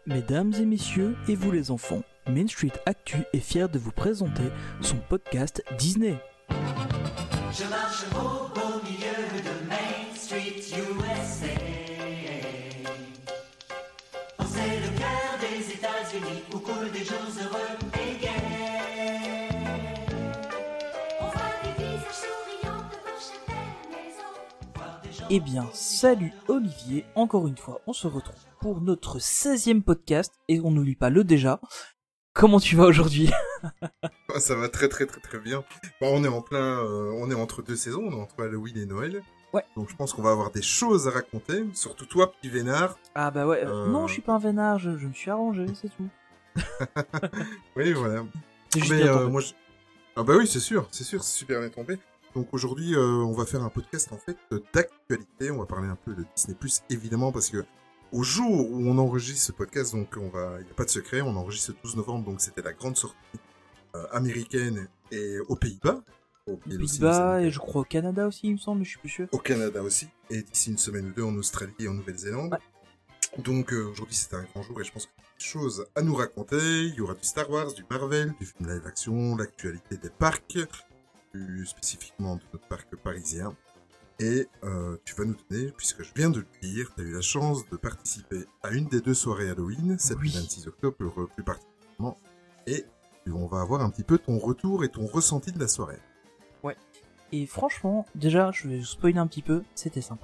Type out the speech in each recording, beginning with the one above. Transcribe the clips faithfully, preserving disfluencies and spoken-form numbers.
Mesdames et messieurs, et vous les enfants, Main Street Actu est fier de vous présenter son podcast Disney. Je marche au beau milieu de Main Street, U S A. Oh, c'est le cœur des États-Unis où coulent des jours heureux et gais. On voit des visages souriants devant chaque belle maison. Voir des gens Eh bien, salut Olivier, encore une fois, on se retrouve pour notre seizième podcast, et on n'oublie pas le déjà. Comment tu vas aujourd'hui? Ah, ça va très très très très bien. Bon, on est en plein, euh, on est entre deux saisons, on est entre Halloween et Noël. Ouais. Donc je pense qu'on va avoir des choses à raconter, surtout toi, petit vénard. Ah bah ouais, Euh... non je suis pas un vénard, je, je me suis arrangé, c'est tout. Oui, voilà. C'est juste Mais bien euh, tombé. moi, je... ah bah oui, c'est sûr, c'est sûr, c'est super bien tombé. Donc aujourd'hui, euh, on va faire un podcast en fait d'actualité. On va parler un peu de Disney plus, évidemment, parce que au jour où on enregistre ce podcast, donc on va, il n'y a pas de secret, on enregistre le douze novembre, donc c'était la grande sortie euh, américaine et aux Pays-Bas. Aux Aux Pays-Bas aussi, Pays-Bas, les et je crois au Canada aussi, il me semble, mais je suis plus sûr. au Canada aussi, et d'ici une semaine ou deux en Australie et en Nouvelle-Zélande. Ouais. Donc euh, aujourd'hui c'était un grand jour et je pense qu'il y a des choses à nous raconter. Il y aura du Star Wars, du Marvel, du film live action, l'actualité des parcs, plus spécifiquement de notre parc parisien. Et euh, tu vas nous donner, puisque je viens de le dire, tu as eu la chance de participer à une des deux soirées Halloween, celle Oui. du vingt-six octobre plus, plus particulièrement, et on va avoir un petit peu ton retour et ton ressenti de la soirée. Et franchement, déjà, je vais spoiler un petit peu, c'était sympa.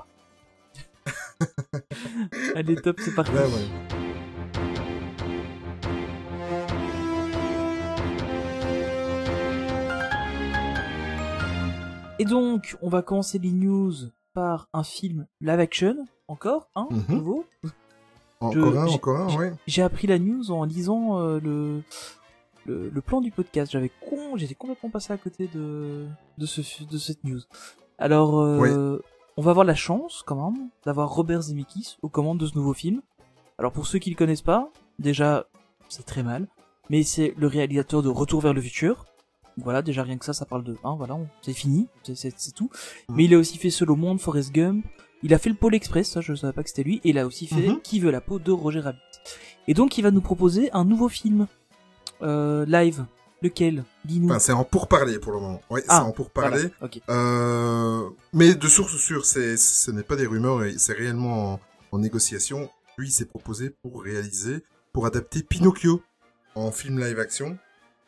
Allez, top, c'est parti. Là, ouais. Et donc, on va commencer les news par un film live action, encore, hein, Mhm. nouveau. Encore Je- un, j'ai- encore un, ouais. J'ai appris la news en lisant euh, le, le le plan du podcast. J'avais con, j'étais complètement passé à côté de de ce de cette news. Alors, euh, on va avoir la chance quand même d'avoir Robert Zemeckis aux commandes de ce nouveau film. Alors pour ceux qui le connaissent pas, déjà c'est très mal, mais c'est le réalisateur de Retour vers le futur. Voilà, déjà rien que ça, ça parle de, hein, voilà, on- c'est fini, c'est c'est c'est tout. Mm. Mais il a aussi fait Seul au monde, Forrest Gump. Il a fait le Pôle Express, ça je savais pas que c'était lui, et il a aussi fait Mhm. Qui veut la peau de Roger Rabbit. Et donc il va nous proposer un nouveau film euh, live. Lequel? Dis-nous. Enfin, c'est en pourparler pour le moment. Ouais, Ah, c'est en pourparler. Voilà, ok. Euh, mais de source sûre, c'est, ce n'est pas des rumeurs, et c'est réellement en, en négociation. Lui, il s'est proposé pour réaliser, pour adapter Pinocchio en film live action.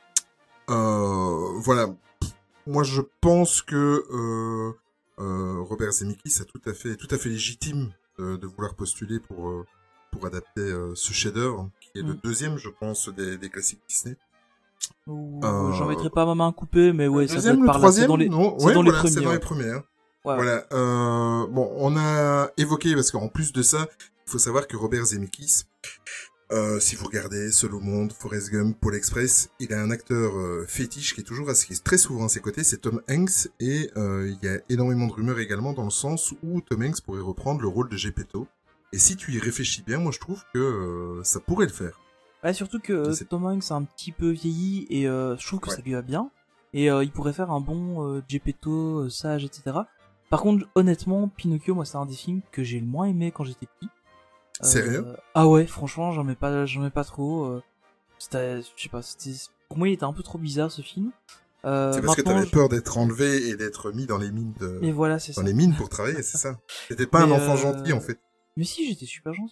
Euh, voilà. Moi, je pense que euh, euh, Robert Zemeckis a tout à fait, tout à fait légitime de, de vouloir postuler pour euh, pour adapter euh, ce chef-d'œuvre, qui est le Mm. deuxième, je pense, des, des classiques Disney. Ouh, Euh, J'en mettrai pas ma main coupée, mais ouais, ça doit Deuxième, être le par là. troisième, C'est dans les, non, c'est ouais, dans les voilà, c'est premiers. dans les ouais. premiers. hein. Ouais, ouais. Voilà. Euh, bon, on a évoqué, parce qu'en plus de ça, il faut savoir que Robert Zemeckis, euh, si vous regardez Seul au monde, Forrest Gump, Pôle Express, il a un acteur euh, fétiche qui est toujours assez, qui est très souvent à ses côtés, c'est Tom Hanks, et euh, il y a énormément de rumeurs également dans le sens où Tom Hanks pourrait reprendre le rôle de Geppetto. Et si tu y réfléchis bien, moi je trouve que euh, ça pourrait le faire. Ouais, surtout que Je euh, sais. Tom Hanks a un petit peu vieilli et euh, je trouve que Ouais. ça lui va bien. Et euh, il pourrait faire un bon euh, Geppetto, euh, sage, et cetera. Par contre, honnêtement, Pinocchio, moi, c'est un des films que j'ai le moins aimé quand j'étais petit. Euh, Sérieux? Ah ouais, franchement, j'en mets pas, j'en mets pas trop. euh, c'était, je sais pas, c'était, pour moi, il était un peu trop bizarre ce film. Euh, c'est parce que maintenant, t'avais je- peur d'être enlevé et d'être mis dans les mines de... Mais voilà, c'est dans ça. les mines pour travailler, c'est ça. T'étais pas Mais, un enfant euh, gentil, en fait. Mais si, j'étais super gentil.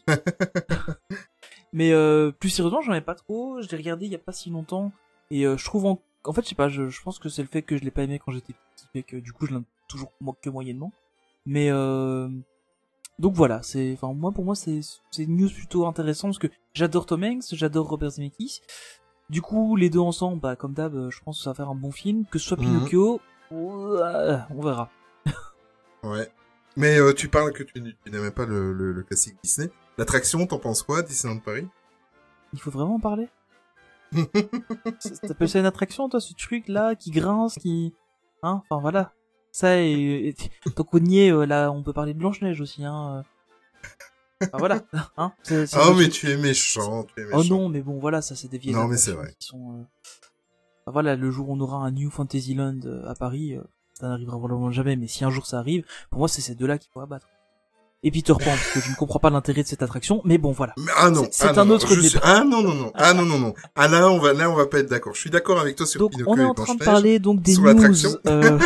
Mais euh, plus sérieusement, j'en ai pas trop. Je l'ai regardé il y a pas si longtemps. Et euh, je trouve en... En fait, je sais pas, je, je pense que c'est le fait que je l'ai pas aimé quand j'étais petit, et que du coup, je l'aime toujours mo- que moyennement. Mais euh... Donc voilà, c'est... Enfin, moi, pour moi, c'est c'est une news plutôt intéressante, parce que j'adore Tom Hanks, j'adore Robert Zemeckis. Du coup, les deux ensemble, bah, comme d'hab, euh, je pense que ça va faire un bon film. Que ce soit Mhm. Pinocchio, euh, on verra. Ouais. Mais euh, tu parles que tu, n- tu n'aimais pas le, le, le classique Disney. L'attraction, t'en penses quoi, Disneyland Paris? Il faut vraiment en parler. T'appelles ça une attraction, toi, ce truc-là, qui grince, qui... Hein, enfin, voilà. Ça, et... et donc, on y est, euh, là, on peut parler de Blanche-Neige aussi, hein. euh. Enfin, voilà. Hein, c'est- c'est Oh, des mais trucs- tu es méchant, tu es méchant. Oh non, mais bon, voilà, ça, c'est des vieilles Non, mais c'est attractions vrai. qui sont... euh, enfin, voilà, le jour où on aura un New Fantasyland euh, à Paris, euh, ça n'arrivera probablement jamais, mais si un jour ça arrive, pour moi, c'est ces deux-là qu'il faut abattre. et Peter Pan, parce que je ne comprends pas l'intérêt de cette attraction, mais bon, voilà. Mais- Ah non, C'est- c'est ah un non, autre je suis- débat. Ah non, non, non, ah non, non, non. Ah là, on va, là, on va pas être d'accord. Je suis d'accord avec toi sur Donc, Pinocchio on est et en train de Blanche-Neige. parler donc des Sur news. l'attraction. euh,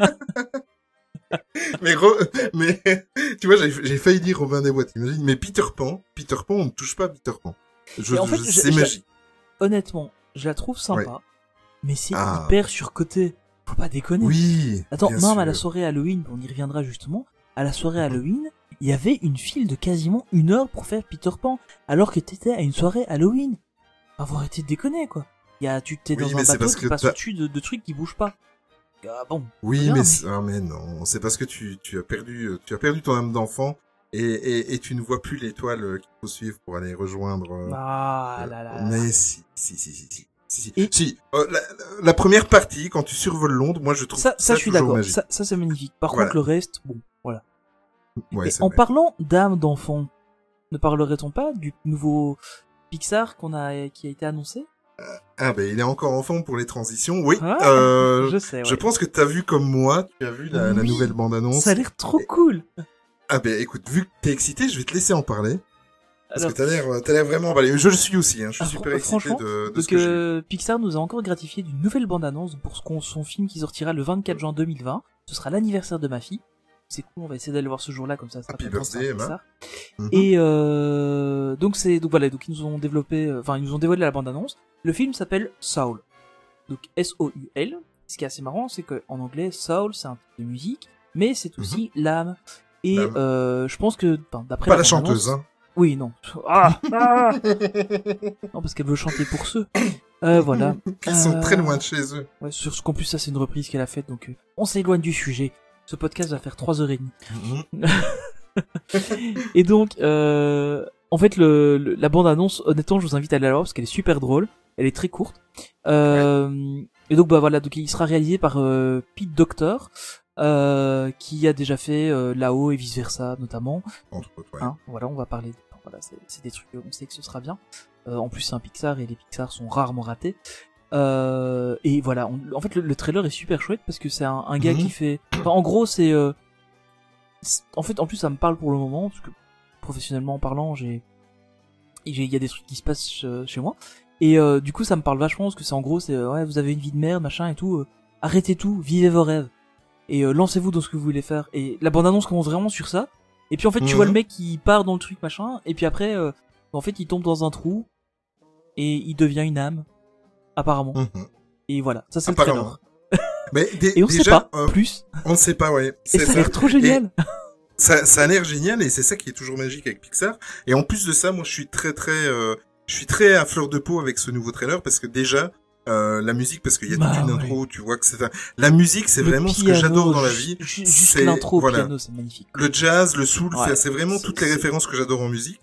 Mais, re- mais, tu vois, j'ai, j'ai failli dire Robin des Bois, t'imagines. Mais Peter Pan, Peter Pan, on ne touche pas à Peter Pan. Je, Mais en fait, je- je- c'est je- magique. honnêtement, je la trouve sympa, mais c'est Ah. hyper surcoté. Faut pas déconner. Oui. Attends, bien même sûr. à la soirée Halloween, on y reviendra justement, à la soirée Halloween, il y avait une file de quasiment une heure pour faire Peter Pan, alors que t'étais à une soirée Halloween. Enfin, faut arrêter de déconner, quoi. Il y a, tu t'es Oui, dans mais un c'est bateau parce qui que passe t'as- au-dessus de, de trucs qui bougent pas. Ah bon. Oui, Bien, mais, mais- c'est- ah, mais non, c'est parce que tu, tu as perdu, euh, tu as perdu ton âme d'enfant et, et, et tu ne vois plus l'étoile euh, qu'il faut suivre pour aller rejoindre. euh, Ah euh, là là. Mais si, si, si, si, si. Si, si. Et- Si, euh, la, la première partie, quand tu survoles Londres, moi je trouve Ça, ça, je suis d'accord. magique. Ça, ça c'est magnifique. Par Voilà. contre, le reste, bon, voilà. Ouais, Et c'est en vrai. parlant d'âme d'enfant, ne parlerait-on pas du nouveau Pixar qu'on a, qui a été annoncé? Ah ben il est encore enfant pour les transitions. Oui. Ah, euh, Je sais, ouais. Je pense que t'as vu comme moi, tu as vu la, la Oui. nouvelle bande-annonce. Ça a l'air trop cool. Ah ben écoute, vu que t'es excité, je vais te laisser en parler. Parce Alors, que t'as l'air, t'as l'air vraiment emballé. Je le suis aussi, hein. Je suis Ah, super fran- excité franchement, de, de donc ce que j'ai. euh, Pixar nous a encore gratifié d'une nouvelle bande-annonce pour ce qu'on- son film qui sortira le vingt-quatre juin deux mille vingt. Ce sera l'anniversaire de ma fille. C'est cool, on va essayer d'aller le voir ce jour-là, comme ça, ça sera Happy pas grave, c'est un birthday, Pixar. Mhm. Et euh, donc c'est donc voilà, donc ils nous ont développé, euh, enfin ils nous ont dévoilé la bande-annonce. Le film s'appelle Soul, donc S O U L. Ce qui est assez marrant, c'est que en anglais, Soul c'est un type de musique, mais c'est aussi l'âme. Et Mhm. L'âme. euh, je pense que enfin, d'après Pas la la bande-annonce- chanteuse, hein. Oui, non. Ah, ah non, parce qu'elle veut chanter pour ceux. Euh, voilà. Qui sont Euh, très loin de chez eux. Ouais, sur ce qu'en plus ça c'est une reprise qu'elle a faite, donc euh, on s'éloigne du sujet. Ce podcast va faire trois heures et demie. Mhm. Et donc, euh, en fait, le, le- la bande-annonce, honnêtement, je vous invite à aller la voir parce qu'elle est super drôle. Elle est très courte. Euh, Et donc, bah voilà, donc il sera réalisé par euh, Pete Docter, euh, qui a déjà fait euh, Là-haut et vice versa, notamment. Entre autres, ouais. Hein, voilà, on va parler. enfin, voilà, c'est c'est des trucs, on sait que ce sera bien. Euh, en plus, c'est un Pixar et les Pixar sont rarement ratés. Euh, et voilà, on- en fait, le, le trailer est super chouette parce que c'est un, un gars Mhm. qui fait. Enfin, en gros, c'est. euh, c'est- En fait, en plus, ça me parle pour le moment parce que professionnellement parlant, j'ai. j'ai- Il y a des trucs qui se passent euh, chez moi. Et euh, du coup, ça me parle vachement parce que c'est en gros, c'est euh, ouais, vous avez une vie de merde, machin et tout. euh, arrêtez tout, vivez vos rêves et euh, lancez-vous dans ce que vous voulez faire. Et la bande-annonce commence vraiment sur ça. Et puis en fait, tu Mhm. vois le mec qui part dans le truc machin. Et puis après, euh, en fait, il tombe dans un trou et il devient une âme, apparemment. Mhm. Et voilà, ça c'est le Apparemment. trailer. Mais dé- Et on déjà, sait pas euh, plus. on ne sait pas, ouais. Et C'est ça a ça. l'air trop génial. Ça, ça a l'air génial et c'est ça qui est toujours magique avec Pixar. Et en plus de ça, moi, je suis très, très, euh, je suis très à fleur de peau avec ce nouveau trailer parce que déjà, euh, la musique, parce qu'il y a Bah, toute une ouais. intro, tu vois que c'est un... la musique, c'est Le vraiment ce que piano, j'adore dans la ju- vie. ju- Juste C'est- l'intro au voilà. piano, c'est magnifique. Le jazz, le soul, Ouais. c'est- c'est vraiment C'est- toutes les c'est- références que j'adore en musique.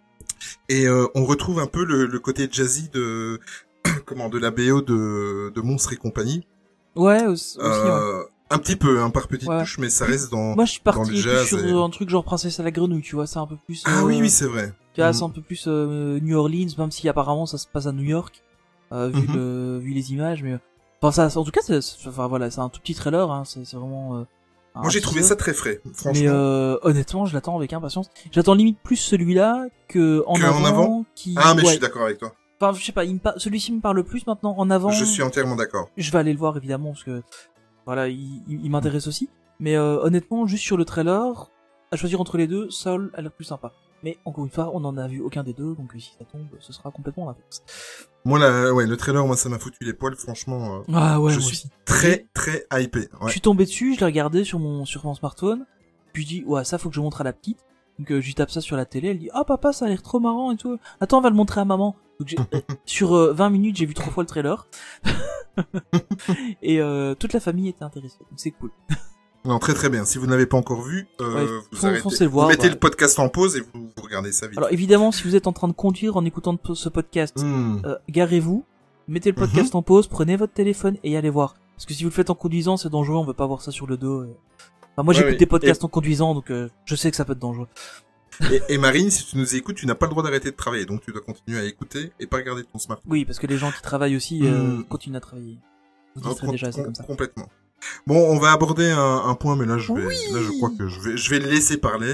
Et euh, on retrouve un peu le, le côté jazzy de comment de la B O de, de Monstres et compagnie. Ouais, aussi. aussi, ouais. Euh, Un petit peu, hein, par petites Ouais. touches, mais ça reste dans. Moi, je suis dans parti le plus jazz sur et- euh, un truc genre Princesse à la grenouille, tu vois, c'est un peu plus. Ah euh, oui, oui, c'est vrai. Tu vois, Mhm. c'est un peu plus euh, New Orleans, même si apparemment ça se passe à New York, euh, vu, Mhm. le, vu les images, mais. euh, Enfin, ça, en tout cas, c'est, c'est- enfin voilà, c'est un tout petit trailer, hein, c'est, c'est vraiment. Euh, un Moi, j'ai trouvé teaser. ça très frais, franchement. Mais euh, honnêtement, je l'attends avec impatience. J'attends limite plus celui-là que en Que avant, en avant qui. Ah, mais je ouais. suis d'accord avec toi. Enfin, je sais pas, il me par- celui-ci me parle plus maintenant. En avant. Je suis entièrement d'accord. Je vais aller le voir évidemment parce que voilà, il, il, il m'intéresse aussi. Mais euh, honnêtement, juste sur le trailer, à choisir entre les deux, Soul a l'air plus sympa. Mais encore une fois, on n'en a vu aucun des deux, donc euh, si ça tombe, ce sera complètement l'inverse. Moi, la, ouais, le trailer, moi, ça m'a foutu les poils, franchement. euh, Ah ouais, je moi suis aussi. très, très hypé. Je Ouais. suis tombé dessus, je l'ai regardé sur mon sur mon smartphone, puis je dis ouais ça faut que je montre à la petite. Donc euh, je lui tape ça sur la télé, elle dit ah papa ça a l'air trop marrant et tout. Attends on va le montrer à maman. Donc j'ai- sur euh, vingt minutes j'ai vu trois fois le trailer et euh, toute la famille était intéressée. Donc c'est cool. Non, très très bien. Si vous n'avez pas encore vu, euh, Ouais, vous fon- arrêtez. foncez le voir, vous mettez ouais. le podcast en pause et vous, vous regardez ça vite. Alors évidemment si vous êtes en train de conduire en écoutant ce podcast, Hmm. euh, garez-vous, mettez le podcast en pause, prenez votre téléphone et allez voir. Parce que si vous le faites en conduisant c'est dangereux, on veut pas voir ça sur le dos. et- Enfin, moi Ouais, j'écoute oui. des podcasts en conduisant donc euh, je sais que ça peut être dangereux. Et, et Marine, si tu nous écoutes, tu n'as pas le droit d'arrêter de travailler, donc tu dois continuer à écouter et pas regarder ton smartphone. Oui, parce que les gens qui travaillent aussi euh, Hmm. continuent à travailler. Vous Non, distrez com- déjà, c'est com- comme ça. Complètement. Bon, on va aborder un, un point, mais là je vais, Oui. là je crois que je vais, je vais le laisser parler.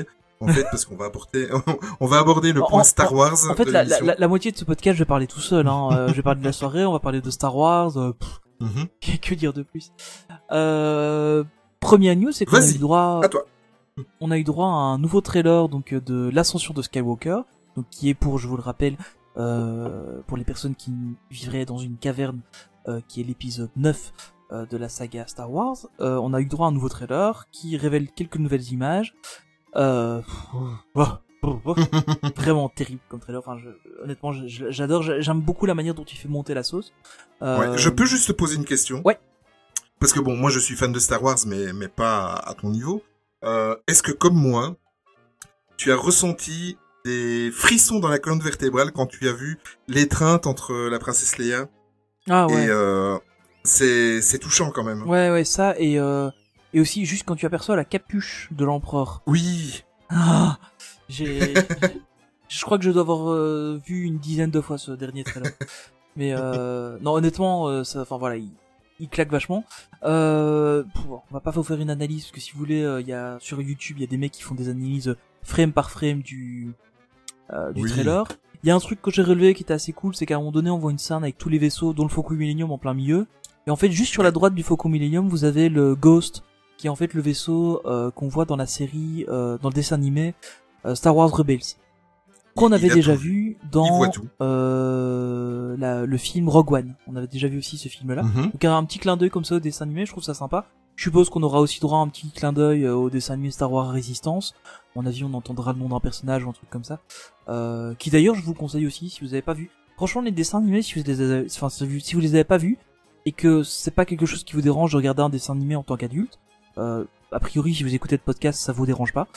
en fait, parce qu'on va aborder, on va aborder le En- point en- Star Wars En fait, de la, la, l'émission. la, la moitié de ce podcast, je vais parler tout seul. Hein. Euh, je vais parler de la soirée, on va parler de Star Wars. Euh, pff, Mhm. que, que dire de plus euh, Première news, c'est qu'on a Vas-y, eu droit, À toi. on a eu droit à un nouveau trailer donc euh, de l'ascension de Skywalker, donc qui est pour, je vous le rappelle, euh, pour les personnes qui vivraient dans une caverne, euh, qui est l'épisode neuf euh, de la saga Star Wars. Euh, on a eu droit à un nouveau trailer qui révèle quelques nouvelles images. Euh, oh, oh, oh, vraiment terrible comme trailer. Enfin, je, honnêtement, je- je- j'adore. J'aime beaucoup la manière dont il fait monter la sauce. Euh, Ouais, je peux juste te poser une question. Ouais. Parce que bon, moi je suis fan de Star Wars, mais mais pas à ton niveau. Euh, Est-ce que comme moi, tu as ressenti des frissons dans la colonne vertébrale quand tu as vu l'étreinte entre la princesse Leia Ah ouais. et euh, c'est c'est touchant quand même. Ouais, ouais, ça et euh, et aussi juste quand tu aperçois la capuche de l'empereur. Oui. Ah, j'ai, je crois que je dois avoir euh, vu une dizaine de fois ce dernier trailer. Mais euh, non, honnêtement, euh, ça, enfin voilà, il, il claque vachement. Euh, pff, on va pas vous faire une analyse parce que si vous voulez, il y a sur YouTube, il y a des mecs qui font des analyses frame par frame du euh, du Oui. trailer. Il y a un truc que j'ai relevé qui était assez cool, c'est qu'à un moment donné, on voit une scène avec tous les vaisseaux, dont le Faucon Millennium en plein milieu. Et en fait, juste sur la droite du Faucon Millennium, vous avez le Ghost, qui est en fait le vaisseau euh, qu'on voit dans la série, euh, dans le dessin animé euh, Star Wars Rebels, qu'on Il- avait il a déjà tout vu Il dans voit tout. euh, la, le film Rogue One. On avait déjà vu aussi ce film-là. Mhm. Donc un petit clin d'œil comme ça au dessin animé, je trouve ça sympa. Je suppose qu'on aura aussi droit à un petit clin d'œil euh, au dessin animé Star Wars Résistance. À mon avis, on entendra le nom d'un personnage ou un truc comme ça. Euh, qui d'ailleurs, je vous le conseille aussi si vous avez pas vu. Franchement, les dessins animés, si vous les avez, enfin, si vous les avez pas vus et que c'est pas quelque chose qui vous dérange de regarder un dessin animé en tant qu'adulte, euh, a priori, si vous écoutez le podcast, ça vous dérange pas.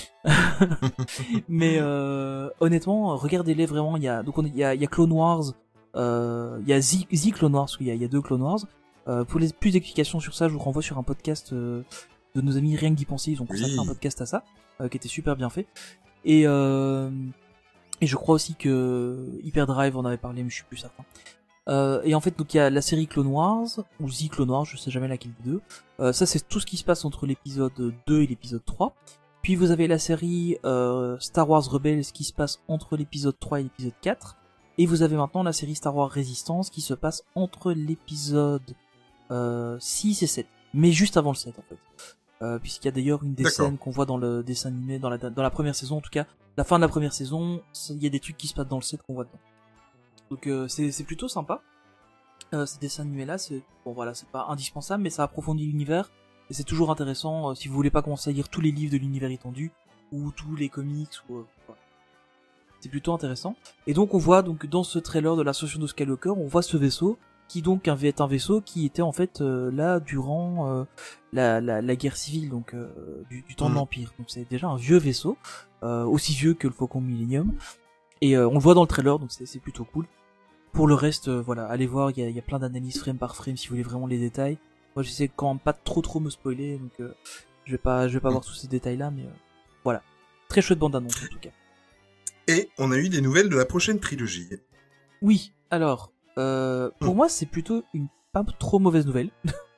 Mais euh, honnêtement, regardez-les vraiment. Il y a donc on- il y a, il y a Clone Wars, euh, il y a Z, Z Clone Wars, parce qu'il y a, il y a deux Clone Wars. Euh, pour les plus d'explications sur ça, je vous renvoie sur un podcast euh, de nos amis Rien que d'y penser. Ils ont consacré Oui. un podcast à ça, euh, qui était super bien fait. Et euh, et je crois aussi que Hyperdrive en avait parlé, mais je suis plus certain. Euh, et en fait, donc il y a la série Clone Wars ou The Clone Wars, je sais jamais laquelle des deux. Euh, ça, c'est tout ce qui se passe entre l'épisode deux et l'épisode trois. Puis vous avez la série euh, Star Wars Rebels qui se passe entre l'épisode trois et l'épisode quatre. Et vous avez maintenant la série Star Wars Resistance qui se passe entre l'épisode euh, six et sept. Mais juste avant le sept en fait. Euh, puisqu'il y a d'ailleurs une des D'accord. scènes qu'on voit dans le dessin animé, dans la, dans la première saison en tout cas, la fin de la première saison, il y a des trucs qui se passent dans le sept qu'on voit dedans. Donc euh, c'est c'est plutôt sympa. Euh, ces dessins animés là, c'est bon voilà, c'est pas indispensable, mais ça approfondit l'univers et c'est toujours intéressant euh, si vous voulez pas commencer à lire tous les livres de l'univers étendu ou tous les comics ou euh, voilà. C'est plutôt intéressant. Et donc on voit donc dans ce trailer de l'ascension de Skywalker, on voit ce vaisseau qui donc est un vaisseau qui était en fait euh, là durant euh, la, la, la guerre civile donc euh, du, du temps de Mhm. l'Empire. Donc c'est déjà un vieux vaisseau, euh, aussi vieux que le Faucon Millennium. Et euh, on le voit dans le trailer, donc c'est c'est plutôt cool. Pour le reste, euh, voilà, allez voir, il y a, il y a plein d'analyses frame par frame si vous voulez vraiment les détails. Moi j'essaie quand même pas de trop trop me spoiler, donc euh, je vais pas je vais pas voir tous ces détails là, mais euh, voilà. Très chouette bande annonce en tout cas. Et on a eu des nouvelles de la prochaine trilogie. Oui, alors, euh, pour Hmm. moi c'est plutôt une pas trop mauvaise nouvelle.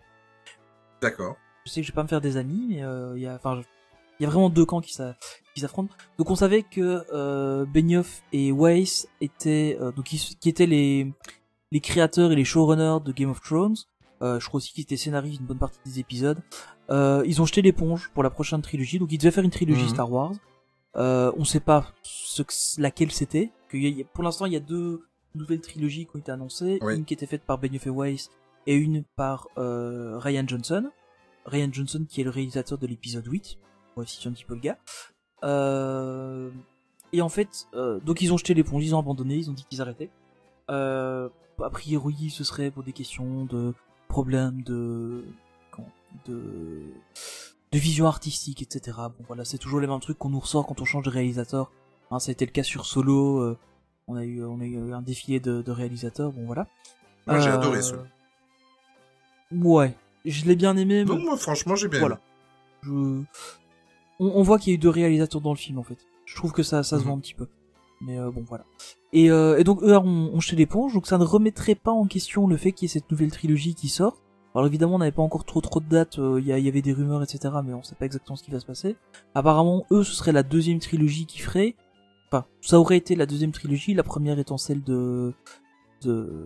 D'accord. Je sais que je vais pas me faire des amis, mais euh, il y a, enfin, il y a vraiment deux camps qui s'a- qui s'affrontent. Donc on savait que euh, Benioff et Weiss étaient, euh, donc qui, qui étaient les les créateurs et les showrunners de Game of Thrones. Euh, je crois aussi qu'ils étaient scénaristes d'une bonne partie des épisodes. Euh, ils ont jeté l'éponge pour la prochaine trilogie, donc ils devaient faire une trilogie Mhm. Star Wars. Euh, on sait pas ce que, laquelle c'était. Que y a- y a- pour l'instant, il y a deux nouvelles trilogies qui ont été annoncées, Oui. une qui était faite par Benioff et Weiss et une par euh, Ryan Johnson. Ryan Johnson qui est le réalisateur de l'épisode huit, pour situer un petit peu le gars. Euh, et en fait, euh, donc ils ont jeté l'éponge, ils ont abandonné, ils ont dit qu'ils arrêtaient. Euh, a priori, ce serait pour des questions de problèmes de comment, de de vision artistique, et cetera. Bon voilà, c'est toujours les mêmes trucs qu'on nous ressort quand on change de réalisateur. Hein, ça a été le cas sur Solo. Euh, on a eu on a eu un défilé de, de réalisateurs. Bon voilà. Moi j'ai Euh, adoré Solo. Ouais, je l'ai bien aimé. Mais Non, moi franchement j'ai bien voilà. aimé. Je... On, on voit qu'il y a eu deux réalisateurs dans le film en fait. Je trouve que ça, ça se Mhm. voit un petit peu. Mais euh, bon voilà. Et, euh, et donc eux ont, ont jeté l'éponge, donc ça ne remettrait pas en question le fait qu'il y ait cette nouvelle trilogie qui sort. Alors évidemment, on n'avait pas encore trop trop de dates, il euh, y, y avait des rumeurs, et cetera, mais on sait pas exactement ce qui va se passer. Apparemment, eux, ce serait la deuxième trilogie qu'ils feraient. Enfin, ça aurait été la deuxième trilogie, la première étant celle de... de...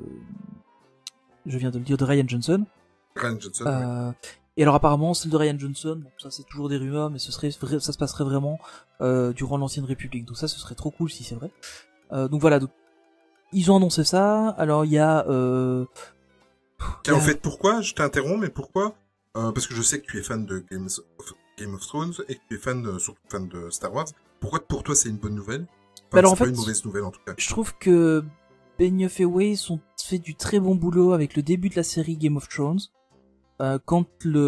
Je viens de le dire, de Rian Johnson. Rian Johnson, euh, ouais. Et alors apparemment, celle de Rian Johnson, bon, ça c'est toujours des rumeurs, mais ce serait vrai, ça se passerait vraiment euh, durant l'Ancienne République. Donc ça, ce serait trop cool si c'est vrai. Euh, donc voilà, donc, ils ont annoncé ça. Alors il y a... Euh, Et en fait, pourquoi je t'interromps, mais pourquoi euh, Parce que je sais que tu es fan de Game of, Game of Thrones et que tu es fan, de, surtout fan de Star Wars. Pourquoi pour toi c'est une bonne nouvelle enfin, alors, c'est en pas fait, une mauvaise nouvelle en tout cas. Je trouve que Benioff et Weiss ont fait du très bon boulot avec le début de la série Game of Thrones. Euh, quand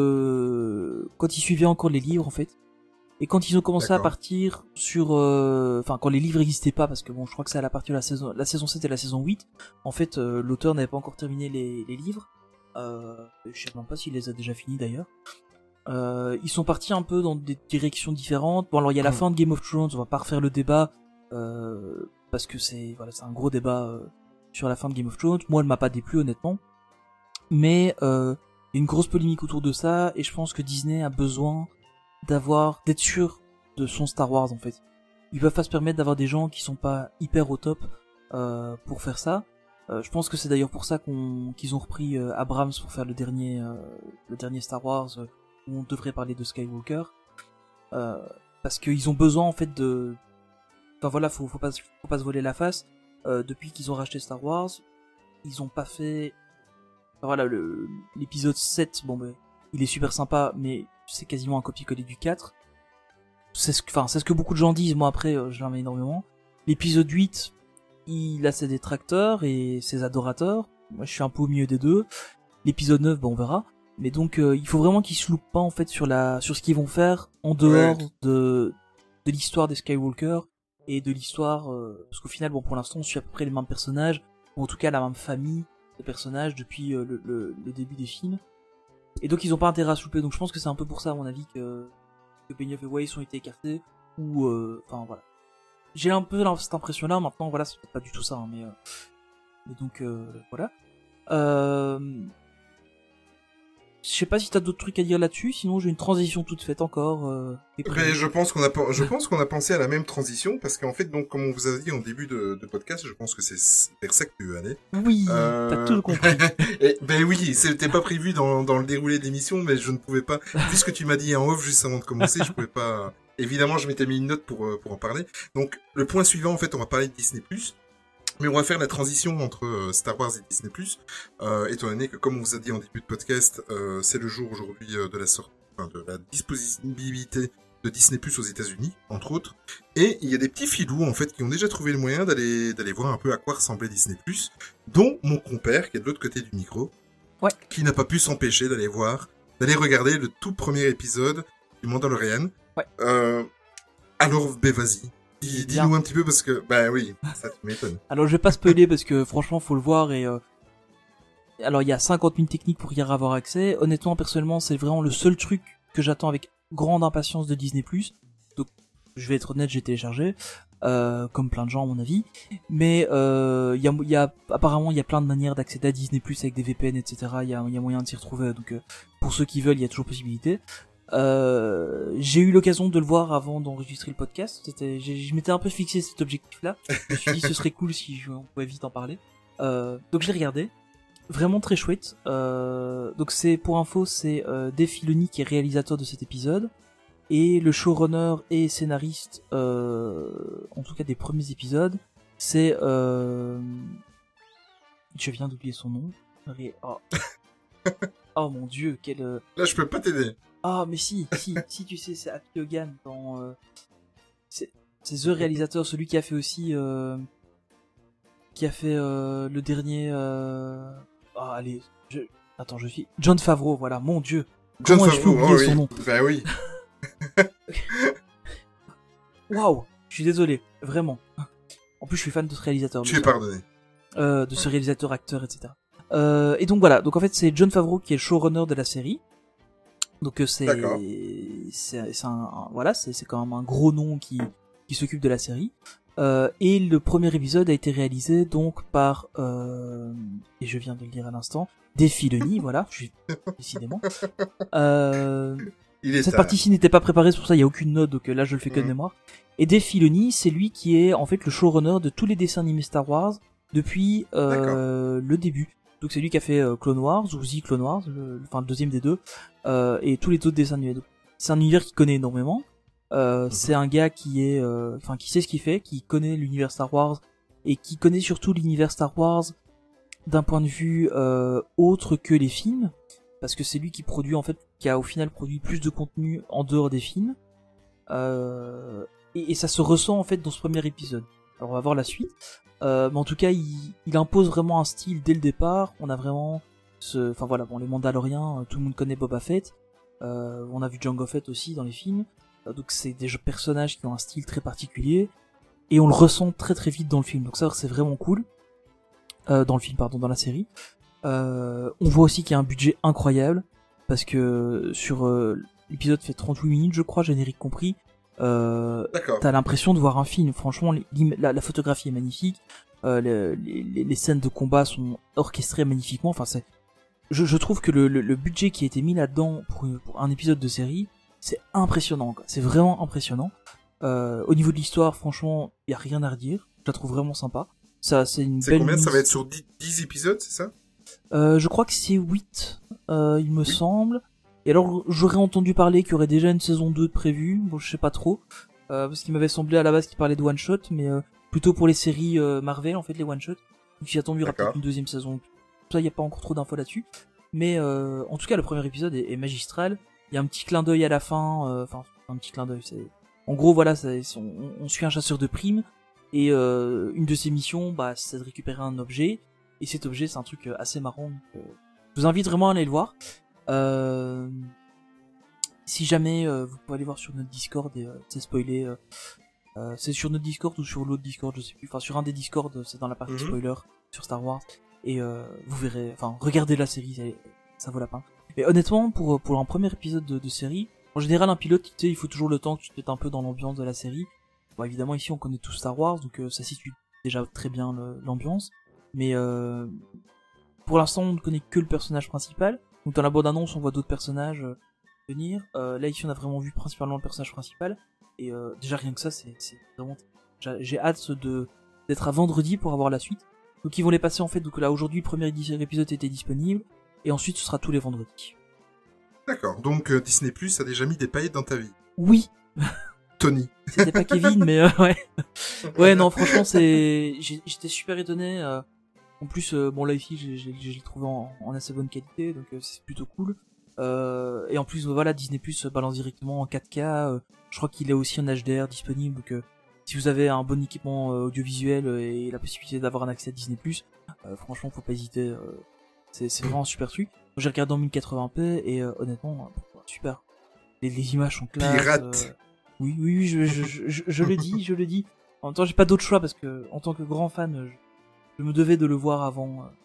le quand ils suivaient encore les livres en fait, et quand ils ont commencé D'accord. à partir sur euh... enfin quand les livres n'existaient pas, parce que bon je crois que c'est à la partie de la saison la saison sept et la saison huit, en fait euh, l'auteur n'avait pas encore terminé les, les livres, euh... je sais même pas s'il les a déjà finis d'ailleurs. Euh, ils sont partis un peu dans des directions différentes. Bon alors il y a la Mmh. fin de Game of Thrones, on va pas refaire le débat euh... parce que c'est voilà c'est un gros débat euh, sur la fin de Game of Thrones. Moi elle m'a pas déplu honnêtement, mais euh, il y a une grosse polémique autour de ça, et je pense que Disney a besoin d'avoir, d'être sûr de son Star Wars en fait. Ils peuvent pas se permettre d'avoir des gens qui sont pas hyper au top euh, pour faire ça. Euh, je pense que c'est d'ailleurs pour ça qu'on, qu'ils ont repris euh, Abrams pour faire le dernier, euh, le dernier Star Wars euh, où on devrait parler de Skywalker, euh, parce qu'ils ont besoin en fait de, enfin voilà, faut, faut pas, faut pas se voler la face. Euh, depuis qu'ils ont racheté Star Wars, ils ont pas fait voilà, le, l'épisode sept, bon ben, il est super sympa, mais c'est quasiment un copier-coller du quatre. C'est ce que, enfin, c'est ce que beaucoup de gens disent, moi après, euh, je l'aime énormément. L'épisode huit, il a ses détracteurs et ses adorateurs. Moi, je suis un peu au milieu des deux. L'épisode neuf, bon, on verra. Mais donc, euh, il faut vraiment qu'ils se loupent pas, en fait, sur la, sur ce qu'ils vont faire en dehors Ouais. de, de l'histoire des Skywalker et de l'histoire, euh, parce qu'au final, bon, pour l'instant, on suit à peu près les mêmes personnages, ou en tout cas la même famille de personnages depuis euh, le, le, le début des films. Et donc ils ont pas intérêt à souper, donc je pense que c'est un peu pour ça à mon avis que, que Benioff et Weiss ont été écartés, ou euh, enfin voilà. J'ai un peu cette impression là, maintenant voilà, c'est peut-être pas du tout ça, hein, mais, euh, mais donc euh, voilà. Euh... Je sais pas si t'as d'autres trucs à dire là-dessus, sinon j'ai une transition toute faite encore. Euh, qui est prévue. Mais je pense qu'on a, pen- je pense qu'on a pensé à la même transition parce qu'en fait, donc, comme on vous a dit en début de, de podcast, je pense que c'est vers ça que tu veux aller. Oui, Euh, t'as tout compris. Et, ben oui, c'était pas prévu dans, dans le déroulé de l'émission, mais je ne pouvais pas, puisque tu m'as dit en off juste avant de commencer, je pouvais pas, évidemment, je m'étais mis une note pour, euh, pour en parler. Donc, le point suivant, en fait, on va parler de Disney+. Mais on va faire la transition entre euh, Star Wars et Disney+, euh, étant donné que, comme on vous a dit en début de podcast, euh, c'est le jour aujourd'hui euh, de la sortie, enfin, de la disponibilité de Disney+ aux États-Unis, entre autres. Et il y a des petits filous, en fait, qui ont déjà trouvé le moyen d'aller d'aller voir un peu à quoi ressemblait Disney+, dont mon compère, qui est de l'autre côté du micro, Ouais. qui n'a pas pu s'empêcher d'aller voir, d'aller regarder le tout premier épisode du Mandalorian. Ouais. Euh, alors, ben vas-y. Dis- Bien. Dis-nous un petit peu parce que, bah oui, ça tu m'étonnes. Alors je vais pas spoiler parce que franchement faut le voir et euh... alors il y a cinquante mille techniques pour y avoir accès. Honnêtement personnellement c'est vraiment le seul truc que j'attends avec grande impatience de Disney+. Donc je vais être honnête, j'ai téléchargé euh, comme plein de gens à mon avis. Mais euh, il y a, il y a apparemment il y a plein de manières d'accéder à Disney+ avec des V P N et cetera. Il y a, il y a moyen de s'y retrouver. Donc euh, pour ceux qui veulent il y a toujours possibilité. Euh, j'ai eu l'occasion de le voir avant d'enregistrer le podcast. C'était, j'ai- je m'étais un peu fixé cet objectif-là. Je me suis dit ce serait cool si je, on pouvait vite en parler. Euh, donc je l'ai regardé, vraiment très chouette. Euh, donc c'est pour info, c'est euh, Dave Filoni qui est réalisateur de cet épisode et le showrunner et scénariste, euh, en tout cas des premiers épisodes, c'est euh, je viens d'oublier son nom. Ré- Oh, oh mon dieu, quel euh, Là, je peux pas t'aider. ah, mais si, si, si, tu sais, c'est Happy Hogan dans... Euh, c'est, c'est The réalisateur, celui qui a fait aussi... Euh, qui a fait euh, le dernier... Euh... Ah, allez, je... Attends, je suis... John Favreau, voilà, mon dieu. John Comment ai-je pu Favreau, oublier oh son oui. nom? Bah oui. Waouh, je suis désolé, vraiment. En plus, je suis fan de ce réalisateur. Tu donc es ça- pardonné. euh, de ce réalisateur, acteur, et cetera. Euh, et donc voilà, donc en fait c'est John Favreau qui est le showrunner de la série. Donc euh, c'est D'accord. c'est c'est un, un- voilà, c'est c'est quand même un gros nom qui qui s'occupe de la série. Euh, et le premier épisode a été réalisé donc par euh, et je viens de le dire à l'instant, Dave Filoni, voilà, je suis décidément. Euh, Il est cette tard. partie-ci n'était pas préparée, c'est pour ça il y a aucune note, donc euh, là je le fais que de Mhm. mémoire. Et Dave Filoni, c'est lui qui est en fait le showrunner de tous les dessins animés Star Wars depuis euh, le début. Donc c'est lui qui a fait euh, Clone Wars ou The Clone Wars, le, enfin le deuxième des deux, euh, et tous les autres dessins animés. Donc, c'est un univers qu'il connaît énormément. Euh, Mhm. C'est un gars qui est, euh, enfin qui sait ce qu'il fait, qui connaît l'univers Star Wars et qui connaît surtout l'univers Star Wars d'un point de vue euh, autre que les films, parce que c'est lui qui produit en fait, qui a au final produit plus de contenu en dehors des films. Euh, et, et ça se ressent en fait dans ce premier épisode. Alors on va voir la suite. Euh, mais en tout cas, il, il impose vraiment un style dès le départ. On a vraiment ce, enfin voilà, bon les Mandaloriens, euh, tout le monde connaît Boba Fett. Euh, on a vu Jango Fett aussi dans les films. Euh, donc c'est des jeux- personnages qui ont un style très particulier et on le ressent très très vite dans le film. Donc ça c'est vraiment cool. Euh, dans le film, pardon, dans la série. Euh, on voit aussi qu'il y a un budget incroyable parce que sur euh, l'épisode fait trente-huit minutes, je crois, générique compris. Euh, D'accord. T'as l'impression de voir un film. Franchement, l'im- la, la photographie est magnifique. Euh, les, les, les scènes de combat sont orchestrées magnifiquement. Enfin, c'est, je, je trouve que le, le, le budget qui a été mis là-dedans pour, une- pour un épisode de série, c'est impressionnant. Quoi. C'est vraiment impressionnant. Euh, au niveau de l'histoire, franchement, il y a rien à redire. Je la trouve vraiment sympa. Ça, c'est une C'est belle. combien? Ça va mise- être sur dix, dix épisodes, c'est ça? euh, je crois que c'est huit, euh, il me Oui. semble. Et alors, j'aurais entendu parler qu'il y aurait déjà une saison deux de prévue. Bon, je sais pas trop. Euh, parce qu'il m'avait semblé à la base qu'il parlait de one shot, mais euh, plutôt pour les séries euh, Marvel, en fait, les one shot. Donc j'y attends, il y aura D'accord. peut-être une deuxième saison. Ça, il y a pas encore trop d'infos là-dessus. Mais euh, en tout cas, le premier épisode est, est magistral. Il y a un petit clin d'œil à la fin. euh, Enfin, un petit clin d'œil. C'est... En gros, voilà, c'est, c'est- on, on suit un chasseur de primes. Et euh, une de ses missions, bah, c'est de récupérer un objet. Et cet objet, c'est un truc euh, assez marrant. Donc, euh, je vous invite vraiment à aller le voir. Euh, si jamais euh, vous pouvez aller voir sur notre Discord et euh, c'est spoilé. Euh, euh, c'est sur notre Discord ou sur l'autre Discord, je sais plus. Enfin, sur un des Discord, c'est dans la partie Mhm. spoiler sur Star Wars. Et euh, vous verrez. Enfin, regardez la série, ça, ça vaut la peine. Mais honnêtement, pour pour un premier épisode de, de série, en général, un pilote, tu sais, il faut toujours le temps que tu te mettes un peu dans l'ambiance de la série. Bon, évidemment, ici, on connaît tous Star Wars, donc euh, ça situe déjà très bien le- l'ambiance. Mais euh, pour l'instant, on ne connaît que le personnage principal. Donc dans la bande-annonce, on voit d'autres personnages euh, venir. Euh, là, ici, on a vraiment vu principalement le personnage principal. Et euh, déjà, rien que ça, c'est c'est vraiment... J'ai j'ai hâte de d'être à vendredi pour avoir la suite. Donc ils vont les passer, en fait. Donc là, aujourd'hui, le premier épisode était disponible. Et ensuite, ce sera tous les vendredis. D'accord. Donc, euh, Disney Plus a déjà mis des paillettes dans ta vie. Oui, Tony. c'était pas Kevin, mais euh, ouais. Ouais, non, franchement, c'est... j'ai- J'étais super étonné. euh, En plus, euh, bon là ici, j'ai j'ai- j'ai trouvé en, en assez bonne qualité, donc euh, c'est plutôt cool. Euh, et en plus, voilà, Disney Plus balance directement en quatre K. euh, je crois qu'il est aussi en H D R disponible, donc euh, si vous avez un bon équipement euh, audiovisuel euh, et la possibilité d'avoir un accès à Disney Plus, euh, franchement, faut pas hésiter. euh, c'est c'est vraiment un super truc. Moi, j'ai regardé en mille quatre-vingts p et euh, honnêtement, euh, super. Les, les images sont classe. Pirate. euh, oui, oui, oui, je, je, je, je, je le dis, je le dis. En même temps, j'ai pas d'autre choix parce que en tant que grand fan, je, je me devais de le voir avant. euh,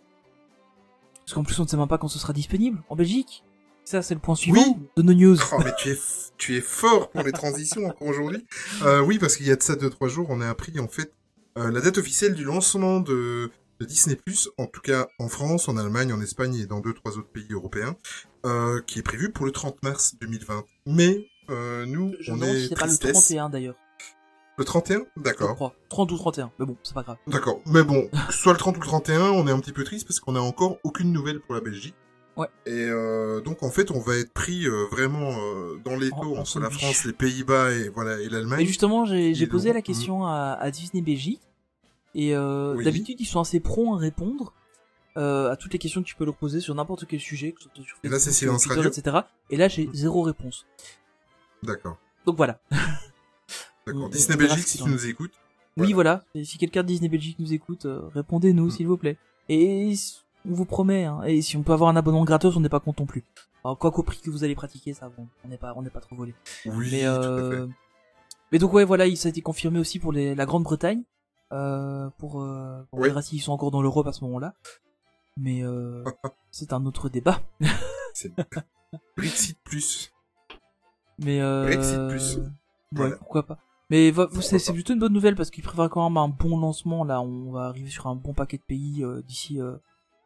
Parce qu'en plus, on ne sait même pas quand ce sera disponible en Belgique. Ça, c'est le point suivant Oui. de nos news. Oh, mais tu es, f- tu es fort pour les transitions encore aujourd'hui. Euh, oui, parce qu'il y a de ça deux, trois jours, on a appris, en fait, euh, la date officielle du lancement de, de Disney+, en tout cas en France, en Allemagne, en Espagne et dans deux, trois autres pays européens, euh, qui est prévu pour le trente mars deux mille vingt. Mais, euh, nous, Je on me demande si est c'est pas le tristesse. trente et un d'ailleurs. Le trente et un? Je D'accord. crois. trente ou trente et un. Mais bon, c'est pas grave. D'accord. Mais bon, soit le trente ou le trente et un, on est un petit peu triste parce qu'on n'a encore aucune nouvelle pour la Belgique. Ouais. Et euh, donc en fait, on va être pris euh, vraiment euh, dans les En- taux en entre la sandwich. France, les Pays-Bas et voilà et l'Allemagne. Mais justement, j'ai j'ai Ils posé l'ont. la question à, à Disney Belgique. Et euh, Oui. d'habitude, ils sont assez prompts à répondre euh, à toutes les questions que tu peux leur poser sur n'importe quel sujet, que ce soit sur Et là, c'est Facebook, silence Twitter, radio et cetera. Et là, j'ai Mhm. zéro réponse. D'accord. Donc voilà. D'accord. On- Disney on verra Belgique, ce si qu'il tu en est. nous écoutes. Oui, Voilà. voilà. Et si quelqu'un de Disney Belgique nous écoute, euh, répondez-nous, Mhm. s'il vous plaît. Et s- on vous promet, hein. Et si on peut avoir un abonnement gratos, on n'est pas content non plus. Alors, quoi qu'au prix que vous allez pratiquer, ça, bon, on n'est pas, on n'est pas trop volé. Oui, Mais, tout à euh... fait. mais donc ouais, voilà, il- ça a été confirmé aussi pour les, la Grande-Bretagne. Euh, pour, euh, on Oui. verra s'ils sont encore dans l'Europe à ce moment-là. Mais euh, c'est un autre débat. C'est Brexit plus. Mais euh... Brexit plus. Ouais, Voilà. pourquoi pas. Mais va- c'est Pourquoi c'est pas. plutôt une bonne nouvelle parce qu'il prévoit quand même un bon lancement. Là, on va arriver sur un bon paquet de pays euh, d'ici euh,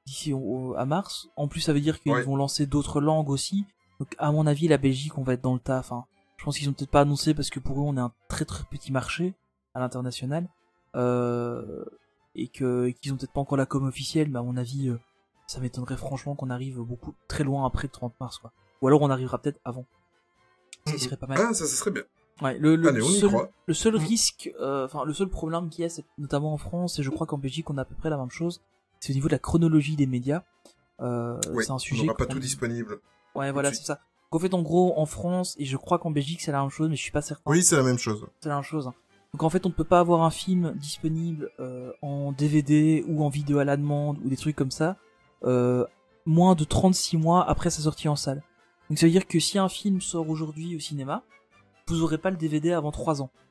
d'ici au- à mars. En plus, ça veut dire qu'ils Ouais. vont lancer d'autres langues aussi. Donc, à mon avis, la Belgique, on va être dans le tas. Enfin, je pense qu'ils ont peut-être pas annoncé parce que pour eux, on est un très très petit marché à l'international. Euh, et que et qu'ils ont peut-être pas encore la com officielle, mais à mon avis, euh, ça m'étonnerait franchement qu'on arrive beaucoup très loin après le trente mars, quoi. Ou alors on arrivera peut-être avant. Ce qui serait pas mal. Ah, ça, ça serait bien. Ouais, le, le Allez, on y seul, croit. le seul Mm. risque, euh, enfin le seul problème qu'il y a, c'est notamment en France, et je crois qu'en Belgique on a à peu près la même chose, c'est au niveau de la chronologie des médias. Euh, Oui, c'est un on sujet. n'aura pas qu'on- tout disponible. Ouais, voilà, de c'est ça. Donc, en fait, en gros, en France, et je crois qu'en Belgique c'est la même chose, mais je suis pas certain. Oui, c'est la même chose. C'est la même chose. hein. Donc en fait, on ne peut pas avoir un film disponible euh, en D V D ou en vidéo à la demande ou des trucs comme ça, euh, moins de trente-six mois après sa sortie en salle. Donc ça veut dire que si un film sort aujourd'hui au cinéma, vous aurez pas le D V D avant trois ans.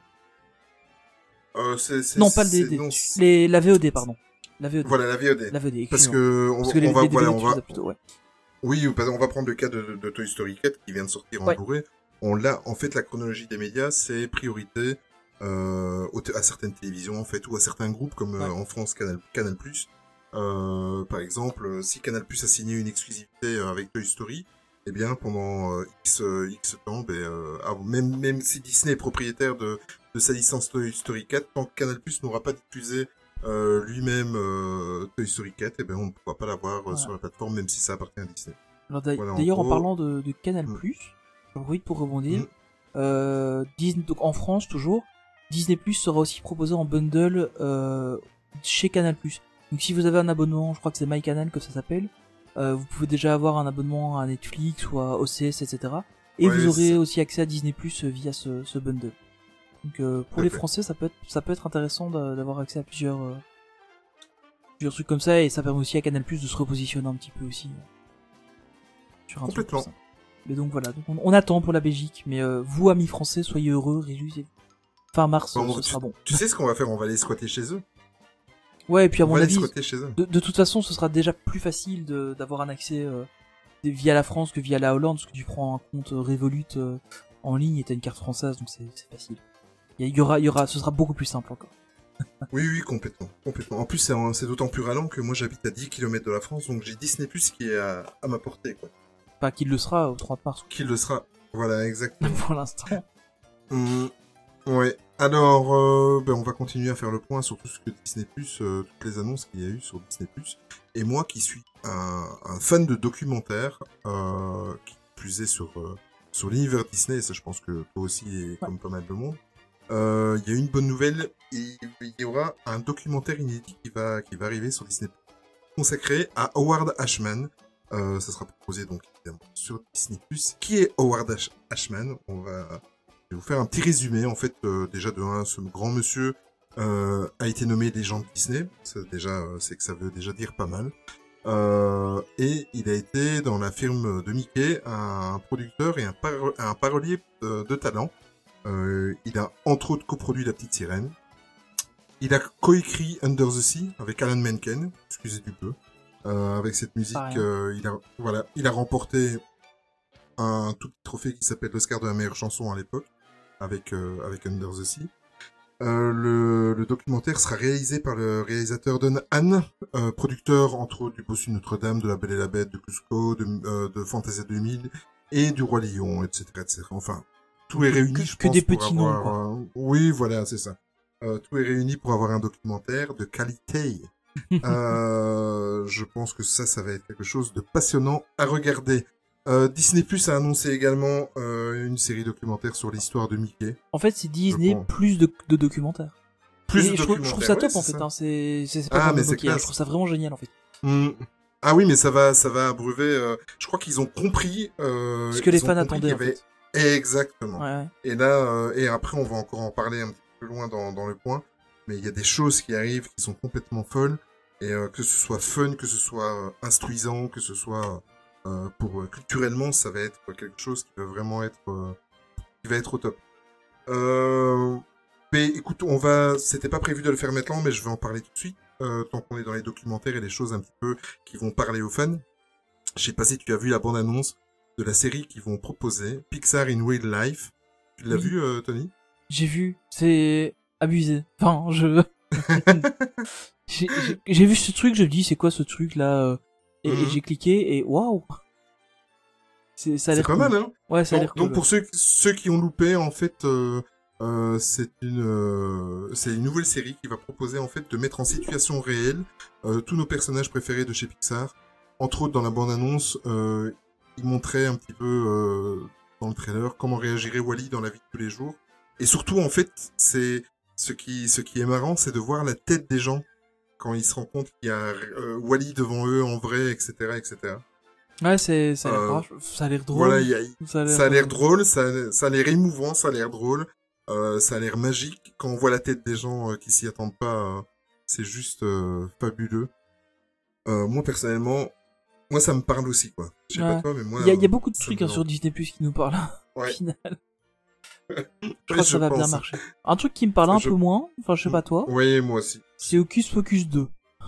Euh, c'est, c'est, Non, pas le c'est- D V D. non, c'est- Les, la V O D, pardon. La V O D. Voilà, la V O D. La V O D, Parce excuse-moi. que on, Parce que les, on va, les D V D, voilà, on tu va, les as plutôt, ouais. oui, ou pas- on va prendre le cas de, de, de Toy Story quatre qui vient de sortir en Ouais. Blu-ray. On l'a, en fait, la chronologie des médias, c'est priorité euh, au t- à certaines télévisions, en fait, ou à certains groupes, comme euh, Ouais. en France, Canal, Canal+. Euh, par exemple, si Canal+ a signé une exclusivité euh, avec Toy Story, eh bien, pendant euh, X, euh, X temps, ben, euh, ah, même, même si Disney est propriétaire de, de sa licence Toy Story quatre, tant que Canal+ n'aura pas diffusé euh, lui-même euh, Toy Story quatre, eh ben, on ne pourra pas l'avoir euh, Voilà. sur la plateforme, même si ça appartient à Disney. Alors, d'a- Voilà, en d'ailleurs, en, gros. parlant de, de Canal+, Mm. j'en profite pour rebondir. Mm. Euh, Disney, donc en France toujours, Disney+ sera aussi proposé en bundle euh, chez Canal+. Donc si vous avez un abonnement, je crois que c'est MyCanal que ça s'appelle, euh, vous pouvez déjà avoir un abonnement à Netflix ou à O C S, et cetera. Et Ouais, vous aurez c'est- aussi accès à Disney+ via ce, ce bundle. Donc euh, pour les Parfait. Français, ça peut être, ça peut être intéressant d'a- d'avoir accès à plusieurs, euh, plusieurs trucs comme ça, et ça permet aussi à Canal+ de se repositionner un petit peu aussi euh, sur un truc Complètement. comme ça. Mais donc voilà, donc on, on attend pour la Belgique, mais euh, vous amis français, soyez heureux, réjouissez-vous. Fin mars, Bon, euh, ce tu, sera bon. tu sais ce qu'on va faire? On va aller squatter chez eux. Ouais, et puis à on mon va aller avis, squatter chez eux. de, de toute façon, ce sera déjà plus facile de- d'avoir un accès euh, via la France que via la Hollande, parce que tu prends un compte euh, Revolut euh, en ligne et t'as une carte française, donc c'est c'est facile. Il y, a- il y aura, il y aura, ce sera beaucoup plus simple encore. Oui, oui, complètement, complètement. En plus, c'est, en- c'est d'autant plus ralent que moi, j'habite à dix kilomètres de la France, donc j'ai Disney+, qui est à, à ma portée, quoi. Pas qu'il le sera au trente mars, Qui le sera. Voilà, exactement. pour l'instant. Hum, ouais. Alors, euh, ben, on va continuer à faire le point sur tout ce que Disney+, euh, toutes les annonces qu'il y a eu sur Disney+. Et moi, qui suis un, un fan de documentaires, euh, qui plus est sur euh, sur l'univers Disney, et ça, je pense que toi aussi, et comme pas mal de monde. Euh, Il y a une bonne nouvelle, il il y aura un documentaire inédit qui va qui va arriver sur Disney+, consacré à Howard Ashman. Euh, ça sera proposé donc évidemment sur Disney+. Qui est Howard Ash- Ashman? On va je vais vous faire un petit résumé. En fait, euh, déjà de un, ce grand monsieur euh, a été nommé légende Disney. Ça, déjà, euh, c'est que ça veut déjà dire pas mal. Euh, et il a été dans la firme de Mickey un producteur et un, paro- un parolier de, de talent. Euh, il a entre autres coproduit La Petite Sirène. Il a coécrit Under the Sea avec Alan Menken, excusez du peu. Euh, avec cette musique, Pas rien. euh, il a voilà, il a remporté un tout petit trophée qui s'appelle l'Oscar de la meilleure chanson à l'époque, avec euh, avec Under the Sea. Euh, le, le documentaire sera réalisé par le réalisateur Don Hahn, euh, producteur entre autres du Bossu Notre-Dame, de La Belle et la Bête, de Cusco, de, euh, de Fantasia deux mille et du Roi Lion, et cetera, et cetera. Enfin, tout est Que- réuni, que- je que pense, des pour petits noms, avoir, quoi. euh, oui, voilà, c'est ça. Euh, tout est réuni pour avoir un documentaire de qualité. euh, je pense que ça, ça va être quelque chose de passionnant à regarder. Euh, Disney Plus a annoncé également euh, une série documentaire sur l'histoire de Mickey. En fait, c'est Disney Je pense. plus de, de documentaires. Plus Et de je, trouve, je trouve ça documentaires, top ouais, en c'est fait. ça. Hein, c'est c'est c'est Ah, pas mais comme c'est Nokia, classe. je trouve ça vraiment génial en fait. Hmm. Ah oui, mais ça va, ça va abreuver. euh, je crois qu'ils ont compris. Euh, Ce que les ils ont fans compris attendaient en qu'il y avait- fait. Exactement. Ouais, ouais. Et là, euh, et après, on va encore en parler un petit peu plus loin dans, dans le point. Mais il y a des choses qui arrivent qui sont complètement folles. Et euh, que ce soit fun, que ce soit euh, instruisant, que ce soit euh, pour euh, culturellement, ça va être quelque chose qui va vraiment être, euh, qui va être au top. Euh, mais écoute, on va. C'était pas prévu de le faire maintenant, mais je vais en parler tout de suite. Euh, tant qu'on est dans les documentaires et les choses un petit peu qui vont parler aux fans. Je sais pas si tu as vu la bande-annonce de la série qu'ils vont proposer, Pixar in Real Life. Tu l'as Oui. vu, euh, Tony? J'ai vu, c'est abusé. Enfin, je. j'ai, j'ai, j'ai vu ce truc, je me dis c'est quoi ce truc là euh, et, Mhm. et j'ai cliqué et waouh. C'est ça a C'est l'air pas cool. mal, hein. Ouais, ça a Donc, l'air donc cool. pour ceux, ceux qui ont loupé, en fait, euh, euh, c'est une, euh, c'est une nouvelle série qui va proposer en fait de mettre en situation réelle euh, tous nos personnages préférés de chez Pixar. Entre autres, dans la bande-annonce, euh, ils montraient un petit peu euh, dans le trailer comment réagirait Wall-E dans la vie de tous les jours. Et surtout, en fait, c'est ce qui, ce qui est marrant, c'est de voir la tête des gens quand ils se rendent compte qu'il y a euh, Wall-E devant eux en vrai, et cetera, et cetera. Ouais, c'est ça a l'air Euh, rare, ça a l'air drôle. Voilà, il y a, ça a l'air, ça a l'air euh, drôle, ça, ça a l'air émouvant, ça a l'air drôle, euh, ça a l'air magique. Quand on voit la tête des gens euh, qui s'y attendent pas, euh, c'est juste euh, fabuleux. Euh, moi personnellement, moi ça me parle aussi quoi. Je sais Ouais. pas toi, mais moi. Il y a, il y a beaucoup de ça trucs me- hein, sur Disney Plus qui nous parlent. Au Ouais. final, je Ouais, crois que ça je va bien pense. marcher. Un truc qui me parle un Je- peu moins, enfin je sais pas toi, Oui, moi aussi. c'est Hocus Pocus deux.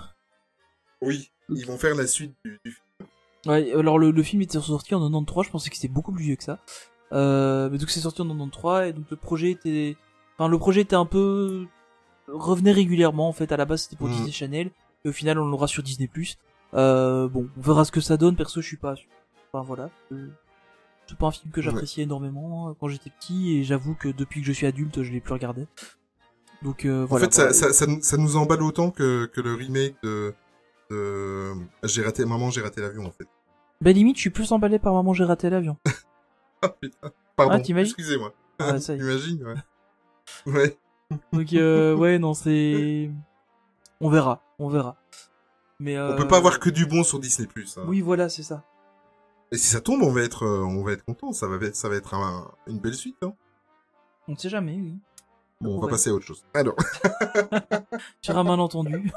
Oui, ils vont faire la suite du, du film. Ouais, alors le, le film était sorti en quatre-vingt-treize, je pensais que c'était beaucoup plus vieux que ça. Euh, mais donc c'est sorti en quatre-vingt-treize et donc le projet était, enfin le projet était un peu revenait régulièrement en fait. À la base c'était pour Mhm. Disney Channel et au final on l'aura sur Disney Plus. Euh, bon, on verra ce que ça donne. Perso, je suis pas, enfin voilà, euh, c'est pas un film que j'appréciais énormément quand j'étais petit et j'avoue que depuis que je suis adulte, je l'ai plus regardé. Donc euh, En voilà. fait, ça, voilà. ça, ça, nous- ça nous emballe autant que, que le remake de, de... J'ai raté, maman, j'ai raté l'avion en fait. Ben limite, je suis plus emballé par Maman j'ai raté l'avion. Ah putain, pardon, Ah, t'imagines excusez-moi. Ah, ça y est. Imagine, ouais. Ouais. Donc euh, ouais, non, c'est, on verra, on verra. Mais euh... On peut pas avoir que du bon sur Disney+. Hein. Oui, voilà, c'est ça. Et si ça tombe, on va être, euh, on va être content. Ça va être, ça va être un- une belle suite. Hein. On ne sait jamais, oui. Bon, on va pourrait. passer à autre chose. Alors, Sur un malentendu.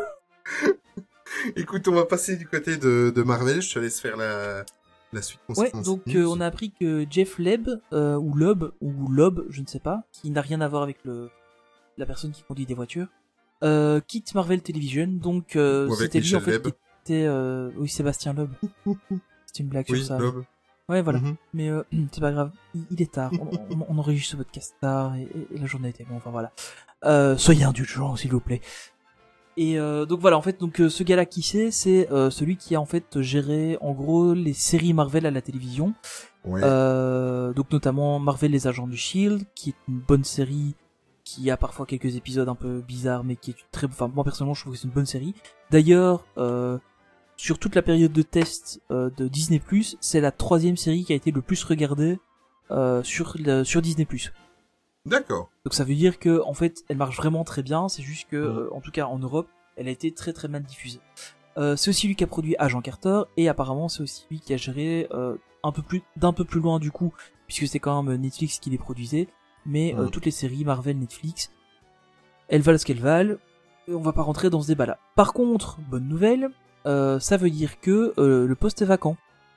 écoute, on va passer du côté de, de Marvel. Je te laisse faire la, la suite. Ouais, concernant donc cette euh, news. on a appris que Jeff Leb, euh, ou Loeb, ou Loeb, je ne sais pas, qui n'a rien à voir avec le la personne qui conduit des voitures, euh, quitte Marvel Television. Donc euh, Ou avec c'était lui Michel en fait Leb. qui était, euh... oui, Sébastien Loeb. C'est une blague Oui, sur ça. Loeb. Ouais, voilà. Mhm. Mais euh, c'est pas grave. Il, il est tard. On, on, on enregistre ce podcast tard et, et, et la journée était longue. Enfin voilà. Euh, soyez indulgents, s'il vous plaît. Et euh, donc voilà, en fait, donc euh, ce gars-là qui c'est, c'est euh, celui qui a en fait géré en gros les séries Marvel à la télévision. Ouais. Euh, donc notamment Marvel les Agents du Shield, qui est une bonne série, qui a parfois quelques épisodes un peu bizarres, mais qui est une très, enfin moi personnellement je trouve que c'est une bonne série. D'ailleurs, euh, sur toute la période de test euh, de Disney+, c'est la troisième série qui a été le plus regardée euh, sur le, sur Disney+. D'accord. Donc ça veut dire que en fait, elle marche vraiment très bien. C'est juste que, Mhm. euh, en tout cas en Europe, elle a été très très mal diffusée. Euh, c'est aussi lui qui a produit Agent Carter et apparemment c'est aussi lui qui a géré euh, un peu plus d'un peu plus loin du coup, puisque c'est quand même Netflix qui les produisait. Mais euh, Mhm. toutes les séries Marvel, Netflix, elles valent ce qu'elles valent. Et on va pas rentrer dans ce débat-là. Par contre, bonne nouvelle, euh, ça veut dire que euh, le poste est vacant.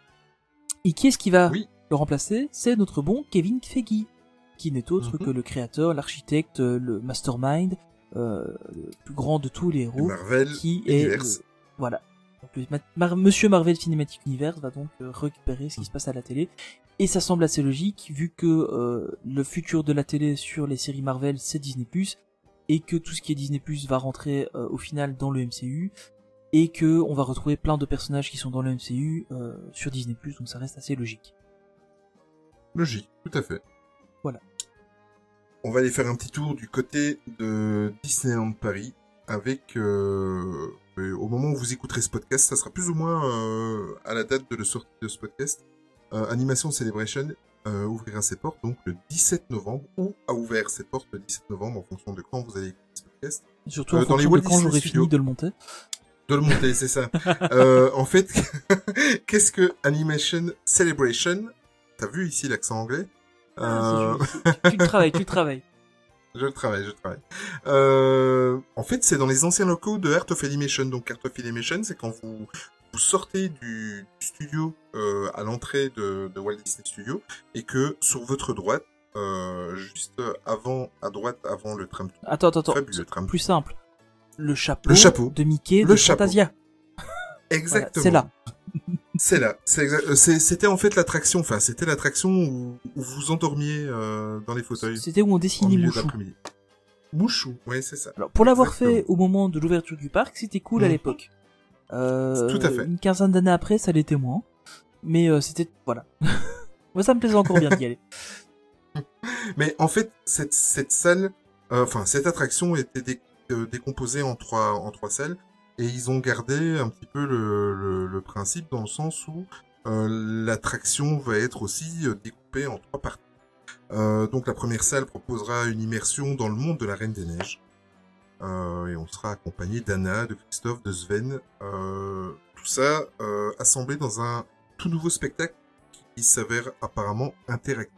Et qui est-ce qui va Oui. le remplacer? C'est notre bon Kevin Feige, qui n'est autre Mhm. que le créateur, l'architecte, euh, le mastermind, euh, le plus grand de tous les Le héros, Marvel qui est Universe. le- voilà. Donc, le Ma- Mar- Monsieur Marvel Cinematic Universe va donc euh, récupérer ce qui se passe à la télé, et ça semble assez logique vu que euh, le futur de la télé sur les séries Marvel c'est Disney+, et que tout ce qui est Disney+, va rentrer euh, au final dans le M C U, et que on va retrouver plein de personnages qui sont dans le M C U euh, sur Disney+, donc ça reste assez logique. Logique, tout à fait. Voilà. On va aller faire un petit tour du côté de Disneyland Paris avec, euh, euh, au moment où vous écouterez ce podcast, ça sera plus ou moins euh, à la date de la sortie de ce podcast. Euh, Animation Celebration euh, ouvrira ses portes donc le dix-sept novembre, ou a ouvert ses portes le dix-sept novembre en fonction de quand vous allez écouter ce podcast. Surtout Euh, en dans les fonction de Walt quand Disney j'aurai Studios. fini de le monter. De le monter, c'est ça. euh, en fait, qu'est-ce que Animation Celebration? T'as vu ici l'accent anglais? Ah, Euh, c'est- c'est- tu le travailles, tu le travailles. Je travaille, je travaille. Euh, en fait, c'est dans les anciens locaux de Art of Animation. Donc, Art of Animation, c'est quand vous, vous sortez du, du studio euh, à l'entrée de, de Walt Disney Studios et que sur votre droite, euh, juste avant, à droite, avant le tram, Attends, attends, attends. fabuleux tram. Plus simple. Le chapeau, Le chapeau. de Mickey Le de chapeau. Fantasia. Exactement. Voilà, c'est là. C'est là. C'est exact- euh, c'est- C'était en fait l'attraction. Enfin, c'était l'attraction où, où vous endormiez euh, dans les fauteuils C'était où on en dessinait milieu Mouchou. d'après-midi. Mouchou, ouais, c'est ça. Alors, pour l'avoir Exactement. fait au moment de l'ouverture du parc, c'était cool à Mhm. l'époque. Euh, Tout à fait. Une quinzaine d'années après, ça l'était moins. Mais euh, c'était... Voilà. Moi, ça me plaisait encore bien d'y aller. Mais en fait, cette, cette salle, euh, enfin, cette attraction était dé- euh, décomposée en trois, en trois salles, et ils ont gardé un petit peu le, le, le principe dans le sens où euh, l'attraction va être aussi euh, découpée en trois parties. Euh, donc la première salle proposera une immersion dans le monde de la Reine des Neiges. Euh, et on sera accompagné d'Anna, de Christophe, de Sven. Euh, tout ça euh, assemblé dans un tout nouveau spectacle qui s'avère apparemment interactif.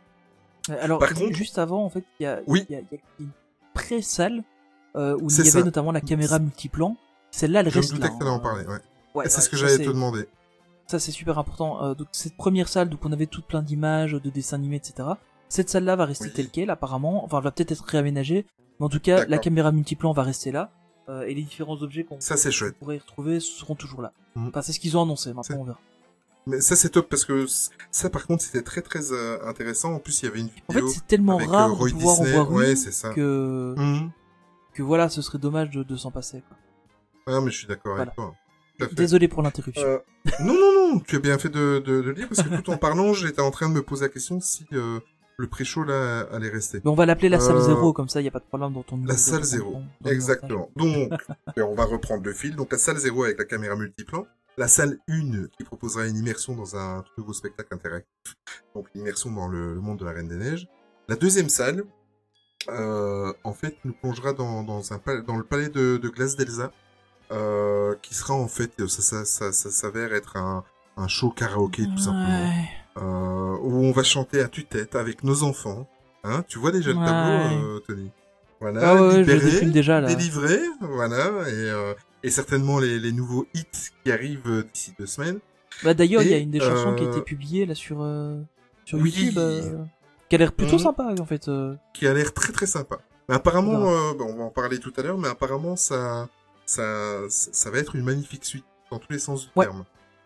Alors, Par ju- contre- juste avant, en fait, il y a, Oui. il y a, il y a une pré-salle euh, où il C'est y avait ça. notamment la caméra multiplan. Celle-là, elle Je me reste doutais là. que t'allais en hein. parler, ouais. Ouais, Et c'est ouais, ce que ça, j'allais c'est- te demander. Ça, c'est super important. Euh, donc, cette première salle, donc on avait tout plein d'images, de dessins animés, et cetera. Cette salle-là va rester Oui. telle quelle, apparemment. Enfin, elle va peut-être être réaménagée. Mais en tout cas, la D'accord. caméra multiplan va rester là. Euh, et les différents objets qu'on Ça, c'est chouette. pourrait y retrouver seront toujours là. Mhm. Enfin, c'est ce qu'ils ont annoncé. C'est- Maintenant, on verra. Mais ça, c'est top parce que c- ça, par contre, c'était très très euh, intéressant. En plus, il y avait une En fait, vidéo c'est tellement avec rare euh, Roy de pouvoir Disney. en voir Ouais, une c'est ça. que... Mhm. que voilà, ce serait dommage de, de s'en passer. Quoi. Ah, mais je suis d'accord Voilà. avec toi. Tout à fait. Désolé pour l'interruption. Euh, non, non, non, tu as bien fait de, de, de le dire parce que tout en parlant, j'étais en train de me poser la question si euh, le pré-show là allait rester. Mais on va l'appeler la salle Euh, zéro, comme ça, il n'y a pas de problème dans ton numéro La de salle compte, zéro, dans- dans le exactement. Donc, et on va reprendre le fil. Donc la salle zéro avec la caméra multiplan. La salle un qui proposera une immersion dans un tout nouveau spectacle interactif. Donc l'immersion dans le, le monde de la Reine des Neiges. La deuxième salle, euh, en fait, nous plongera dans, dans, un, pal- dans le palais de, de glace d'Elsa, euh, qui sera en fait, ça, ça, ça, ça s'avère être un, un show karaoké tout simplement, Ouais. euh, où on va chanter à tue-tête avec nos enfants. Hein, tu vois déjà le Ouais. tableau, euh, Tony. Voilà, Ah ouais, ouais, je le libéré, déprime déjà, là. délivré, voilà, et, euh, et certainement les, les nouveaux hits qui arrivent euh, d'ici deux semaines. Bah d'ailleurs, il y a Et, une des chansons qui a été euh, publiée là sur euh, sur oui. YouTube, euh, qui a l'air plutôt Mhm. sympa en fait. euh. Qui a l'air très très sympa. Mais apparemment, Voilà. euh, bon, on va en parler tout à l'heure, mais apparemment ça, ça, ça, ça va être une magnifique suite dans tous les sens du Ouais. terme.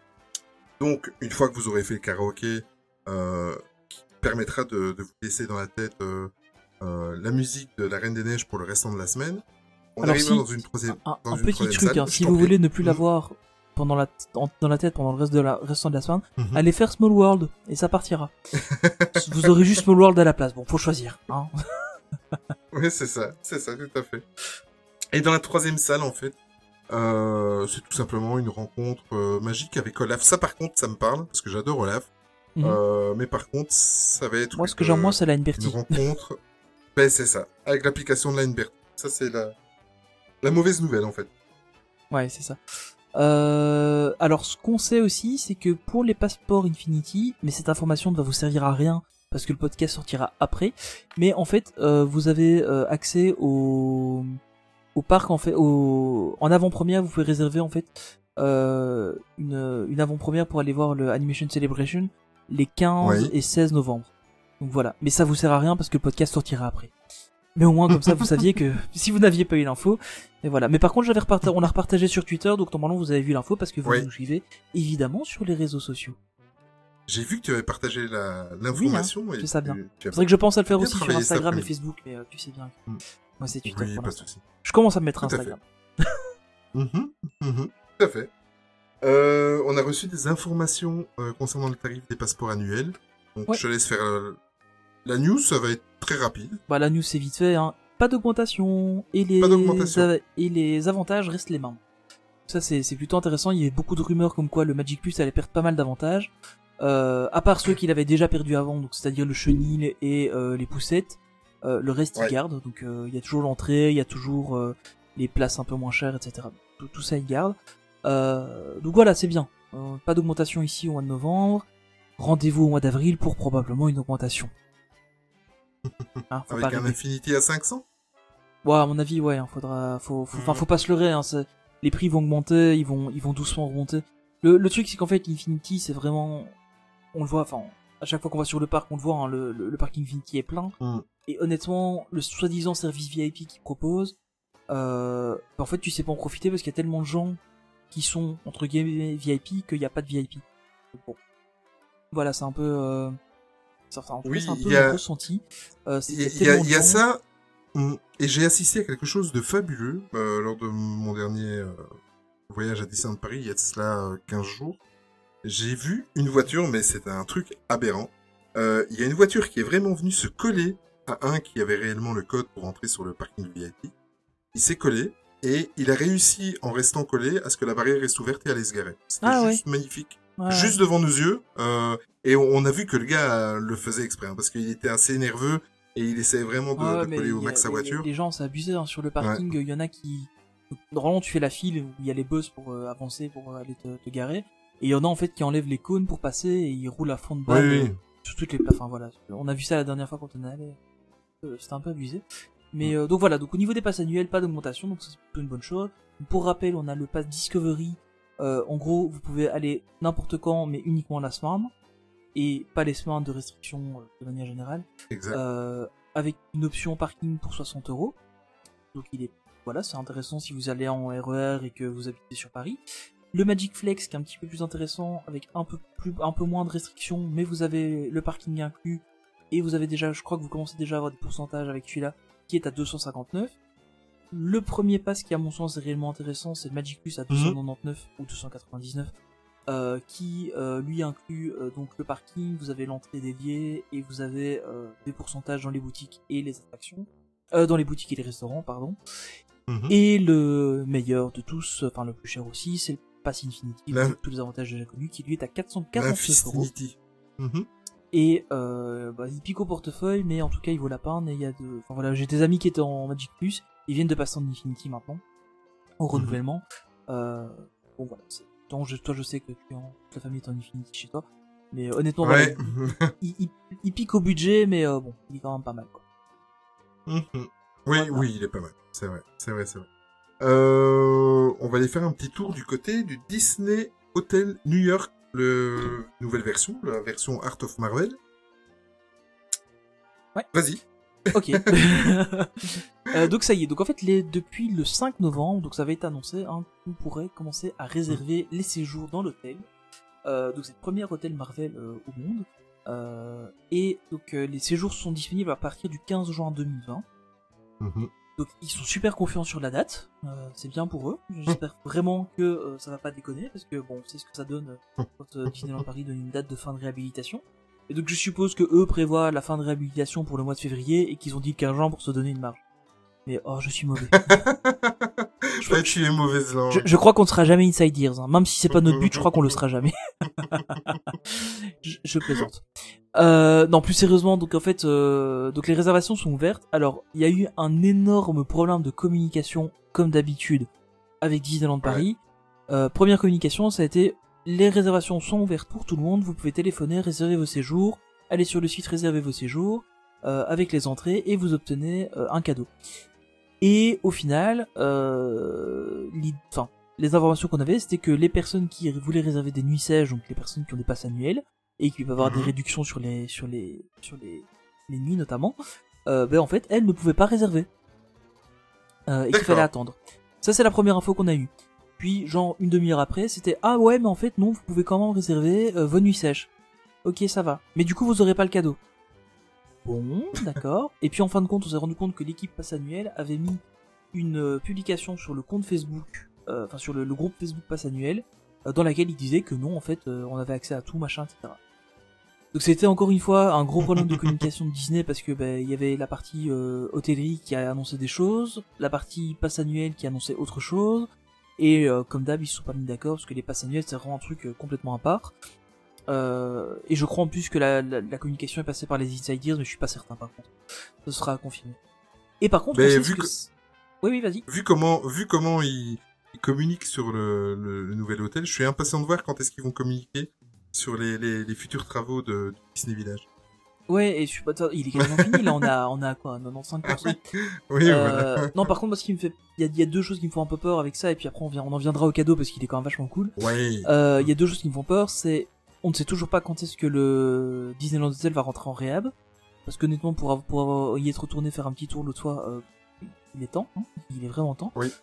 Donc, une fois que vous aurez fait le karaoké, euh, qui permettra de, de vous laisser dans la tête euh, euh, la musique de la Reine des Neiges pour le restant de la semaine, on Alors, arrivera si- dans une troisième, Un, dans un une petit troisième truc, salle. hein, Je si t'en vous prie. voulez ne plus Mhm. l'avoir pendant la t- en- dans la tête pendant le reste de la restant de la semaine, Mhm. allez faire Small World et ça partira. Vous aurez juste Small World à la place. Bon, faut choisir. Hein. Oui, c'est ça, c'est ça, tout à fait. Et dans la troisième salle, en fait, euh, c'est tout simplement une rencontre euh, magique avec Olaf. Ça, par contre, ça me parle, parce que j'adore Olaf. Mhm. Euh, mais par contre, ça va être Moi, ce que une, j'aime moins, euh, c'est la une Bertie. rencontre. Ben, c'est ça, avec l'application de Linebert. Ça, c'est la... la mauvaise nouvelle, en fait. Ouais, c'est ça. Euh, alors, ce qu'on sait aussi, c'est que pour les passeports Infinity, mais cette information ne va vous servir à rien parce que le podcast sortira après. Mais en fait, euh, vous avez euh, accès au au parc en fait, au en avant-première. Vous pouvez réserver en fait euh, une une avant-première pour aller voir le Animation Celebration les quinze Oui. et seize novembre. Donc voilà. Mais ça vous sert à rien parce que le podcast sortira après. Mais au moins comme ça vous saviez que si vous n'aviez pas eu l'info, et voilà. Mais par contre j'avais reparta- on a repartagé sur Twitter, donc normalement vous avez vu l'info parce que vous Oui. nous suivez évidemment sur les réseaux sociaux. J'ai vu que tu avais partagé la... l'information. et c'est ça tu- bien. tu as- C'est vrai que je pense à le faire bien aussi sur travaillé cet Instagram et après-midi. Facebook, mais euh, tu sais bien. que Mm. Moi c'est Twitter Oui, pour pas de l'instant. souci. Je commence à me mettre Tout à Instagram. Mhm, mhm, tout à fait. Euh, on a reçu des informations euh, concernant le tarif des passeports annuels. Donc Ouais. je te laisse faire euh, la news, ça va être très rapide. Bah la news c'est vite fait, hein. Pas d'augmentation et les Pas d'augmentation. a- et les avantages restent les mêmes. Ça c'est c'est plutôt intéressant. Il y avait beaucoup de rumeurs comme quoi le Magic Plus allait perdre pas mal d'avantages. Euh, à part ceux qu'il avait déjà perdu avant, donc c'est-à-dire le chenil et euh, les poussettes, euh, le reste Ouais. il garde. Donc euh, il y a toujours l'entrée, il y a toujours euh, les places un peu moins chères, et cetera. Tout, tout ça il garde. Euh, donc voilà, c'est bien. Euh, pas d'augmentation ici au mois de novembre. Rendez-vous au mois d'avril pour probablement une augmentation. Hein, faut Avec pas un rêver. Infinity à cinq cents. Ouais, à mon avis, ouais, hein, faudra, faut, faut, enfin, Mhm. faut pas se leurrer, hein, c'est- les prix vont augmenter, ils vont, ils vont doucement remonter. Le, le truc, c'est qu'en fait, l'Infinity, c'est vraiment, on le voit, enfin, à chaque fois qu'on va sur le parc, on le voit, hein, le, le, le parc Infinity est plein. Mhm. Et honnêtement, le soi-disant service V I P qu'ils proposent, euh, bah, en fait, tu sais pas en profiter parce qu'il y a tellement de gens qui sont, entre guillemets, V I P qu'il n'y a pas de V I P. Donc, bon. Voilà, c'est un peu, euh, ça, enfin, en tout Oui, cas, c'est un il peu y a- mon ressenti. Euh, c'est Il qu'il y, y a il y a, tellement il de y a gens- ça, Mm. Et j'ai assisté à quelque chose de fabuleux euh, lors de mon dernier euh, voyage à Disneyland Paris, il y a de cela euh, quinze jours. J'ai vu une voiture, mais c'est un truc aberrant. Euh, Il y a une voiture qui est vraiment venue se coller à un qui avait réellement le code pour entrer sur le parking V I P. Il s'est collé et il a réussi, en restant collé, à ce que la barrière reste ouverte et à aller se garer. C'était Ah juste magnifique. Ouais. Juste devant nos yeux. Euh, et on, on a vu que le gars euh, le faisait exprès, hein, parce qu'il était assez nerveux et il essayait vraiment de, Ouais, de mais coller au il y a- max sa les- voiture. Les gens, c'est abusé hein, sur le parking. Il y en a qui. Normalement, tu fais la file où il y a les bus pour euh, avancer, pour aller te, te garer. Et il y en a en fait qui enlèvent les cônes pour passer et ils roulent à fond de Oui, balle oui. euh, sur toutes les places. Enfin voilà, on a vu ça la dernière fois quand on est allé. Euh, C'était un peu abusé. Mais euh, donc voilà, donc au niveau des passes annuelles, pas d'augmentation, donc c'est plutôt une bonne chose. Pour rappel, on a le pass Discovery. Euh, en gros, vous pouvez aller n'importe quand, mais uniquement la semaine. Et pas les semaines de restriction euh, de manière générale. Exact. Euh, avec une option parking pour soixante euros. Donc il est, voilà, c'est intéressant si vous allez en R E R et que vous habitez sur Paris. Le Magic Flex qui est un petit peu plus intéressant avec un peu plus, un peu moins de restrictions, mais vous avez le parking inclus et vous avez déjà, je crois que vous commencez déjà à avoir des pourcentages avec celui-là qui est à deux cent cinquante-neuf. Le premier pass qui à mon sens est réellement intéressant, c'est le Magic Plus à deux cent quatre-vingt-dix-neuf ou deux cent quatre-vingt-dix-neuf. Euh, qui euh, lui inclut euh, donc le parking, vous avez l'entrée dédiée et vous avez euh, des pourcentages dans les boutiques et les attractions, euh, dans les boutiques et les restaurants pardon. Mhm. Et le meilleur de tous, enfin le plus cher aussi, c'est le Pass Infinity, La- avec tous les avantages déjà connus, qui lui est à quatre cent quarante-neuf euros. L'infinity. Mhm. Et euh, bah, il pique au portefeuille, mais en tout cas il vaut la peine. Et il y a de, enfin voilà, j'ai des amis qui étaient en Magic Plus, ils viennent de passer en Infinity maintenant, au renouvellement. Euh, bon voilà, c'est Donc, je, toi, je sais que tu es en, toute la famille est en Infinity chez toi. Mais euh, honnêtement, Ouais. voilà, il, il, il pique au budget, mais euh, bon, il est quand même pas mal, quoi. Mhm. Oui, Voilà. oui, il est pas mal. C'est vrai, c'est vrai, c'est vrai. Euh, on va aller faire un petit tour du côté du Disney Hotel New York, le nouvelle version, la version Art of Marvel. Ouais. Vas-y. Ok. euh, donc ça y est. Donc en fait, les, depuis le cinq novembre, donc ça avait été annoncé, hein, on pourrait commencer à réserver les séjours dans l'hôtel. Euh, donc c'est le premier hôtel Marvel euh, au monde. Euh, et donc euh, les séjours sont disponibles à partir du quinze juin deux mille vingt. Mhm. Donc ils sont super confiants sur la date, euh, c'est bien pour eux. J'espère vraiment que euh, ça va pas déconner, parce que bon, c'est ce que ça donne euh, quand euh, Disneyland Paris donne une date de fin de réhabilitation. Et donc je suppose que eux prévoient la fin de réhabilitation pour le mois de février et qu'ils ont dit le quinze juin pour se donner une marge. Mais oh, je suis mauvais. je, Ouais, tu es mauvaise langue. je, je crois qu'on ne sera jamais Inside Ears, hein. Même si c'est pas notre but, je crois qu'on le sera jamais. je, je plaisante. Euh, non, plus sérieusement, donc en fait, euh, donc les réservations sont ouvertes. Alors, il y a eu un énorme problème de communication, comme d'habitude, avec Disneyland Paris. Euh, première communication, ça a été les réservations sont ouvertes pour tout le monde. Vous pouvez téléphoner, réserver vos séjours, aller sur le site réserver vos séjours euh, avec les entrées et vous obtenez euh, un cadeau. Et au final, euh, l'id- enfin, les informations qu'on avait, c'était que les personnes qui voulaient réserver des nuits sèches, donc les personnes qui ont des passes annuelles et qui peuvent avoir Mhm. des réductions sur les sur les sur les, les nuits notamment, euh, ben en fait, elles ne pouvaient pas réserver euh, et qu'il D'accord. fallait attendre. Ça, c'est la première info qu'on a eue. Puis, genre une demi-heure après, c'était ah ouais, mais en fait non, vous pouvez quand même réserver euh, vos nuits sèches. Ok, ça va. Mais du coup, vous aurez pas le cadeau. Bon, d'accord. Et puis en fin de compte, on s'est rendu compte que l'équipe Pass Annuel avait mis une euh, publication sur le compte Facebook, euh, enfin sur le, le groupe Facebook Pass Annuel, euh, dans laquelle il disait que non, en fait, euh, on avait accès à tout, machin, et cetera. Donc c'était encore une fois un gros problème de communication de Disney parce que ben il y avait la partie euh, hôtellerie qui a annoncé des choses, la partie Pass Annuel qui annonçait autre chose, et euh, comme d'hab ils se sont pas mis d'accord parce que les Pass Annuels c'est vraiment un truc euh, complètement à part. Euh, et je crois en plus que la, la, la communication est passée par les insiders, mais je suis pas certain par contre. Ce sera confirmé. Et par contre, Mais on sait vu ce que que- c'est- oui oui vas-y. Vu comment, vu comment ils, ils communiquent sur le, le, le nouvel hôtel, je suis impatient de voir quand est-ce qu'ils vont communiquer sur les, les, les futurs travaux de, du Disney Village. Ouais, et je suis pas, il est quasiment fini là. On a on a quoi, quatre-vingt-quinze pour cent. Oui, Euh, voilà. non, par contre, moi, ce qui me fait, il y a, il y a deux choses qui me font un peu peur avec ça, et puis après on, vient, on en viendra au cadeau parce qu'il est quand même vachement cool. Ouais. Euh, Il y a deux choses qui me font peur, c'est on ne sait toujours pas quand est-ce que le Disneyland Hotel va rentrer en réhab, parce que honnêtement, pour, avoir- pour avoir- y être retourné faire un petit tour l'autre fois, euh, il est temps, hein, il est vraiment temps. Oui.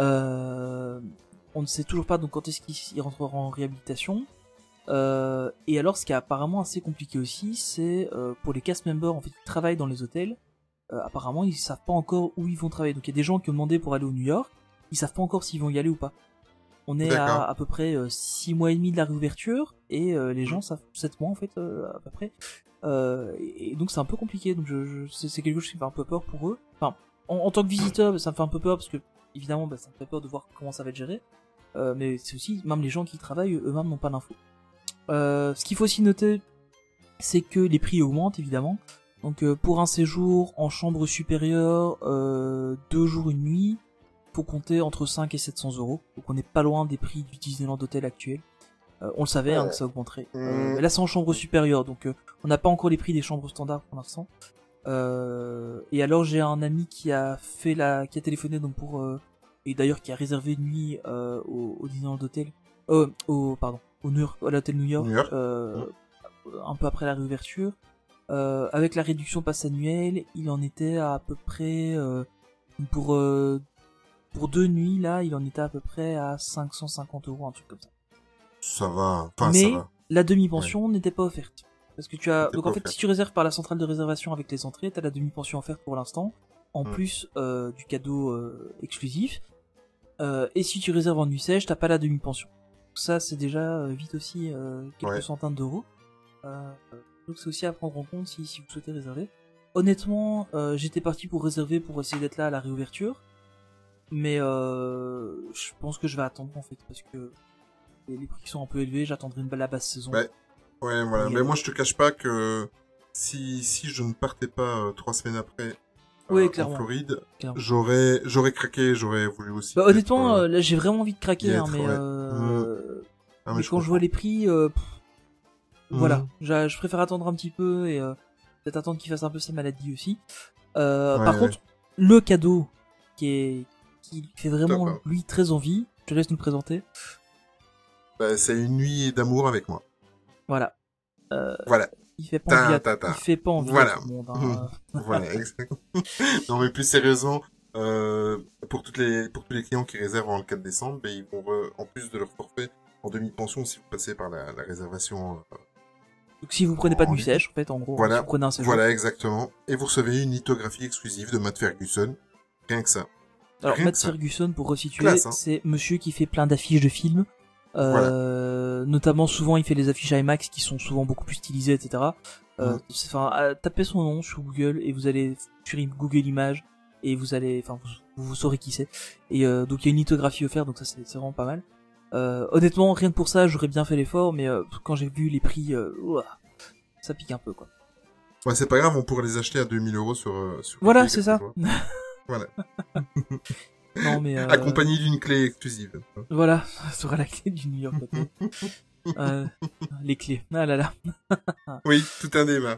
Euh, on ne sait toujours pas donc quand est-ce qu'il il rentrera en réhabilitation. Euh, et alors, ce qui est apparemment assez compliqué aussi, c'est euh, pour les cast members en fait qui travaillent dans les hôtels. euh, apparemment ils savent pas encore où ils vont travailler. Donc il y a des gens qui ont demandé pour aller au New York, ils savent pas encore s'ils vont y aller ou pas. On est D'accord. à à peu près euh, six mois et demi de la réouverture et euh, les gens savent sept mois en fait euh, à peu près. Euh, et, et donc c'est un peu compliqué. Donc je, je c'est, c'est quelque chose qui me fait un peu peur pour eux. Enfin, en, en tant que visiteur, ça me fait un peu peur parce que évidemment, bah, ça me fait peur de voir comment ça va être géré. Euh, mais c'est aussi même les gens qui y travaillent eux-mêmes n'ont pas d'infos. Euh, ce qu'il faut aussi noter, c'est que les prix augmentent évidemment. Donc euh, pour un séjour en chambre supérieure, euh, deux jours une nuit, faut compter entre cinq et sept cents euros. Donc on n'est pas loin des prix du Disneyland Hotel actuel. Euh, on le savait hein, que ça augmenterait. Euh, Mmh. mais là c'est en chambre supérieure, donc euh, on n'a pas encore les prix des chambres standards pour l'instant. Euh, et alors j'ai un ami qui a fait la, qui a téléphoné donc pour euh, et d'ailleurs qui a réservé une nuit euh, au, au Disneyland Hotel, euh, au pardon, au New York, à l'hôtel New York, New York. Euh, un peu après la réouverture. Euh, avec la réduction passe annuelle, il en était à, à peu près euh, pour euh, pour deux nuits là, il en était à peu près à cinq cent cinquante euros, un truc comme ça. Ça va. Enfin, Mais ça va. la demi-pension n'était pas offerte. Parce que tu as N'était donc pas en fait offerte. si tu réserves par la centrale de réservation avec les entrées, t'as la demi-pension offerte pour l'instant, en Mm. plus euh, du cadeau euh, exclusif. Euh, et si tu réserves en nuit sèche, t'as pas la demi-pension. Ça c'est déjà euh, vite aussi euh, quelques Ouais. centaines d'euros. Euh, donc c'est aussi à prendre en compte si, si vous souhaitez réserver. Honnêtement, euh, j'étais parti pour réserver pour essayer d'être là à la réouverture, mais euh, je pense que je vais attendre en fait parce que les les prix sont un peu élevés. J'attendrai une la basse saison. Ouais. Ouais, voilà. Et, Mais euh, moi, je te cache pas que si, si je ne partais pas euh, trois semaines après euh, Ouais, en clairement. Floride, Clairement. j'aurais, j'aurais craqué, j'aurais voulu aussi. Bah, peut-être, honnêtement, euh, euh, là j'ai vraiment envie de craquer, y hein, être, mais, ouais. euh... ah, mais je quand je vois comprends. les prix, euh, pff, Mhm. voilà, je, je préfère attendre un petit peu et euh, peut-être attendre qu'il fasse un peu sa maladie aussi. Euh, Ouais, par ouais. contre, le cadeau qui est qui fait vraiment Top, hein. lui très envie, je te laisse nous le présenter. Bah, c'est une nuit d'amour avec moi. Voilà. Euh, Voilà. il fait pas Ta, envie à, ta, ta. il fait pas envie Voilà. à tout le monde. Hein. Voilà, exactement. Non, mais plus sérieusement, euh, pour toutes les, pour tous les clients qui réservent en le quatre décembre, ben, ils vont, re- en plus de leur forfait en demi-pension, si vous passez par la, la réservation, euh, Donc si vous prenez pas de En nuit ligne. sèche, en fait, en gros, Voilà. si vous prenez un séjour. voilà, exactement. Et vous recevez une lithographie exclusive de Matt Ferguson. Rien que ça. Alors, Rien Matt que ça. Ferguson, pour resituer, Classe, hein. c'est monsieur qui fait plein d'affiches de films. Euh, Notamment, souvent, il fait les affiches IMAX qui sont souvent beaucoup plus stylisées, et cetera. Euh, Mm. c'est- Enfin, euh, tapez son nom sur Google et vous allez sur Google Images et vous allez, enfin, vous, vous saurez qui c'est. Et euh, donc, il y a une lithographie offerte, donc ça, c'est c'est vraiment pas mal. Euh, honnêtement, rien que pour ça, j'aurais bien fait l'effort, mais euh, quand j'ai vu les prix, euh, ouah, ça pique un peu, quoi. Ouais, c'est pas grave, on pourrait les acheter à deux mille euros sur, euh, sur Voilà, eBay, c'est ça. quelquefois. Voilà. Non, mais euh, Accompagné d'une clé exclusive. voilà, ça sera la clé du New York. peut-être. Euh, les clés. Ah là là. Oui, tout un débat.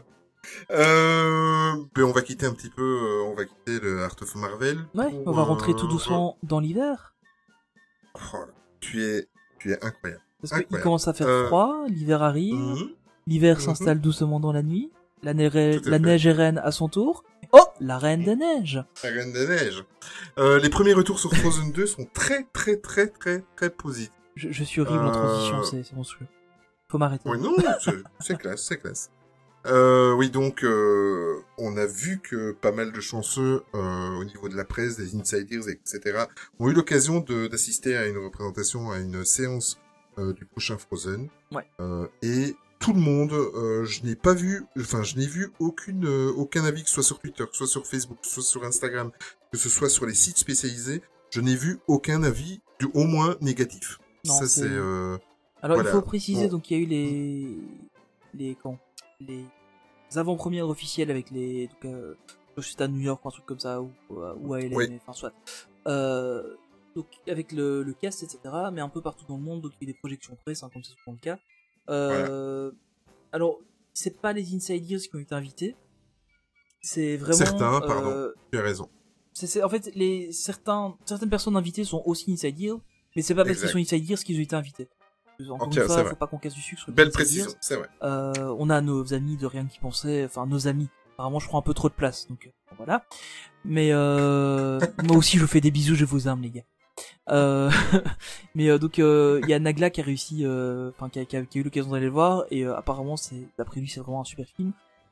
Euh, ben on va quitter un petit peu, euh, on va quitter le Art of Marvel. Ouais, pour, on va rentrer tout euh, doucement dans l'hiver. oh, tu es, tu es incroyable. Parce qu'il incroyable. commence à faire Euh, froid, l'hiver arrive, Mhm. l'hiver Mhm. s'installe doucement dans la nuit, la, neige- Tout à la fait. neige est reine à son tour. Oh, la reine des neiges. La Reine des Neiges. Euh, les premiers retours sur Frozen deux sont très, très, très, très, très positifs. Je, je suis horrible en Euh, transition, c'est c'est monstrueux. Faut m'arrêter. Oui, non, c'est c'est classe, c'est classe. Euh, oui, donc, euh, on a vu que pas mal de chanceux, euh, au niveau de la presse, des insiders, et cetera, ont eu l'occasion de- d'assister à une représentation, à une séance euh, du prochain Frozen. Ouais. Euh, et tout le monde, euh, je n'ai pas vu, enfin, je n'ai vu aucune, euh, aucun avis, que ce soit sur Twitter, que ce soit sur Facebook, que ce soit sur Instagram, que ce soit sur les sites spécialisés, je n'ai vu aucun avis, du, au moins négatif. Non, Ça, c'est- c'est... Euh... Alors voilà. il faut préciser, Bon. donc il y a eu les les quand les avant-premières officielles avec les donc euh, je sais pas, à New York ou un truc comme ça ou ou à L A, Oui. mais enfin soit. Euh, donc avec le, le cast et cetera. Mais un peu partout dans le monde, donc il y a des projections presse, hein, comme c'est souvent le cas. Euh, Alors c'est pas les insiders qui ont été invités. C'est vraiment Certains, pardon. euh, Tu as raison. c'est, c'est- en fait, les, certains, certaines personnes invitées sont aussi insiders, mais c'est pas parce Exact. qu'ils sont insiders qu'ils ont été invités. Encore Ok, une c'est fois, vrai. faut pas qu'on casse du sucre sur les Belle insiders. précision, c'est vrai. Euh, on a nos amis de rien qui pensaient, enfin nos amis. Apparemment, je prends un peu trop de place, donc euh, bon, voilà. Mais euh, moi aussi, je vous fais des bisous, je vous aime, les gars. Euh, mais euh, donc, il euh, y a Nagla qui a réussi, enfin, euh, qui, a, qui, a, qui a eu l'occasion d'aller le voir, et euh, apparemment, c'est d'après lui, c'est vraiment un super film.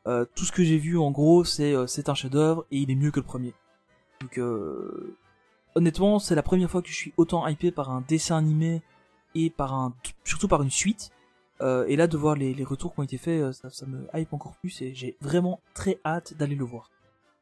Euh, tout ce que j'ai vu, en gros, c'est euh, c'est un chef-d'œuvre et il est mieux que le premier. Donc, euh, honnêtement, c'est la première fois que je suis autant hypé par un dessin animé et par un, surtout par une suite. Euh, et là, de voir les, les retours qui ont été faits, ça, ça me hype encore plus et j'ai vraiment très hâte d'aller le voir.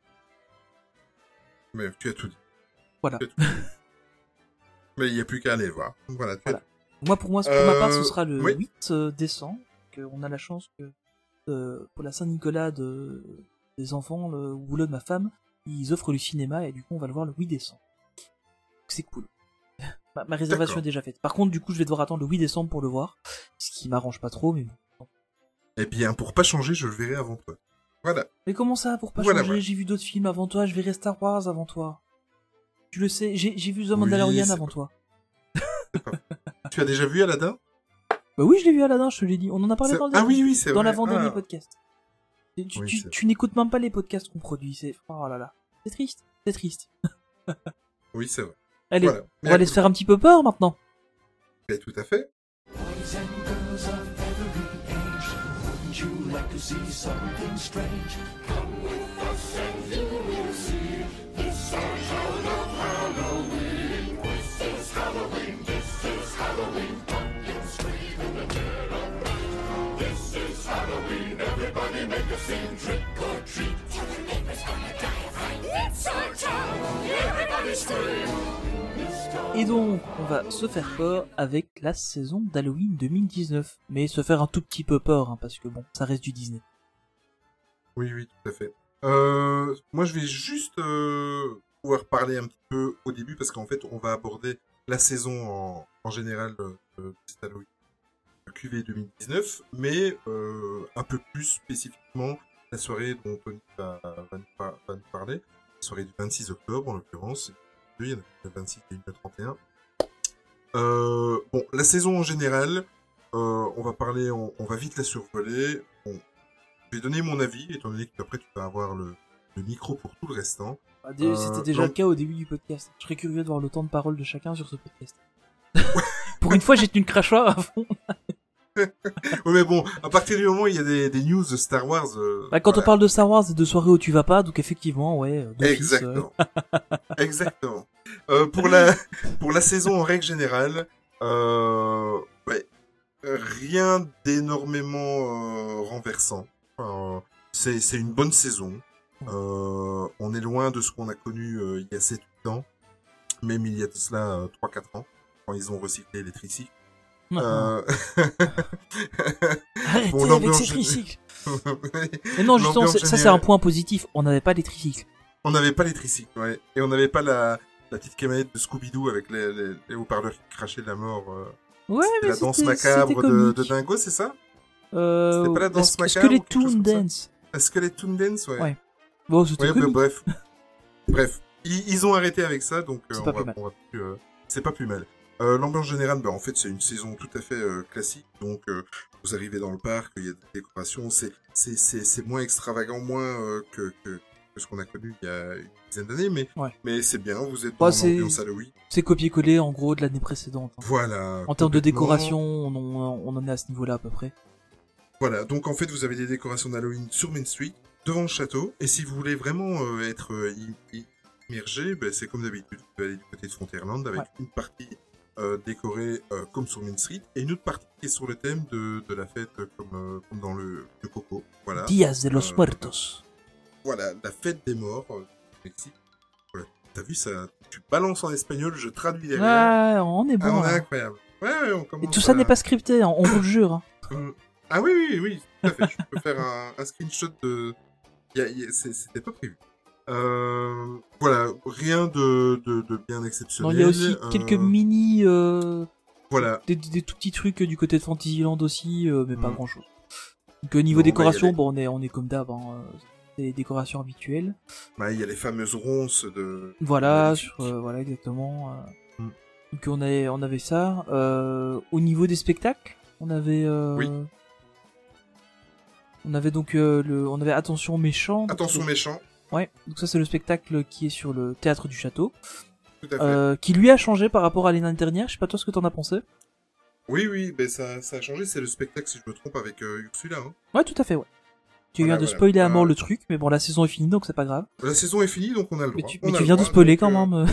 Mais tu as tout dit. Voilà. Tu as tout dit. Mais il n'y a plus qu'à aller le voir. Voilà. Tu as... Voilà. Moi, pour moi, pour ma part, ce Euh, sera le oui. huit décembre. On a la chance que euh, pour la Saint-Nicolas de, des enfants, le boulot de ma femme, ils offrent le cinéma et du coup, on va le voir le huit décembre. Donc, c'est cool. Ma, ma réservation D'accord. est déjà faite. Par contre, du coup, je vais devoir attendre le huit décembre pour le voir, ce qui m'arrange pas trop, mais bon. Eh bien, pour pas changer, je le verrai avant toi. Voilà. Mais comment ça, pour pas Voilà, changer voilà. J'ai vu d'autres films avant toi, je verrai Star Wars avant toi. Tu le sais, j'ai j'ai vu The Oui, Mandalorian c'est avant pas- toi. Tu as déjà vu Aladdin? Bah oui, je l'ai vu Aladdin, je te l'ai dit. On en a parlé C'est- dans le Ah oui, oui, c'est dans vrai. l'avant-dernier Ah. podcast. Et Tu, Oui, tu, c'est- tu n'écoutes même pas les podcasts qu'on produit, c'est... Oh là là. C'est triste, c'est triste. Oui, c'est vrai. Allez, Voilà. on Mais va aller se faire un petit peu peur maintenant. Mais tout à fait. Boys and girls of every age, wouldn't you like to see something strange? Come with us and you will see. It's our town of Halloween. This is Halloween, this is Halloween. Pumpkins scream in the dead of night. This is Halloween, everybody make a scene. Trick or treat. Tell the neighbors gonna die of fright. It's our town, everybody scream. Et donc, on va se faire peur avec la saison d'Halloween deux mille dix-neuf. Mais se faire un tout petit peu peur, hein, parce que bon, ça reste du Disney. Oui, oui, tout à fait. Euh, moi, je vais juste euh, pouvoir parler un petit peu au début, parce qu'en fait, on va aborder la saison en, en général euh, de cet Halloween Q V deux mille dix-neuf, mais euh, un peu plus spécifiquement la soirée dont Tony va, va, nous, par- va nous parler, la soirée du vingt-six octobre en l'occurrence. Il y en a le vingt-six et le trente et un. Euh, bon, la saison en général, euh, on va parler, on, on va vite la survoler. Bon, je vais donner mon avis, étant donné qu'après tu vas avoir le, le micro pour tout le restant. Bah, dé- Euh, C'était déjà donc- le cas au début du podcast. Je serais curieux de voir le temps de parole de chacun sur ce podcast. Pour une fois, j'ai tenu une crachoir à fond. Oui, mais bon, à partir du moment où il y a des, des news de Star Wars... euh, Bah, quand voilà. on parle de Star Wars et de soirée où tu vas pas, donc effectivement, ouais, d'office, euh, Exactement. Exactement. Euh, pour la pour la saison en règle générale, euh, ouais, rien d'énormément euh, renversant. Enfin, c'est c'est une bonne saison. Euh, on est loin de ce qu'on a connu euh, il y a sept ans, même il y a de cela euh, trois quatre ans, quand ils ont recyclé les tricycles. Euh... Arrêtez Bon, avec l'ambiance ces gé- tricycles. Mais non, justement, L'ambiance c'est- ça c'est générale- un point positif. On n'avait pas les tricycles. On n'avait pas les tricycles, ouais. Et on n'avait pas la, la petite caméra de Scooby-Doo avec les, les, les haut-parleurs qui crachaient de la mort. euh. Ouais, C'était mais la danse c'était- macabre c'était de, comique. de Dingo, c'est ça? Euh, C'était pas la danse est-ce- est-ce macabre que les ou quelque chose Toon comme ça Dance. Est-ce que les Toon Dance, ouais. Ouais. Bon, c'était Ouais, bah, comique. bref. Bref. Ils, ils ont arrêté avec ça, donc euh, C'est on, pas va, plus mal. on va plus... euh, c'est pas plus mal. Euh, L'ambiance générale, bah, en fait, c'est une saison tout à fait euh, classique. Donc, euh, vous arrivez dans le parc, il y a des décorations. C'est c'est c'est c'est moins extravagant, moins euh, que, que que ce qu'on a connu il y a une dizaine d'années, mais Ouais. mais c'est bien. Vous êtes Bah, dans c'est- l'ambiance Halloween. C'est copier-coller en gros de l'année précédente. hein. Voilà. En termes de complètement. décoration, on en, on en est à ce niveau-là à peu près. Voilà, donc en fait vous avez des décorations d'Halloween sur Main Street, devant le château, et si vous voulez vraiment euh, être euh, i- i- immergé, ben, c'est comme d'habitude, vous pouvez aller du côté de Frontierland avec Ouais. une partie euh, décorée euh, comme sur Main Street, et une autre partie qui est sur le thème de, de la fête euh, comme, euh, comme dans le, le Coco. Voilà. Días de los Euh, Muertos. Voilà, la fête des morts euh, au Mexique. Voilà. T'as vu ça? Tu balances en espagnol, je traduis derrière. Ouais, on est Ah, bon. on est là. incroyable. Ouais, ouais, on Et commence tout ça à- n'est pas scripté, hein, on vous le jure. hein. Hum. Ah oui, oui, oui, tout à fait. Je peux faire un, un screenshot de... Y a- y a- c'est- C'était pas prévu. Euh, voilà, rien de, de, de bien Non, exceptionnel. il y a aussi euh, quelques mini... Euh, Voilà. des, des tout petits trucs du côté de Fantasyland aussi, euh, mais pas Mm. grand-chose. Donc euh, niveau Non, bah, décoration, y a les- bon, on est, on est comme d'hab, hein, euh, c'est des décorations habituelles. Bah, il y a les fameuses ronces de... Voilà, Magnifique. sur, euh, voilà exactement. euh. Mm. Donc on avait, on avait ça. Euh, au niveau des spectacles, on avait... Euh, Oui. On avait donc euh, le, on avait Attention méchant. donc Attention c'est- méchant, Ouais, donc ça c'est le spectacle qui est sur le théâtre du château, tout à fait. euh, qui lui a changé par rapport à l'année dernière. Je sais pas toi ce que t'en as pensé. Oui, oui, ben ça, ça a changé. C'est le spectacle, si je me trompe, avec euh, Ursula. Hein. Ouais, tout à fait, ouais. Tu Voilà, viens de voilà. spoiler à mort Euh, le truc, mais bon, la saison est finie, donc c'est pas grave. La saison est finie, donc on a le Mais droit. tu, On mais a tu le viens de droit, spoiler donc, quand euh, même.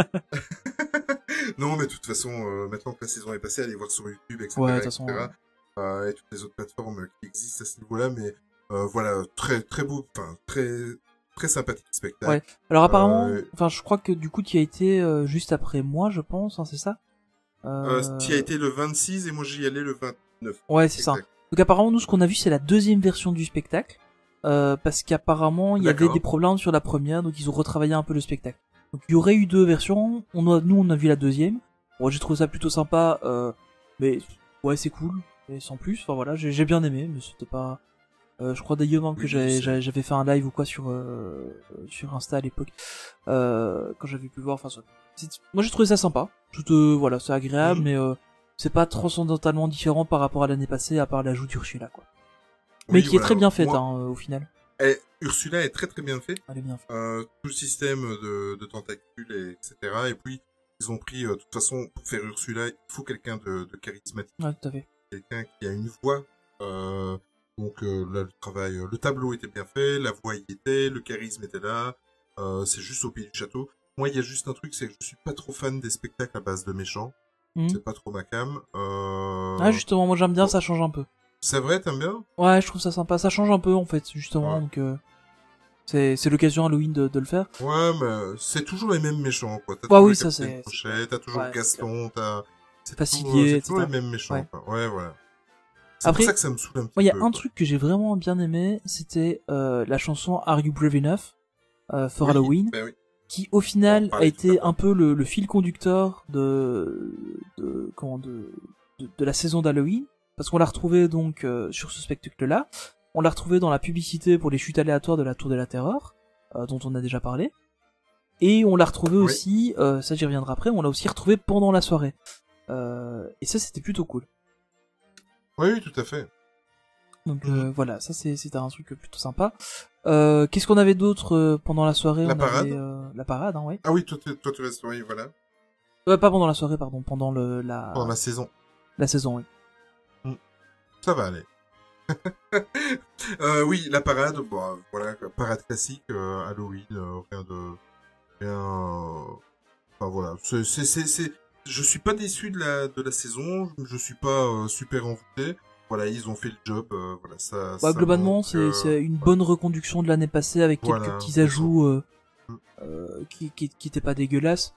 Non, mais de toute façon, euh, maintenant que la saison est passée, allez voir sur YouTube, et cetera, Ouais, de toute et cetera. façon, Euh, et toutes les autres plateformes qui existent à ce niveau-là, mais euh, voilà, très très beau, enfin très très sympathique spectacle. Ouais. Alors apparemment, Euh, enfin, je crois que du coup, tu y as été euh, juste après moi, je pense, hein, c'est ça Euh, euh... Tu y as été le vingt-six et moi j'y allais le vingt-neuf. Ouais, c'est ça. Exact. Donc apparemment, nous, ce qu'on a vu, c'est la deuxième version du spectacle, euh, parce qu'apparemment, il y avait D'accord. des problèmes sur la première, donc ils ont retravaillé un peu le spectacle. Donc il y aurait eu deux versions. On a, nous, on a vu la deuxième. Bon, j'ai trouvé ça plutôt sympa, euh, mais ouais, c'est cool, mais sans plus. Enfin voilà, j'ai j'ai bien aimé, mais c'était pas. Euh, je crois d'ailleurs même que Oui, j'avais c'est- j'avais j'avais fait un live ou quoi sur euh, sur Insta à l'époque, euh, quand j'avais pu le voir. Enfin, ça- c'est- moi j'ai trouvé ça sympa. Tout, euh, voilà, c'est agréable, Mhm. mais euh, c'est pas transcendantalement différent par rapport à l'année passée, à part l'ajout d'Ursula, quoi. Mais Oui, qui voilà. est très bien faite, Moi- hein, au final. Et Ursula est très très bien fait. Elle est bien faite. Euh, tout le système de, de tentacules, et, etc. Et puis, ils ont pris, euh, de toute façon, pour faire Ursula, il faut quelqu'un de, de charismatique, Ouais, tout à fait. quelqu'un qui a une voix. Euh, donc euh, là, le travail, euh, le tableau était bien fait, la voix y était, le charisme était là. Euh, c'est juste au pied du château. Moi, il y a juste un truc, c'est que je suis pas trop fan des spectacles à base de méchants. Mhm. C'est pas trop ma cam. Euh... Ah, justement, moi j'aime bien, bon. ça change un peu. C'est vrai, t'aimes bien? Ouais, je trouve ça sympa. Ça change un peu, en fait, justement, Ouais. donc... Euh... C'est c'est l'occasion Halloween de, de le faire. Ouais, mais c'est toujours les mêmes méchants, quoi. T'as Ouais, toujours oui, le ça, Capitaine c'est- Crochet, t'as toujours ouais, c'est Gaston, t'as... C'est Facilier, toujours, c'est toujours et les cetera. mêmes méchants, Ouais. quoi. Ouais, voilà. C'est Après, pour ça que ça me saoule un petit moi, il y a peu. un quoi. truc que j'ai vraiment bien aimé, c'était euh, la chanson Are You Brave Enough euh, for Oui, Halloween, ben oui. qui au On en final a parlait tout à été l'heure. un peu le, le fil conducteur de de comment de de, de la saison d'Halloween, parce qu'on l'a retrouvé donc euh, sur ce spectacle-là. On l'a retrouvé dans la publicité pour les chutes aléatoires de la Tour de la Terreur, euh, dont on a déjà parlé. Et on l'a retrouvé Oui. aussi, euh, ça j'y reviendrai après, on l'a aussi retrouvé pendant la soirée. Euh, et ça c'était plutôt cool. Oui, oui, tout à fait. Donc Mhm. euh, voilà, ça c'est c'était un truc plutôt sympa. Euh, Qu'est-ce qu'on avait d'autre euh, pendant la soirée? La On parade. avait, euh, La parade, hein, ouais. Ah oui, toi, tu- toi tu restes, oui, voilà. Euh, pas pendant la soirée, pardon, pendant le la Pendant la saison. la saison, oui. Ça va aller. euh, oui, la parade, bon, euh, voilà, quoi, parade classique, euh, Halloween, euh, rien de... Rien... euh, Enfin, voilà, c'est... c'est, c'est, c'est... Je suis pas déçu de la, de la saison, je suis pas euh, super envoûté. Voilà, ils ont fait le job, euh, voilà, ça... Bah, ça globalement, montre c'est que- c'est une bonne reconduction de l'année passée avec Voilà, quelques petits c'est ajouts euh, Mm. euh, qui, qui qui étaient pas dégueulasses.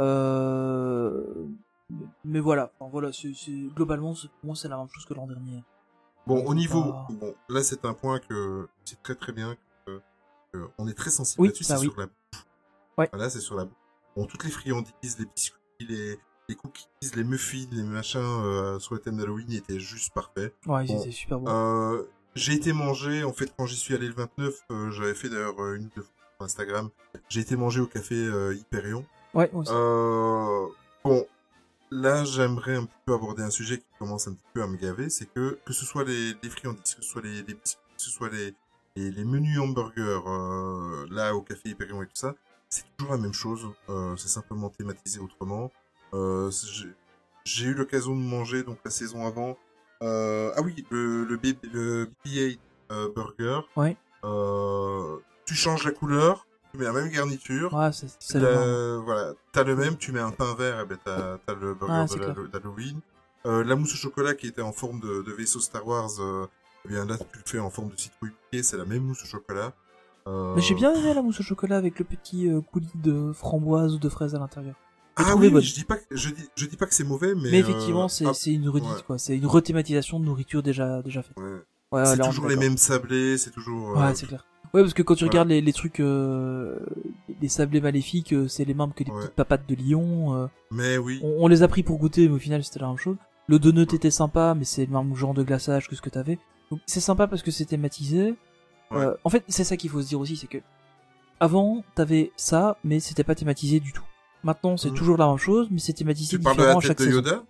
Euh, mais voilà, enfin, voilà, c'est c'est- globalement, c'est- pour moi, c'est la même chose que l'an dernier. Bon, Faut au niveau... pas- Bon, là, c'est un point que... C'est très très bien que... que on est très sensible Oui, là-dessus, ça, c'est oui. sur la bouffe. Ouais. Voilà, c'est sur la bouffe. Bon, toutes les friandises, les biscuits, les... Les cookies, les muffins, les machins euh, sur le thème d'Halloween étaient juste parfaits. Ouais, ils Bon, étaient super bons. Euh, j'ai été manger, en fait, quand j'y suis allé le vingt-neuf, euh, j'avais fait d'ailleurs euh, une ou deux fois sur Instagram, j'ai été manger au café euh, Hyperion. Ouais, aussi. Euh, bon, là, j'aimerais un petit peu aborder un sujet qui commence un petit peu à me gaver, c'est que, que ce soit les, les friandises, que ce soit les, les biscuits, que ce soit les, les, les menus hamburgers, euh, là, au café Hyperion et tout ça, c'est toujours la même chose, euh, c'est simplement thématisé autrement. Euh, j'ai- j'ai eu l'occasion de manger donc la saison avant. Euh, ah oui, le le, B- le B B huit euh, burger. Ouais. Euh, tu changes la couleur, tu mets la même garniture. Ouais, c'est c'est La- le même. voilà, t'as le même, tu mets un pain vert, et ben t'as t'as le burger Ah, de c'est la- clair. d'Halloween. Euh, la mousse au chocolat qui était en forme de, de vaisseau Star Wars, euh, eh bien là tu le fais en forme de citrouille piquée, c'est la même mousse au chocolat. Euh, Mais j'ai bien aimé la mousse au chocolat avec le petit euh, coulis de framboise ou de fraise à l'intérieur. J'ai Ah trouvé oui, bonne. je dis pas, que- je dis, je dis pas que c'est mauvais, mais. Mais effectivement, euh, c'est ah, c'est une redite, ouais. quoi. C'est une rethématisation de nourriture déjà déjà faite. ouais. Ouais, C'est là, on est toujours les d'accord. mêmes sablés, c'est toujours. euh, Ouais, c'est clair. Ouais, parce que quand tu Voilà. regardes les, les trucs, euh, les sablés maléfiques, euh, c'est les mêmes que les Ouais. petites papates de Lyon. euh, Mais oui. on, on les a pris pour goûter, mais au final, c'était la même chose. Le donut était sympa, mais c'est le même genre de glaçage que ce que t'avais. Donc, c'est sympa parce que c'est thématisé. Ouais. Euh, en fait, c'est ça qu'il faut se dire aussi, c'est que avant, t'avais ça, mais c'était pas thématisé du tout. Maintenant, c'est Mhm. toujours la même chose, mais c'est thématisé Tu parles de la différemment à tête chaque de saison. Yoda?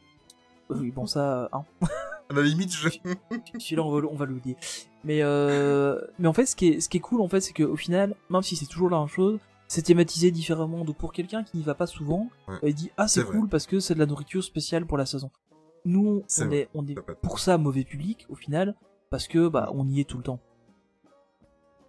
Oui, bon, ça, hein. À la limite, je. Celui-là, on va, on va l'oublier. Mais, euh, mais en fait, ce qui est, ce qui est cool, en fait, c'est qu'au final, même si c'est toujours la même chose, c'est thématisé différemment. Donc, pour quelqu'un qui n'y va pas souvent, Ouais. euh, il dit, ah, c'est C'est cool parce que c'est de la nourriture spéciale pour la saison. Nous, C'est on vrai. est, on est T'as pas- pour ça mauvais public, au final, parce que, bah, on y est tout le temps.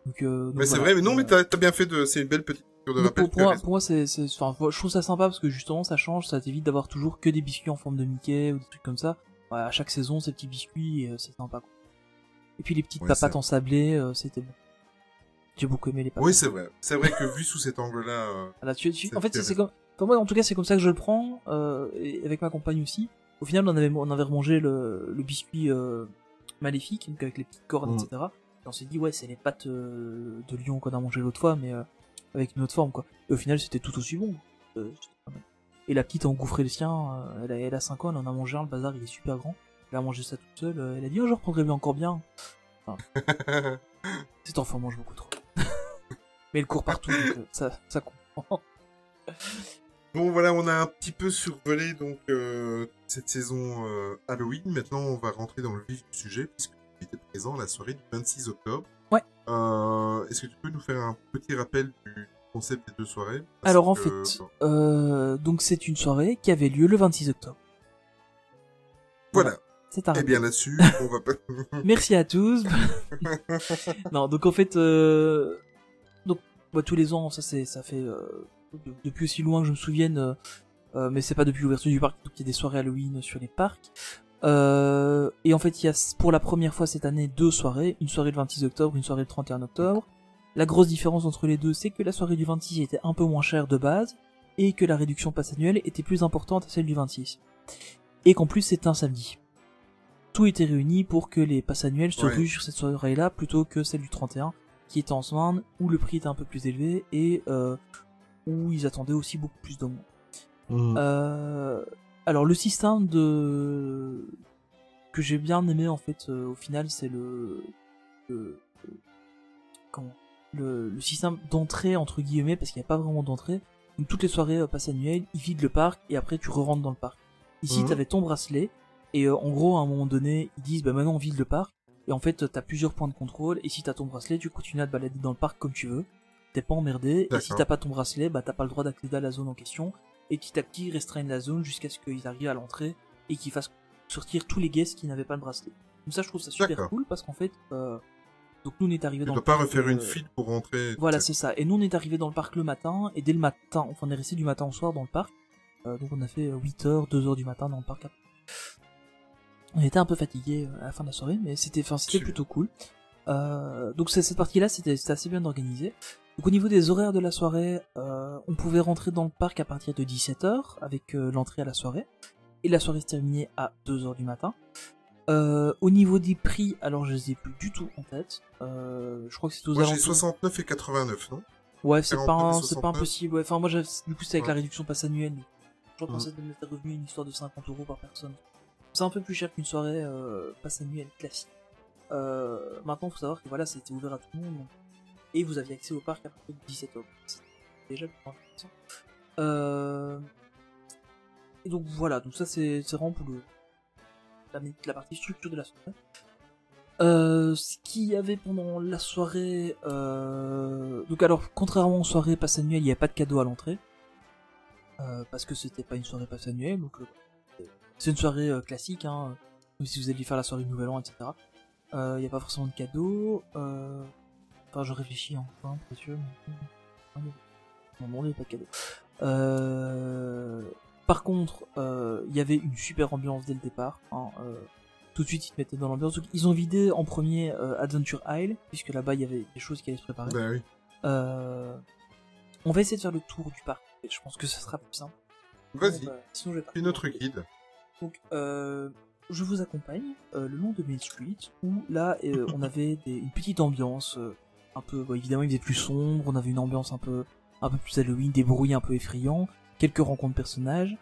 Donc, euh, donc Mais c'est voilà. vrai, mais non, Euh, mais t'as, t'as bien fait de, c'est une belle petite piqûre de donc, rappel. pour, tu pour as moi, raison. pour moi, c'est, c'est, enfin, je trouve ça sympa parce que justement, ça change, ça t'évite d'avoir toujours que des biscuits en forme de Mickey ou des trucs comme ça. Ouais, à chaque saison, ces petits biscuits, euh, c'est sympa, quoi. Et puis les petites Ouais, papates c'est- en sablé, euh, c'était bon. J'ai beaucoup aimé les papates. Oui, c'est vrai. C'est vrai que vu sous cet angle-là, euh, Voilà, tu, tu- C'est en fait, c'est, terrible. c'est comme, enfin, moi, en tout cas, c'est comme ça que je le prends, euh, et avec ma compagne aussi. Au final, on avait, on avait remangé le, le biscuit, euh, maléfique, donc avec les petites cornes, Mm. et cetera. Et on s'est dit, ouais, c'est les pâtes, euh, de lion qu'on a mangé l'autre fois, mais, euh, avec une autre forme, quoi. Et au final, c'était tout aussi bon. Euh, c'était pas mal. Et la petite a engouffré le sien, euh, elle a, elle a cinq ans, elle en a mangé un, le bazar, il est super grand. Elle a mangé ça toute seule, euh, elle a dit, oh, je reprendrai bien encore bien. Cet enfant mange beaucoup trop. Mais elle court partout, donc, euh, ça, ça comprend. Bon, voilà, on a un petit peu survolé donc euh, cette saison euh, Halloween. Maintenant, on va rentrer dans le vif du sujet puisque tu étais présent à la soirée du vingt-six octobre. Ouais. Euh, est-ce que tu peux nous faire un petit rappel du concept des deux soirées? Parce Alors en que, fait, bon, euh, donc c'est une soirée qui avait lieu le vingt-six octobre. voilà. C'est un Et rappel. bien là-dessus, on va pas. Merci à tous. Non, donc en fait, euh, donc bah, tous les ans, ça c'est, ça fait euh, de- depuis aussi loin que je me souvienne, euh, euh, mais c'est pas depuis l'ouverture du parc, donc il y a des soirées Halloween sur les parcs. Euh, et en fait, il y a pour la première fois cette année deux soirées, une soirée le vingt-six octobre, une soirée le trente et un octobre. La grosse différence entre les deux, c'est que la soirée du vingt-six était un peu moins chère de base, et que la réduction passe annuelle était plus importante à celle du vingt-six. Et qu'en plus c'est un samedi. Tout était réuni pour que les passes annuelles se Ouais. ruent sur cette soirée-là plutôt que celle du trente et un, qui était en semaine, où le prix était un peu plus élevé et euh, où ils attendaient aussi beaucoup plus de monde. Mm. Euh, alors le système de que j'ai bien aimé en fait euh, au final, c'est le, le, le- comment le, le système d'entrée entre guillemets, parce qu'il n'y a pas vraiment d'entrée. Donc toutes les soirées euh, passes annuelles, ils vident le parc et après tu re-rentres dans le parc. Ici Mhm. t'avais ton bracelet et euh, en gros à un moment donné ils disent bah maintenant on vide le parc et en fait t'as plusieurs points de contrôle et si t'as ton bracelet tu continues à te balader dans le parc comme tu veux, t'es pas emmerdé, et si D'accord. t'as pas ton bracelet bah t'as pas le droit d'accéder à la zone en question et petit à petit ils restreignent la zone jusqu'à ce qu'ils arrivent à l'entrée et qu'ils fassent sortir tous les guests qui n'avaient pas le bracelet. Donc ça je trouve ça super D'accord. cool parce qu'en fait euh, donc nous on est arrivé Tu dans dois le pas parc, refaire une euh, file pour rentrer. voilà, c'est ça. Et nous, on est arrivé dans le parc le matin, et dès le matin, enfin, on est resté du matin au soir dans le parc. Euh, donc, on a fait huit heures, deux heures du matin dans le parc. On était un peu fatigués euh, à la fin de la soirée, mais c'était, enfin, c'était Super. plutôt cool. Euh, donc, c'est- cette partie-là, c'était, c'était assez bien organisé. Donc, au niveau des horaires de la soirée, euh, on pouvait rentrer dans le parc à partir de dix-sept heures, avec euh, l'entrée à la soirée. Et la soirée se terminait à deux heures du matin. Euh, au niveau des prix, alors je les ai plus du tout en tête. Euh, je crois que c'est aux Moi, j'ai alentours. soixante-neuf et quatre-vingt-neuf, non? Ouais, c'est pas, quarante-neuf et un- c'est pas soixante-neuf. impossible. Ouais. Enfin, moi, j'avais- du coup, c'est avec Ouais. la réduction passe annuelle. donc Je Mhm. pensais de mettre revenu une histoire de cinquante euros par personne. C'est un peu plus cher qu'une soirée euh, passe annuelle classique. Euh, maintenant, faut savoir que voilà, c'était ouvert à tout le monde. donc- Et vous aviez accès au parc à partir du dix-sept octobre. C'est déjà plus intéressant. Euh... Et donc voilà, donc ça c'est c'est vraiment pour le... la, la partie structure de la soirée. Euh, ce qu'il y avait pendant la soirée, euh... donc alors contrairement aux soirées passe annuelles, il n'y avait pas de cadeau à l'entrée, euh, parce que c'était pas une soirée passe annuelle, donc euh, c'est une soirée euh, classique, hein, comme si vous alliez faire la soirée du Nouvel An, et cetera. Euh, Il n'y a pas forcément de cadeau, euh... enfin je réfléchis enfin, précieux, mais non, non, il n'y a pas de cadeau. Euh... Par contre, euh, il y avait une super ambiance dès le départ. Hein, euh, tout de suite, ils te mettaient dans l'ambiance. Donc, ils ont vidé en premier euh, Adventure Isle, puisque là-bas, il y avait des choses qui allaient se préparer. Ben oui. Euh, on va essayer de faire le tour du parc. Je pense que ce sera plus simple. Vas-y, Sinon, bah, sinon, je vais pas. fais notre guide. Donc, euh, je vous accompagne euh, le long de Main Street, où là, euh, on avait des, une petite ambiance, euh, un peu, bon, évidemment, il faisait plus sombre, on avait une ambiance un peu, un peu plus Halloween, des bruits un peu effrayants, quelques rencontres personnages,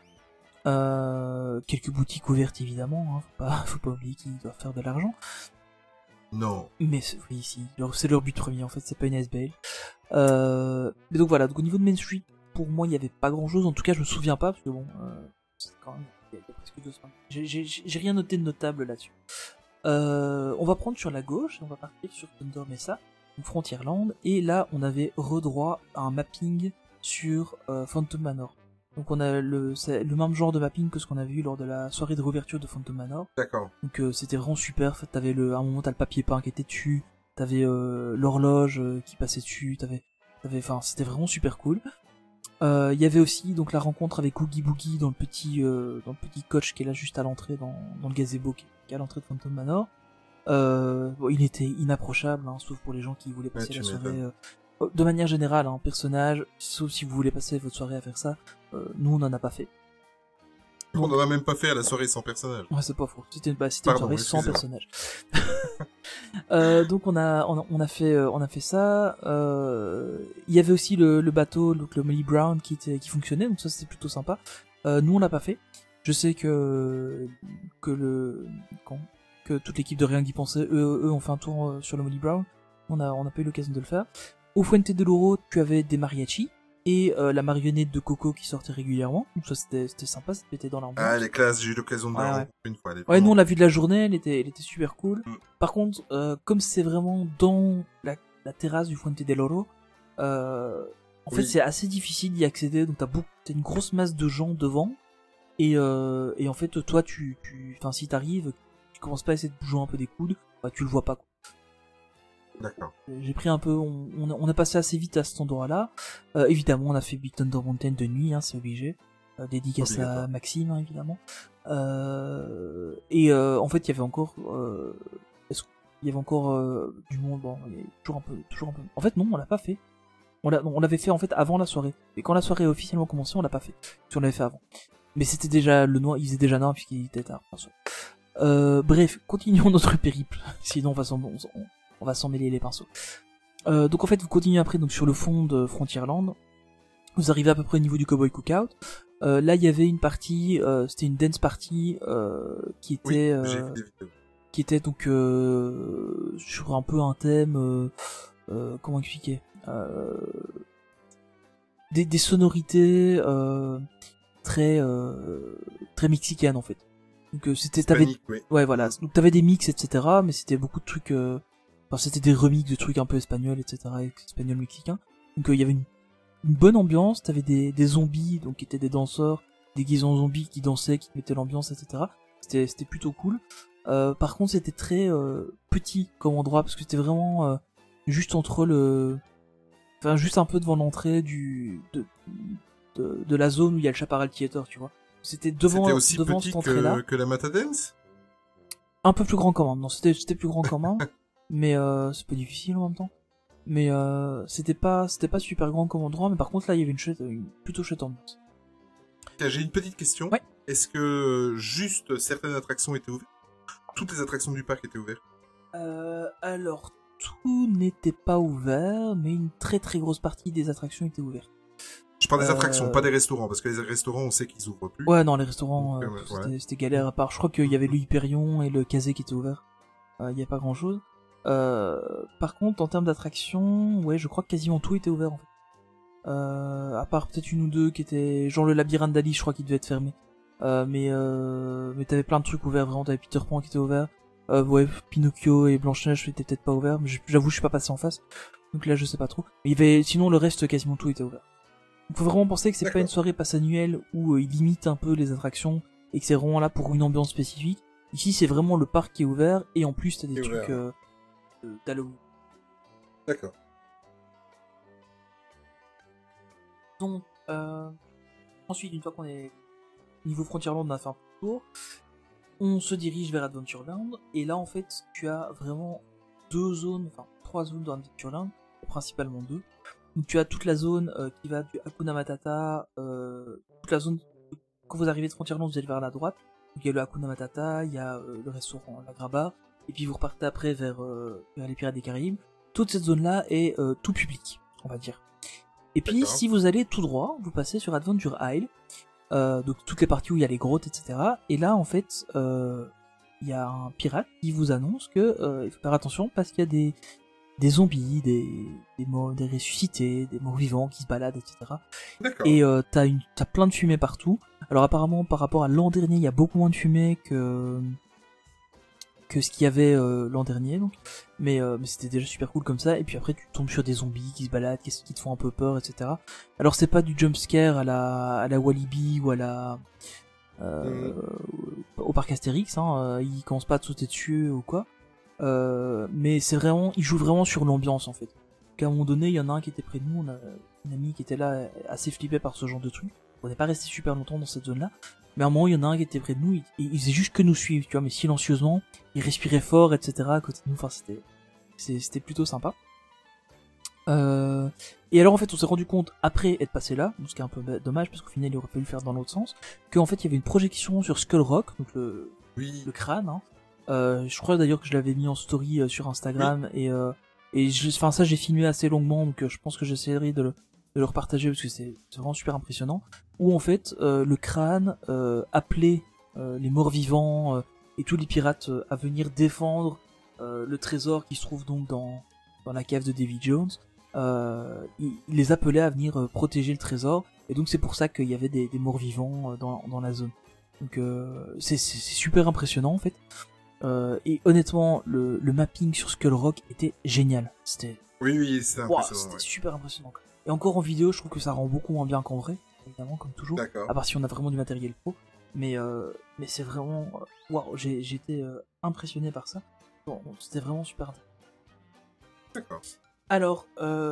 euh, quelques boutiques ouvertes, évidemment, hein, faut pas, faut pas oublier qu'ils doivent faire de l'argent. Non. Mais c'est- oui, si, leur- c'est leur but premier, en fait, c'est pas une S B L. Euh, mais donc voilà, donc au niveau de Main Street, pour moi, il y avait pas grand chose, en tout cas, je me souviens pas, parce que bon, euh, c'est quand même, il y a il y a presque deux semaines. J'ai- J'ai j'ai rien noté de notable là-dessus. Euh, on va prendre sur la gauche, et on va partir sur Thunder Mesa, donc Frontierland, et là, on avait redroit à un mapping sur euh, Phantom Manor. Donc on a le, c'est le même genre de mapping que ce qu'on a vu lors de la soirée de réouverture de Phantom Manor. D'accord. Donc euh, c'était vraiment super. En fait, t'avais le, à un moment t'as le papier peint qui était dessus, t'avais euh, l'horloge euh, qui passait dessus, t'avais, t'avais, enfin, c'était vraiment super cool. Il euh, y avait aussi donc la rencontre avec Oogie Boogie dans le petit, euh, dans le petit coach qui est là juste à l'entrée dans, dans le gazebo qui est à l'entrée de Phantom Manor. Euh, bon, il était inapprochable, hein, sauf pour les gens qui voulaient passer Ouais, la tu soirée. m'étonnes. Euh, de manière générale, un hein, personnage, sauf si vous voulez passer votre soirée à faire ça, euh, nous on en a pas fait. On n'en a même pas fait à la soirée sans personnage. Ouais, c'est pas faux. C'était, bah, c'était une Pardon, soirée sans excusez-moi. personnage. euh, donc on a, on a, on a fait, euh, on a fait ça. Euh, Il y avait aussi le, le bateau, donc le Molly Brown qui était, qui fonctionnait, donc ça c'était plutôt sympa. Euh, nous on l'a pas fait. Je sais que que le quand, que toute l'équipe de Rien d'y penser, eux, eux ont fait un tour euh, sur le Molly Brown. On a, on a pas eu l'occasion de le faire. Au Fuente de l'Oro, tu avais des mariachis et euh, la marionnette de Coco qui sortait régulièrement. Donc ça c'était, c'était sympa, ça était dans l'ambiance. Ah, elle est classe, j'ai eu l'occasion de la Ouais, ouais. rencontrer une fois. Elle est Ouais, vraiment- nous on l'a vu de la journée, elle était, elle était super cool. Mm. Par contre, euh, comme c'est vraiment dans la, la terrasse du Fuente del Oro, euh, en fait Oui. c'est assez difficile d'y accéder. Donc t'as beaucoup, t'as une grosse masse de gens devant, et euh, et en fait toi tu, tu, enfin si t'arrives, tu commences pas à essayer de bouger un peu des coudes, bah tu le vois pas, quoi. D'accord. J'ai pris un peu, on, on, a, on a passé assez vite à cet endroit-là. Euh, évidemment, on a fait Big Thunder Mountain de nuit, hein, c'est obligé. Euh, dédicace Obligatoire. à Maxime, hein, évidemment. Euh, et euh, en fait, il y avait encore, euh, est-ce qu'il y avait encore euh, du monde. Bon, il y avait toujours un peu, toujours un peu. En fait, non, on l'a pas fait. On l'a, on l'avait fait en fait avant la soirée. Et quand la soirée a officiellement commencé, on l'a pas fait. Si on l'avait fait avant. Mais c'était déjà le noir, il faisait déjà noir puisqu'il était tard. Enfin, euh, bref, continuons notre périple. Sinon, on va s'en, on, on va s'en mêler les pinceaux. Euh, donc en fait, vous continuez après donc sur le fond de Frontierland. Vous arrivez à peu près au niveau du Cowboy Cookout. Euh, là, il y avait une partie, euh, c'était une dance party euh, qui Oui, était, euh, j'ai vu des vidéos. qui était donc euh, sur un peu un thème, euh, euh, comment expliquer, euh, des, des sonorités euh, très, euh, très mexicaines en fait. Donc euh, c'était, t'avais, Hispanique, oui. ouais voilà, donc t'avais des mix et cetera. Mais c'était beaucoup de trucs, euh, enfin c'était des remixes de trucs un peu espagnols et cetera, espagnol mexicain. Donc il euh, y avait une une bonne ambiance, t'avais des, des zombies, donc qui étaient des danseurs, déguisés en zombies qui dansaient, qui mettaient l'ambiance, et cetera. C'était, c'était plutôt cool. Euh, par contre, c'était très euh, petit comme endroit, parce que c'était vraiment euh, juste entre le... Enfin, juste un peu devant l'entrée du de, de, de la zone où il y a le Chaparral Theater, tu vois. C'était devant, C'était aussi devant petit cette entrée-là. que, que la Matadance. Un peu plus grand quand même. Non, c'était, c'était plus grand quand même, mais euh, c'est pas difficile en même temps. Mais euh, c'était pas c'était pas super grand comme endroit, mais par contre là il y avait une chouette, une plutôt chouette ambiance. Tiens, j'ai une petite question. Ouais. Est-ce que juste certaines attractions étaient ouvertes? Toutes les attractions du parc étaient ouvertes? Euh, alors tout n'était pas ouvert, mais une très très grosse partie des attractions était ouverte. Je parle des Euh, attractions, pas des restaurants, parce que les restaurants, on sait qu'ils ouvrent plus. Ouais non les restaurants Donc, euh, euh, c'était, ouais. c'était galère à part. Je crois qu'il y avait le Hyperion et le Kazé qui étaient ouverts. Euh, Il y a pas grand chose. Euh, par contre, en termes d'attractions, ouais, je crois que quasiment tout était ouvert en fait. Euh, à part peut-être une ou deux qui étaient, genre le labyrinthe d'Ali, je crois qu'il devait être fermé. Euh, mais euh, mais t'avais plein de trucs ouverts, vraiment. T'avais Peter Pan qui était ouvert. Euh, ouais, Pinocchio et Blanche-Neige étaient peut-être pas ouverts, mais j'avoue, je suis pas passé en face. Donc là, je sais pas trop. Mais il y avait, sinon le reste, quasiment tout était ouvert. Donc faut vraiment penser que c'est pas D'accord. une soirée passe annuelle où euh, ils limitent un peu les attractions et que c'est vraiment là pour une ambiance spécifique. Ici, c'est vraiment le parc qui est ouvert et en plus t'as des Qui est trucs ouvert. euh, euh, d'Halloween. D'accord. Donc, euh, ensuite, une fois qu'on est niveau Frontierland, on a fait un peu le tour, on se dirige vers Adventureland, et là, en fait, tu as vraiment deux zones, enfin, trois zones dans Adventureland, principalement deux. Donc, tu as toute la zone euh, qui va du Hakuna Matata, euh, toute la zone, quand vous arrivez de Frontierland, vous allez vers la droite, donc il y a le Hakuna Matata, il y a euh, le restaurant La Graba, et puis vous repartez après vers, euh, vers les Pirates des Caraïbes. Toute cette zone-là est euh, tout public, on va dire. Et puis, D'accord. si vous allez tout droit, vous passez sur Adventure Isle, euh, donc toutes les parties où il y a les grottes, et cetera. Et là, en fait, euh, il y a un pirate qui vous annonce que euh, il faut faire attention parce qu'il y a des des zombies, des des morts, des ressuscités, des morts vivants qui se baladent, et cetera. D'accord. Et euh, t'as une t'as plein de fumée partout. Alors apparemment, par rapport à l'an dernier, il y a beaucoup moins de fumée que que ce qu'il y avait euh, l'an dernier, donc. Mais, euh, mais c'était déjà super cool comme ça. Et puis après, tu tombes sur des zombies qui se baladent, qui, qui te font un peu peur, et cetera. Alors c'est pas du jump scare à la à la Walibi ou à la euh, Mm. au parc Astérix. Hein. Ils commencent pas à te sauter dessus ou quoi. Euh, mais c'est vraiment, il joue vraiment sur l'ambiance en fait. Qu'à un moment donné, il y en a un qui était près de nous, on a une amie qui était là, assez flippée par ce genre de truc. On n'est pas resté super longtemps dans cette zone-là. Mais à un moment, il y en a un qui était près de nous, il, il faisait juste que nous suivre, tu vois, mais silencieusement. Il respirait fort, et cetera à côté de nous. Enfin, c'était, c'était plutôt sympa. Euh, et alors en fait on s'est rendu compte après être passé là, ce qui est un peu dommage parce qu'au final il aurait fallu le faire dans l'autre sens, qu'en fait il y avait une projection sur Skull Rock, donc le, Oui. le crâne. Hein. Euh, je crois d'ailleurs que je l'avais mis en story euh, sur Instagram oui. et euh, et je, enfin ça j'ai filmé assez longuement donc euh, je pense que j'essaierai de le, de le repartager parce que c'est vraiment super impressionnant. Où en fait euh, le crâne euh, appelait euh, les morts vivants euh, et tous les pirates euh, à venir défendre euh, le trésor qui se trouve donc dans dans la cave de Davy Jones. Euh, il, il les appelait à venir euh, protéger le trésor et donc c'est pour ça qu'il y avait des, des morts vivants euh, dans, dans la zone. Donc euh, c'est super impressionnant en fait. Euh, et honnêtement le, le mapping sur Skull Rock était génial. C'était oui oui c'est wow, impressionnant. C'était Ouais. super impressionnant. Et encore en vidéo je trouve que ça rend beaucoup moins bien qu'en vrai, évidemment comme toujours. D'accord. À part si on a vraiment du matériel pro. Mais euh, mais c'est vraiment waouh wow, j'ai j'ai été euh, impressionné par ça. Bon, c'était vraiment super intéressant. D'accord. Alors,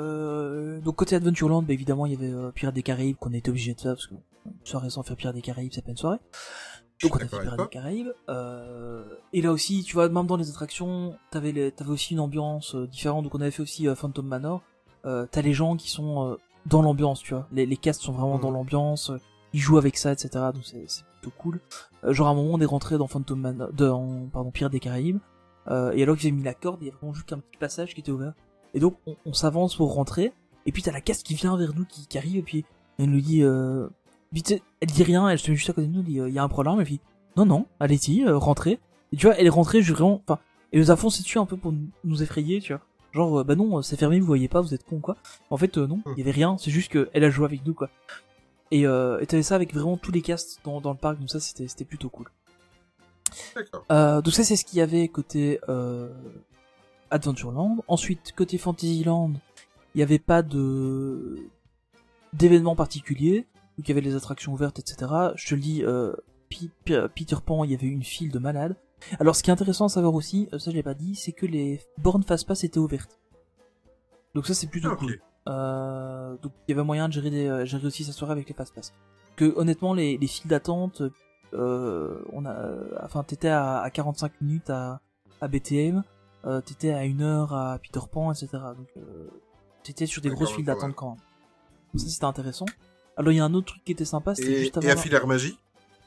euh, donc côté Adventureland, bah évidemment il y avait euh, Pirates des Caraïbes qu'on était obligé de faire parce que une soirée sans faire Pirates des Caraïbes c'est pas une soirée. Donc on a fait Pirates des Caraïbes. Euh, et là aussi, tu vois, même dans les attractions, t'avais les, t'avais aussi une ambiance euh, différente. Donc on avait fait aussi euh, Phantom Manor. Euh, T'as les gens qui sont euh, dans l'ambiance, tu vois. Les, les castes sont vraiment mmh. dans l'ambiance. Euh, ils jouent avec ça, et cetera. Donc c'est plutôt cool. Euh, genre à un moment on est rentré dans Phantom Manor, dans pardon Pirates des Caraïbes. Euh, et alors qu'ils avaient mis la corde, il y a vraiment juste un petit passage qui était ouvert. Et donc on, on s'avance pour rentrer, et puis t'as la caste qui vient vers nous, qui, qui arrive, et puis elle nous dit, euh, vite, elle dit rien, elle se met juste à côté de nous, elle dit, il euh, y a un problème, et puis non non, allez-y, euh, rentrez. Et tu vois, elle est rentrée, je vraiment, enfin, elle nous a foncé dessus un peu pour nous effrayer, tu vois. Genre, euh, bah non, c'est fermé, vous voyez pas, vous êtes con quoi. En fait, euh, non, il y avait rien, c'est juste que elle a joué avec nous quoi. Et euh, et t'avais ça avec vraiment tous les castes dans, dans le parc, donc ça c'était c'était plutôt cool. D'accord. Euh, donc ça c'est ce qu'il y avait côté euh, Adventureland. Ensuite, côté Fantasyland, il n'y avait pas de d'événements particuliers, donc il y avait les attractions ouvertes, et cetera. Je te le dis, euh, P P Peter Pan, il y avait une file de malades. Alors, ce qui est intéressant à savoir aussi, ça je l'ai pas dit, c'est que les bornes Fastpass étaient ouvertes. Donc ça c'est plutôt ah, cool. Okay. Euh, donc il y avait moyen de gérer, des, gérer aussi sa soirée avec les Fastpass. Que honnêtement, les, les files d'attente, euh, on a, enfin t'étais à, à quarante-cinq minutes à, à B T M. Euh, t'étais à une heure à Peter Pan, et cetera. Donc, euh, t'étais sur des grosses files d'attente quand même. Donc ça, c'était intéressant. Alors, il y a un autre truc qui était sympa, c'était juste avant... Et à Filaire Magie ?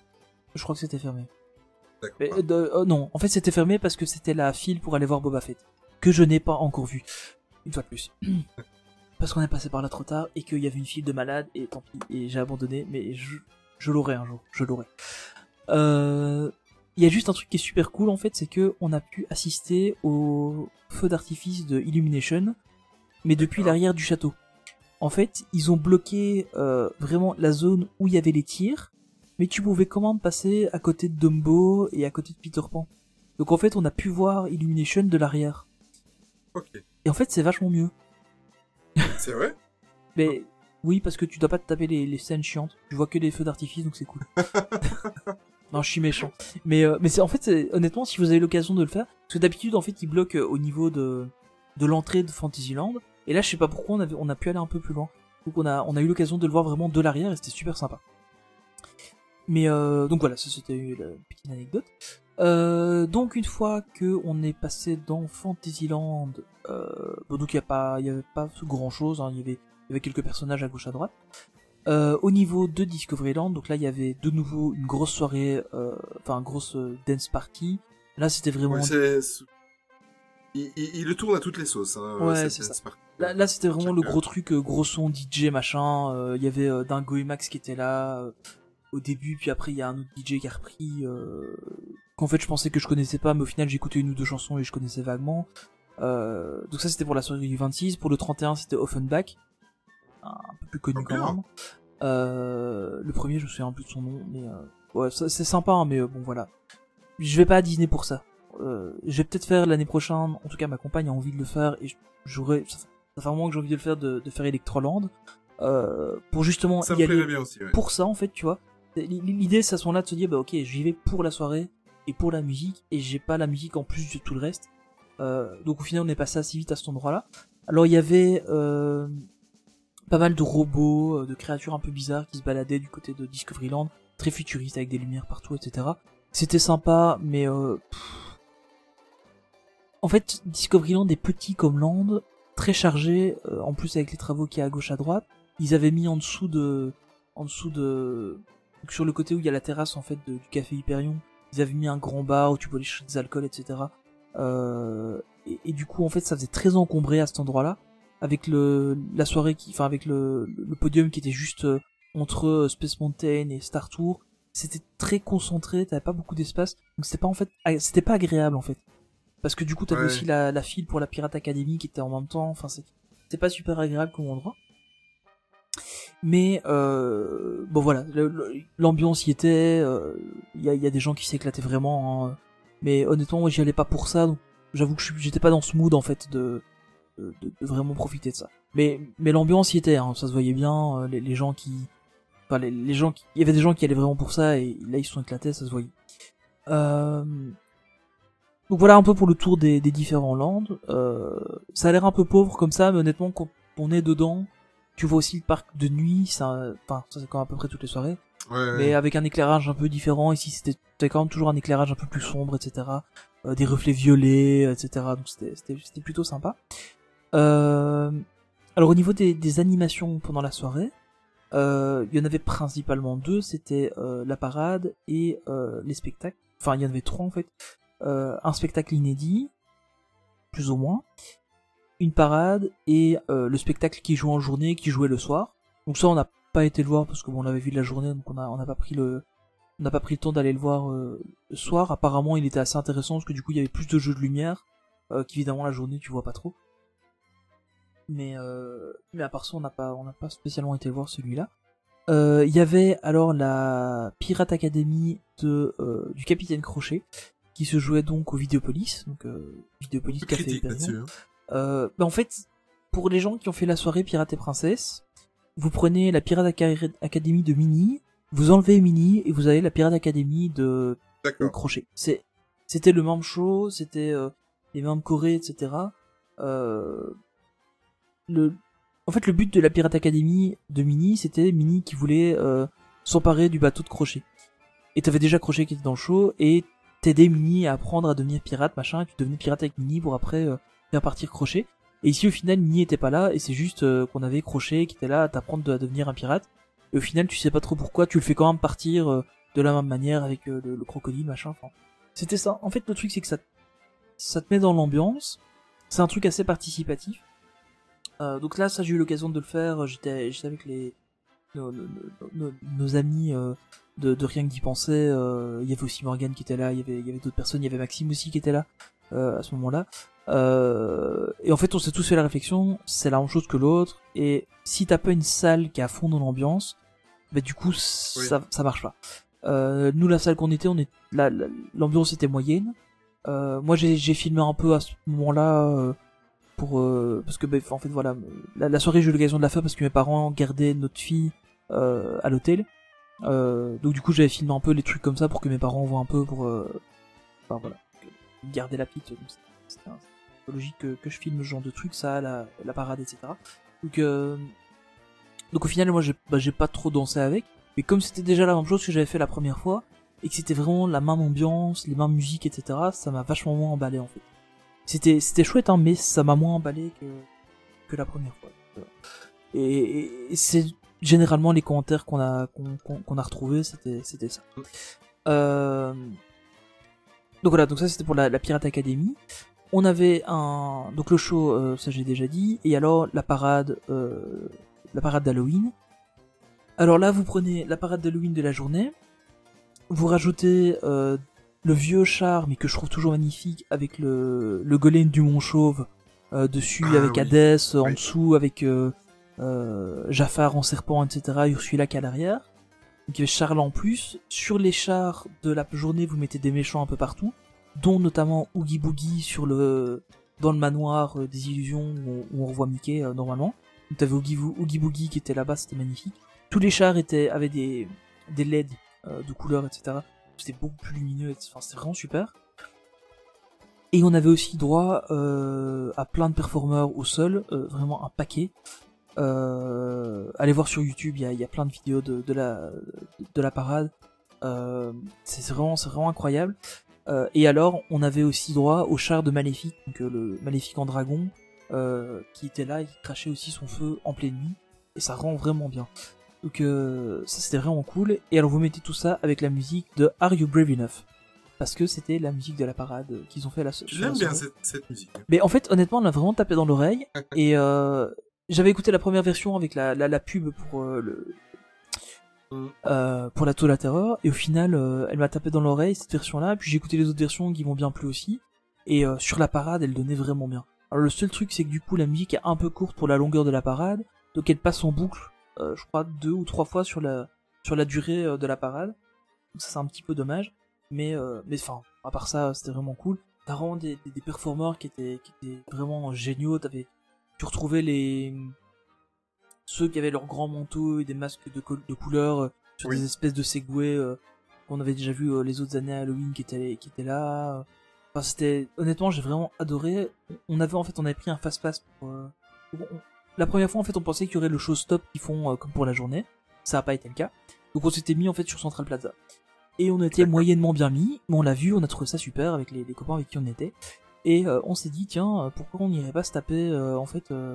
Je crois que c'était fermé. D'accord. Mais, euh, euh, non, en fait, c'était fermé parce que c'était la file pour aller voir Boba Fett. Que je n'ai pas encore vu. Une fois de plus. Parce qu'on est passé par là trop tard et qu'il y avait une file de malades et tant pis. Et j'ai abandonné, mais je, je l'aurai un jour. Je l'aurai. Euh... Il y a juste un truc qui est super cool en fait, c'est que on a pu assister au feu d'artifice de Illumination, mais depuis l'arrière du château. En fait, ils ont bloqué euh, vraiment la zone où il y avait les tirs, mais tu pouvais quand même passer à côté de Dumbo et à côté de Peter Pan. Donc en fait, on a pu voir Illumination de l'arrière. Ok. Et en fait, c'est vachement mieux. C'est vrai ? Mais oui, parce que tu dois pas te taper les, les scènes chiantes. Tu vois que les feux d'artifice, donc c'est cool. Non, je suis méchant. Mais euh, mais c'est en fait c'est, honnêtement si vous avez l'occasion de le faire, parce que d'habitude en fait ils bloquent euh, au niveau de de l'entrée de Fantasyland et là je sais pas pourquoi on avait on a pu aller un peu plus loin. Donc on a on a eu l'occasion de le voir vraiment de l'arrière et c'était super sympa. Mais euh, donc voilà, ça c'était la petite anecdote. Euh, donc une fois que on est passé dans Fantasyland, euh, bon, donc il y a pas il y avait pas grand chose, hein, il y avait il y avait quelques personnages à gauche à droite. Euh, au niveau de Discoveryland, donc là il y avait de nouveau une grosse soirée, euh, enfin une grosse euh, dance party. Là c'était vraiment. Ouais, c'est, c'est... Il, il, il le tourne à toutes les sauces. Hein, ouais, c'est ça. Party. Là, là c'était vraiment le gros truc, euh, gros son D J machin. Il euh, y avait euh, Dingo et Max qui étaient là euh, au début, puis après il y a un autre D J qui a repris. Euh, qu'en fait je pensais que je connaissais pas, mais au final j'ai écouté une ou deux chansons et je connaissais vaguement. Euh, donc ça c'était pour la soirée du vingt-six. Pour le trente et un c'était Offenbach. Un peu plus connu okay. quand même. Euh, le premier, je me souviens plus de son nom, mais euh, ouais, ça, c'est sympa, hein, mais euh, bon voilà. Je vais pas à Disney pour ça. Euh, je vais peut-être faire l'année prochaine. En tout cas, ma compagne a envie de le faire et j'aurais. Ça fait un moment que j'ai envie de le faire, de, de faire Electroland, euh, pour justement ça y aller. Bien aussi, ouais. Pour ça, en fait, tu vois. L'idée, c'est à ce moment-là de se dire, bah ok, j'y vais pour la soirée et pour la musique, et j'ai pas la musique en plus de tout le reste. Euh, donc au final on est passé assez vite à cet endroit-là. Alors il y avait euh, pas mal de robots, euh, de créatures un peu bizarres qui se baladaient du côté de Discoveryland, très futuriste avec des lumières partout, et cetera. C'était sympa, mais euh, pff... en fait Discoveryland est petit comme land, très chargé, euh, en plus avec les travaux qu'il y a à gauche à droite. Ils avaient mis en dessous de, en dessous de, donc sur le côté où il y a la terrasse en fait de, du café Hyperion, ils avaient mis un grand bar où tu pouvais aller chercher des alcools, et cetera. Euh, et, et du coup en fait ça faisait très encombré à cet endroit-là, avec le la soirée qui, enfin avec le, le podium qui était juste euh, entre euh, Space Mountain et Star Tour. C'était très concentré, t'avais pas beaucoup d'espace, donc c'était pas en fait, ag- c'était pas agréable en fait, parce que du coup t'avais Ouais. aussi la, la file pour la Pirate Academy qui était en même temps. Enfin c'est- c'était pas super agréable comme endroit. Mais euh, bon voilà, le- le- l'ambiance y était, il y, a, y a des gens qui s'éclataient vraiment, hein. Mais honnêtement moi j'y allais pas pour ça, donc j'avoue que je suis- j'étais pas dans ce mood en fait de, de, de- de vraiment profiter de ça. Mais, mais l'ambiance y était, hein, ça se voyait bien, euh, les, les gens qui... Enfin les, les gens qui... Il y avait des gens qui allaient vraiment pour ça, et là ils se sont éclatés, ça se voyait. Euh... Donc voilà un peu pour le tour des, des différents lands. Euh, ça a l'air un peu pauvre comme ça, mais honnêtement quand on est dedans, tu vois aussi le parc de nuit, ça, enfin ça c'est quand même à peu près toutes les soirées, Ouais, ouais. mais avec un éclairage un peu différent. Ici c'était t'avais quand même toujours un éclairage un peu plus sombre, et cetera. Euh, des reflets violets, et cetera. Donc c'était c'était c'était plutôt sympa. Euh... Alors au niveau des, des animations pendant la soirée, euh, il y en avait principalement deux, c'était euh, la parade et euh, les spectacles. Enfin il y en avait trois en fait. Euh, un spectacle inédit, plus ou moins, une parade et euh, le spectacle qui jouait en journée, qui jouait le soir. Donc ça on n'a pas été le voir parce que bon on l'avait vu de la journée, donc on a on n'a pas pris le on n'a pas pris le temps d'aller le voir euh, le soir. Apparemment il était assez intéressant parce que du coup il y avait plus de jeux de lumière, euh, qu'évidemment la journée tu vois pas trop. Mais euh, mais à part ça on n'a pas on n'a pas spécialement été voir celui-là. Euh, Il y avait alors la Pirate Academy de euh, du Capitaine Crochet qui se jouait donc au Vidéopolis, donc euh, Vidéopolis Café Critique Hyperion. là-dessus, hein. Euh, bah en fait, pour les gens qui ont fait la soirée Pirate et Princesse, vous prenez la Pirate Aca- Academy de Minnie, vous enlevez Minnie et vous avez la Pirate Academy de, de D'accord. Crochet. C'est, c'était le même show, c'était euh, les mêmes chorés, et cetera. Euh, le, en fait, le but de la Pirate Academy de Minnie, c'était Minnie qui voulait euh, s'emparer du bateau de Crochet. Et t'avais déjà Crochet qui était dans le show, et t'aidais Minnie à apprendre à devenir pirate, machin, et tu devenais pirate avec Minnie pour après euh, faire partir Crochet. Et ici, au final, Minnie était pas là, et c'est juste euh, qu'on avait Crochet qui était là à t'apprendre de- à devenir un pirate. Et au final, tu sais pas trop pourquoi, tu le fais quand même partir euh, de la même manière avec euh, le, le crocodile, machin, enfin. C'était ça. En fait, le truc, c'est que ça, ça te met dans l'ambiance. C'est un truc assez participatif. Euh, donc là, ça, j'ai eu l'occasion de le faire. J'étais, j'étais avec les nos, nos, nos, nos amis euh, de, de rien que d'y penser. Euh, il y avait aussi Morgane qui était là. Il y avait, il y avait d'autres personnes. Il y avait Maxime aussi qui était là euh, à ce moment-là. Euh, et en fait, on s'est tous fait la réflexion. C'est la même chose que l'autre. Et si t'as pas une salle qui est à fond dans l'ambiance, bah du coup, ça, ça marche pas. Euh, nous, la salle qu'on était, on est, la, la- l'ambiance était moyenne. Euh, moi, j'ai, j'ai filmé un peu à ce moment-là. Euh, pour euh, parce que bah, en fait voilà la, la soirée j'ai eu l'occasion de la faire parce que mes parents gardaient notre fille euh, à l'hôtel, euh, donc du coup j'avais filmé un peu les trucs comme ça pour que mes parents voient un peu pour euh, enfin voilà garder la petite, donc c'était c'était un- c'est logique que, que je filme ce genre de trucs, ça la, la parade, etc. Donc euh, donc au final moi j'ai bah, j'ai pas trop dansé avec, mais comme c'était déjà la même chose que j'avais fait la première fois et que c'était vraiment la même ambiance, les mêmes musiques, etc., ça m'a vachement moins emballé en fait. C'était, c'était chouette, hein, mais ça m'a moins emballé que, que la première fois. Et, et- et c'est généralement les commentaires qu'on a, qu'on, qu'on, qu'on a retrouvés, c'était, c'était ça. Euh... Donc voilà, donc ça c'était pour la, la Pirate Academy. On avait un, donc le show, euh, ça j'ai déjà dit, et alors la parade, euh, la parade d'Halloween. Alors là, vous prenez la parade d'Halloween de la journée, vous rajoutez euh, le vieux char, mais que je trouve toujours magnifique, avec le, le golem du Mont Chauve euh, dessus, Ah, avec oui. Hadès euh, en Oui. dessous, avec euh, euh, Jafar en serpent, et cetera, Ursula qui est à l'arrière. Donc il y avait Charles en plus. Sur les chars de la journée, vous mettez des méchants un peu partout, dont notamment Oogie Boogie sur le, dans le manoir euh, des illusions où, où on revoit Mickey euh, normalement. Donc t'avais Oogie, Boo- Oogie Boogie qui était là-bas, c'était magnifique. Tous les chars étaient, avaient des, des L E D euh, de couleurs, et cetera. C'était beaucoup plus lumineux, et- enfin c'était vraiment super. Et on avait aussi droit euh, à plein de performeurs au sol, euh, vraiment un paquet. Euh, allez voir sur YouTube, il y a, y a plein de vidéos de, de, la, de la parade. Euh, c'est vraiment, c'est vraiment incroyable. Euh, et alors, on avait aussi droit au char de Maléfique, donc euh, le Maléfique en dragon, euh, qui était là et qui crachait aussi son feu en pleine nuit. Et ça rend vraiment bien. Donc euh, ça c'était vraiment cool. Et alors vous mettez tout ça avec la musique de Are You Brave Enough? Parce que c'était la musique de la parade qu'ils ont fait la Je l'aime bien cette, cette musique. Mais en fait, honnêtement, on l'a vraiment tapé dans l'oreille. Et euh, j'avais écouté la première version avec la, la, la pub pour euh, le Mm. euh, pour la Tour de la Terreur. Et au final, euh, elle m'a tapé dans l'oreille cette version-là. Puis j'ai écouté les autres versions qui m'ont bien plu aussi. Et euh, sur la parade, elle donnait vraiment bien. Alors le seul truc, c'est que du coup, la musique est un peu courte pour la longueur de la parade. Donc elle passe en boucle, euh, je crois deux ou trois fois sur la sur la durée euh, de la parade. Donc ça c'est un petit peu dommage. Mais euh, mais enfin, à part ça, c'était vraiment cool. T'as vraiment des, des, des performeurs qui étaient qui étaient vraiment géniaux. T'avais tu retrouvais les ceux qui avaient leurs grands manteaux et des masques de, co- de couleurs euh, sur Oui. des espèces de Segway euh, qu'on avait déjà vu euh, les autres années à Halloween qui étaient qui étaient là. Enfin c'était honnêtement j'ai vraiment adoré. On avait en fait on avait pris un fast pass pour, euh, pour- on- la première fois en fait on pensait qu'il y aurait le show stop qu'ils font euh, comme pour la journée. Ça n'a pas été le cas. Donc on s'était mis en fait sur Central Plaza. Et on était D'accord. moyennement bien mis, mais on l'a vu, on a trouvé ça super avec les, les copains avec qui on était. Et euh, on s'est dit, tiens, euh, pourquoi on n'irait pas se taper, euh, en fait, euh,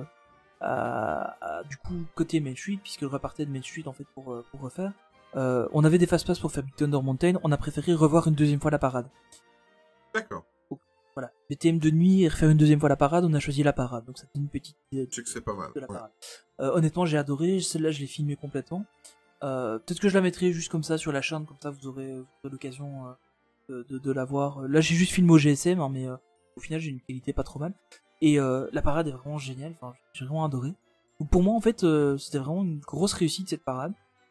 à, à- du coup, côté Main Street, puisqu'il repartait de Main Street, en fait, pour, euh, pour refaire. Euh, on avait des fast-pass pour faire Big Thunder Mountain, on a préféré revoir une deuxième fois la parade. D'accord. Voilà. B T M de nuit et refaire une deuxième fois la parade, on a choisi la parade. Donc ça fait une petite idée Je sais que c'est pas mal. de la ouais. parade. Euh, honnêtement, j'ai adoré, celle-là, je l'ai filmée complètement. Euh, peut-être que je la mettrai juste comme ça sur la chaîne, comme ça vous aurez, vous aurez l'occasion euh, de, de, de la voir. Là j'ai juste filmé au G S M, hein, mais euh, au final j'ai une qualité pas trop mal. Et euh, la parade est vraiment géniale, enfin, j'ai vraiment adoré. Donc pour moi en fait euh, c'était vraiment une grosse réussite cette parade.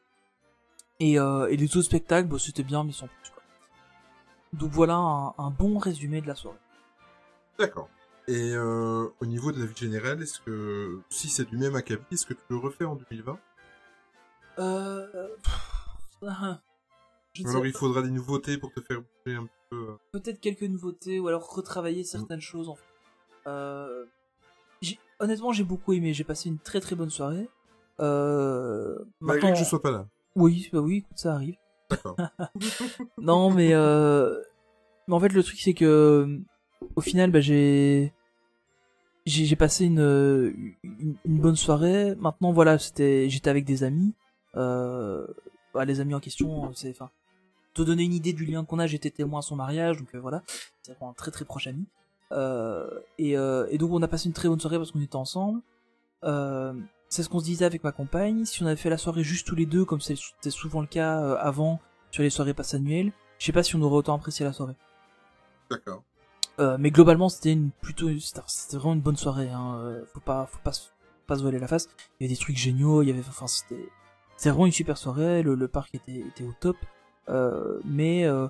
Et, euh, et les autres spectacles, bah, c'était bien mais sans plus quoi. Donc voilà un, un bon résumé de la soirée. D'accord. Et euh, au niveau de la vie générale, est-ce que si c'est du même acabit, est-ce que tu le refais en deux mille vingt? Euh... pff, je ne sais Alors il pas. faudra des nouveautés pour te faire bouger un petit peu. euh. Peut-être quelques nouveautés ou alors retravailler certaines choses en fait. Euh, j'ai- honnêtement j'ai beaucoup aimé, j'ai passé une très très bonne soirée. Euh, Malgré maintenant- que je sois pas là. Oui, bah oui, écoute, ça arrive. D'accord. Non mais euh... mais en fait le truc c'est que au final bah j'ai j'ai j'ai passé une, une une bonne soirée. Maintenant voilà, c'était j'étais avec des amis. Euh... Bah, les amis en question, c'est enfin te donner une idée du lien qu'on a, j'étais témoin à son mariage, donc euh, voilà, c'est vraiment un très très proche ami. Euh, et, euh, et donc on a passé une très bonne soirée parce qu'on était ensemble. Euh, c'est ce qu'on se disait avec ma compagne. Si on avait fait la soirée juste tous les deux, comme c'était souvent le cas euh, avant sur les soirées passe annuelles, je sais pas si on aurait autant apprécié la soirée. D'accord. Euh, mais globalement c'était une plutôt c'était c'était vraiment une bonne soirée. Hein. Euh, faut pas faut pas se- faut pas se voiler la face. Il y avait des trucs géniaux. Il y avait enfin c'était c'était vraiment une super soirée. Le, le parc était était au top. Euh, mais euh,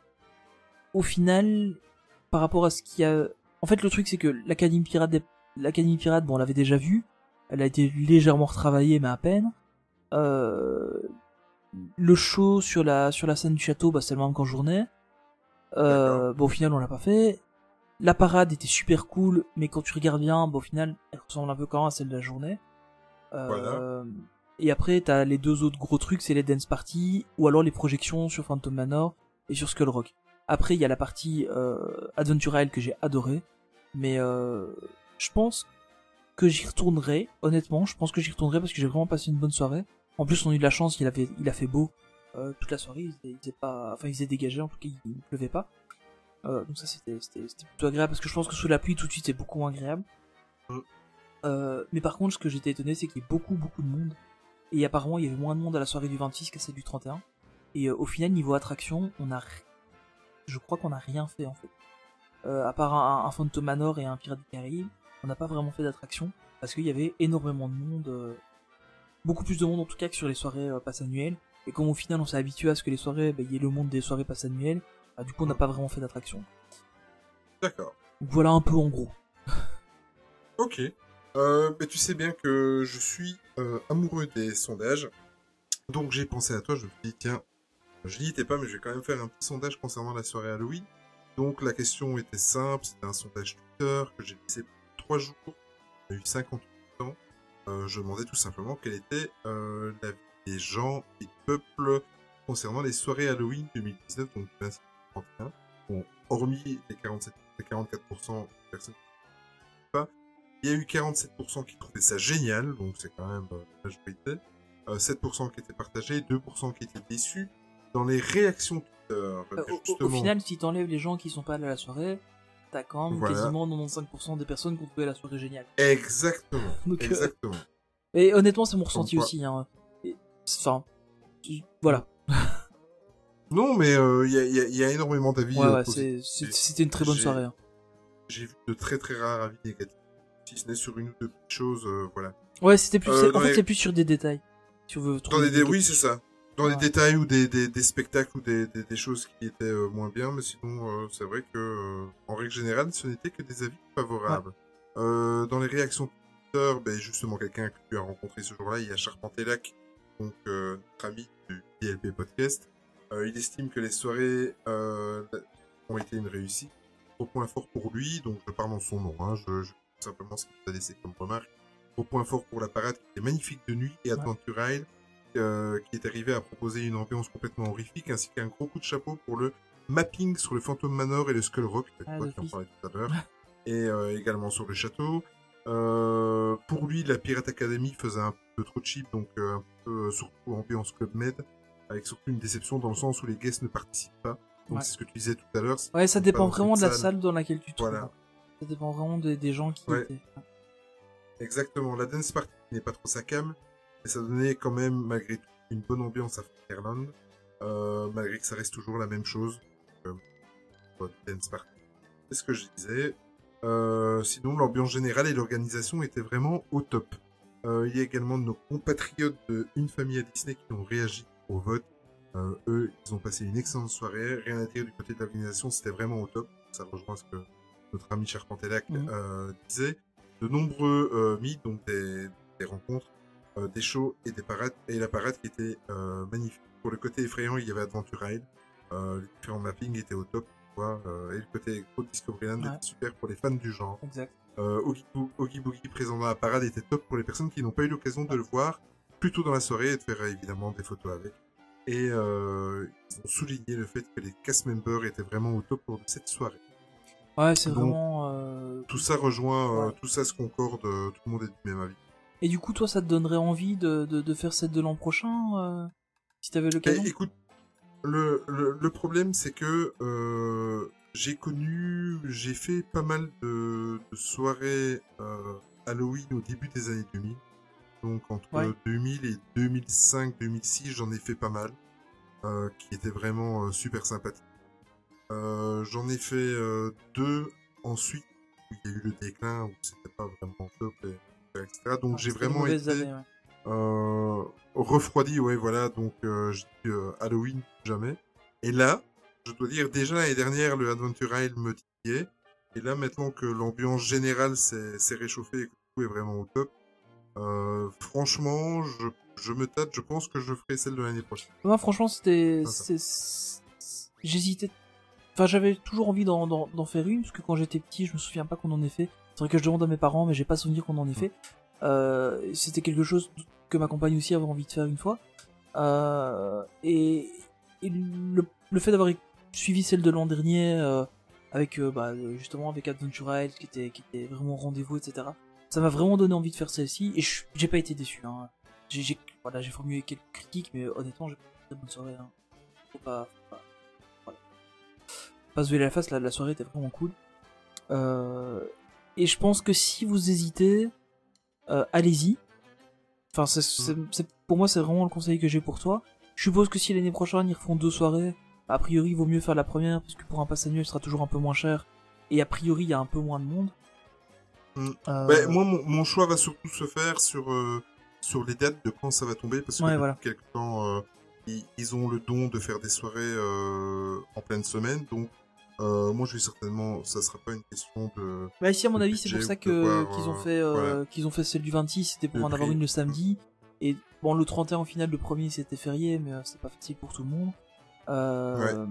au final, par rapport à ce qu'il y a, en fait, le truc c'est que l'Académie Pirate, des... l'Académie Pirate, bon, on l'avait déjà vu, elle a été légèrement retravaillée, mais à peine. Euh... Le show sur la sur la scène du château, bah, c'est le même qu'en journée. Euh... Bon, au final, on l'a pas fait. La parade était super cool, mais quand tu regardes bien, bah, au final, elle ressemble un peu quand même à celle de la journée. Euh... Voilà. Et après, t'as les deux autres gros trucs, c'est les dance parties, ou alors les projections sur Phantom Manor et sur Skull Rock. Après, il y a la partie euh, Adventure Isle que j'ai adoré, mais euh, je pense que j'y retournerai, honnêtement, je pense que j'y retournerai parce que j'ai vraiment passé une bonne soirée. En plus, on a eu de la chance, il, avait, il a fait beau euh, toute la soirée, il faisait, il faisait pas, enfin il faisait dégagé, en tout cas il ne pleuvait pas. Euh, donc ça c'était, c'était, c'était plutôt agréable, parce que je pense que sous la pluie tout de suite c'est beaucoup moins agréable. Mm. Euh, mais par contre, ce que j'étais étonné, c'est qu'il y a beaucoup beaucoup de monde. Et apparemment, il y avait moins de monde à la soirée du vingt-six qu'à celle du trente et un. Et euh, au final, niveau attraction, on a, je crois qu'on a rien fait en fait. Euh, à part un, un Phantom Manor et un Pirates des Caraïbes, on n'a pas vraiment fait d'attraction parce qu'il y avait énormément de monde, euh... beaucoup plus de monde en tout cas que sur les soirées euh, passe annuelles. Et comme au final, on s'est habitué à ce que les soirées, bah, il y ait le monde des soirées passe annuelles, bah, du coup, on n'a pas vraiment fait d'attraction. D'accord. Donc voilà un peu en gros. Ok. Euh, mais tu sais bien que je suis euh, amoureux des sondages. Donc j'ai pensé à toi, je me suis dit, tiens, je n'y étais pas, mais je vais quand même faire un petit sondage concernant la soirée Halloween. Donc la question était simple, c'était un sondage Twitter que j'ai laissé pour trois jours. On a eu cinquante-huit ans. Euh, je demandais tout simplement quelle était euh, la vie des gens et du peuple concernant les soirées Halloween deux mille dix-neuf, donc du vingt-six au trente et un. Bon, hormis les quarante-sept, les quarante-quatre pour cent de personnes qui ne pas, il y a eu quarante-sept pour cent qui trouvaient ça génial, donc c'est quand même euh, la majorité. Euh, sept pour cent qui étaient partagés, deux pour cent qui étaient déçus. Dans les réactions Twitter, Euh, au, justement... au final, si t'enlèves les gens qui sont pas allés à la soirée, t'as quand même Voilà. quasiment quatre-vingt-quinze pour cent des personnes qui ont trouvé la soirée géniale. Exactement, Donc, euh, exactement. Et honnêtement, c'est mon ressenti quoi. aussi. Hein. Et- Enfin, tu- voilà. Non, mais il euh, y, a, y, a, y a énormément d'avis. Ouais, euh, ouais, positifs. c'est- c'est- c'était une très bonne J'ai- soirée. Hein. J'ai vu de très très rares avis négatifs. Si ce n'est sur une ou deux petites choses, euh, voilà. Ouais, c'était plus. Euh, c'est- en dans fait, les- c'est plus sur des détails. Si on veut Dans trouver les des dé- oui, négatifs. c'est ça. Dans Ouais. les détails ou des, des, des spectacles ou des, des, des choses qui étaient euh, moins bien, mais sinon, euh, c'est vrai que, euh, en règle générale, ce n'était que des avis favorables. Euh, dans les réactions Twitter, ben, justement, quelqu'un que tu as rencontré ce jour-là, il y a Charpentelac, donc euh, notre ami du P L P Podcast. Euh, il estime que les soirées euh, ont été une réussite. Au point fort pour lui, donc je parle en son nom, hein, je, je simplement ce qu'il nous a laissé comme remarque. Au point fort pour la parade qui était magnifique de nuit et Adventure Isle, euh, qui est arrivé à proposer une ambiance complètement horrifique, ainsi qu'un gros coup de chapeau pour le mapping sur le Phantom Manor et le Skull Rock, Ah, toi qui en d'office. parlais tout à l'heure, et euh, également sur le château. Euh, pour lui, la Pirate Academy faisait un peu trop cheap, donc euh, un peu euh, surtout ambiance Club Med, avec surtout une déception dans le sens où les guests ne participent pas. Donc Ouais. c'est ce que tu disais tout à l'heure. c'est- Ouais, ça c'est dépend pas dans vraiment une de la salle dans laquelle tu te trouves. Voilà. hein. Ça dépend vraiment des, des gens qui Ouais. étaient. Exactement, la dance party n'est pas trop sa cam, mais ça donnait quand même, malgré tout, une bonne ambiance à Fairland, euh, malgré que ça reste toujours la même chose. Euh, pour la dance party. C'est ce que je disais. Euh, sinon, l'ambiance générale et l'organisation étaient vraiment au top. Euh, il y a également nos compatriotes de Une famille à Disney qui ont réagi au vote. Euh, eux, ils ont passé une excellente soirée. Rien à dire du côté de l'organisation, c'était vraiment au top. Ça rejoint ce que notre ami Charpentelac Mhm. euh, disait. De nombreux euh, mythes, donc des, des rencontres, euh, des shows et des parades, et la parade qui était euh, magnifique. Pour le côté effrayant, il y avait Adventure Isle. Euh, les différents mappings étaient au top. tu vois, euh, et le côté électro de Discoveryland Ouais. était super pour les fans du genre. Exact. Euh, Oogie, Boo- Oogie Boogie présent dans la parade était top pour les personnes qui n'ont pas eu l'occasion de le voir plus tôt dans la soirée et de faire euh, évidemment des photos avec. Et euh, ils ont souligné le fait que les cast members étaient vraiment au top pour cette soirée. Ouais, c'est Donc, vraiment. euh, Tout ça rejoint, euh, Ouais. tout ça se concorde, euh, tout le monde est du même avis. Et du coup, toi, ça te donnerait envie de, de, de faire celle de l'an prochain euh, si t'avais l'occasion. Et, écoute, le, le, le problème c'est que euh, j'ai connu, j'ai fait pas mal de, de soirées euh, Halloween au début des années deux mille. Donc entre Ouais. deux mille et deux mille cinq, deux mille six, j'en ai fait pas mal, euh, qui étaient vraiment euh, super sympathiques. Euh, j'en ai fait euh, deux ensuite où il y a eu le déclin, où c'était pas vraiment top, et, et cetera. Donc j'ai C'était les vraiment mauvaises été années, ouais. euh, refroidi, ouais, voilà. Donc euh, je dis euh, Halloween jamais. Et là, je dois dire déjà l'année dernière, le Adventure Isle me titillait. Et là, maintenant que l'ambiance générale s'est s'est réchauffée et que tout est vraiment au top, euh, franchement, je, je me tâte. Je pense que je ferai celle de l'année prochaine. Moi, franchement, c'était. Ah, ça. c'est- c'est- J'hésitais. Enfin, j'avais toujours envie d'en, d'en, d'en faire une, parce que quand j'étais petit, je me souviens pas qu'on en ait fait. C'est vrai que je demande à mes parents, mais j'ai pas souvenir qu'on en ait fait. Euh, c'était quelque chose que ma compagne aussi avait envie de faire une fois. Euh, et et le, le fait d'avoir suivi celle de l'an dernier, euh, avec euh, bah, justement avec Adventure Isle, qui était, qui était vraiment au rendez-vous, et cetera. Ça m'a vraiment donné envie de faire celle-ci, et je- j'ai pas été déçu. Hein. J'ai, j'ai, voilà, j'ai formulé quelques critiques, mais honnêtement, j'ai passé une très bonne soirée. Hein. Faut pas, faut pas, voilà. Faut pas se voiler la face, la, la soirée était vraiment cool. Euh, et je pense que si vous hésitez, euh, allez-y. Enfin, c'est, c'est, c'est- pour moi, c'est vraiment le conseil que j'ai pour toi. Je suppose que si l'année prochaine ils refont deux soirées, a priori, il vaut mieux faire la première, parce que pour un pass annuel, ce sera toujours un peu moins cher. Et a priori, il y a un peu moins de monde. Mm. Euh, Ben, moi, mon, mon choix va surtout se faire sur, euh, sur les dates de quand ça va tomber, parce que Ouais, depuis voilà. quelque temps, euh, ils, ils ont le don de faire des soirées euh, en pleine semaine, donc euh, moi je vais certainement, ça sera pas une question de... Bah ici à mon le avis c'est pour budget ça ou de que voir, qu'ils ont euh, fait euh, voilà. qu'ils ont fait celle du vingt-six, c'était pour Le en avoir prix. une le samedi. Et bon, le trente et un au final, le premier c'était férié, mais euh, c'est pas facile pour tout le monde. Euh,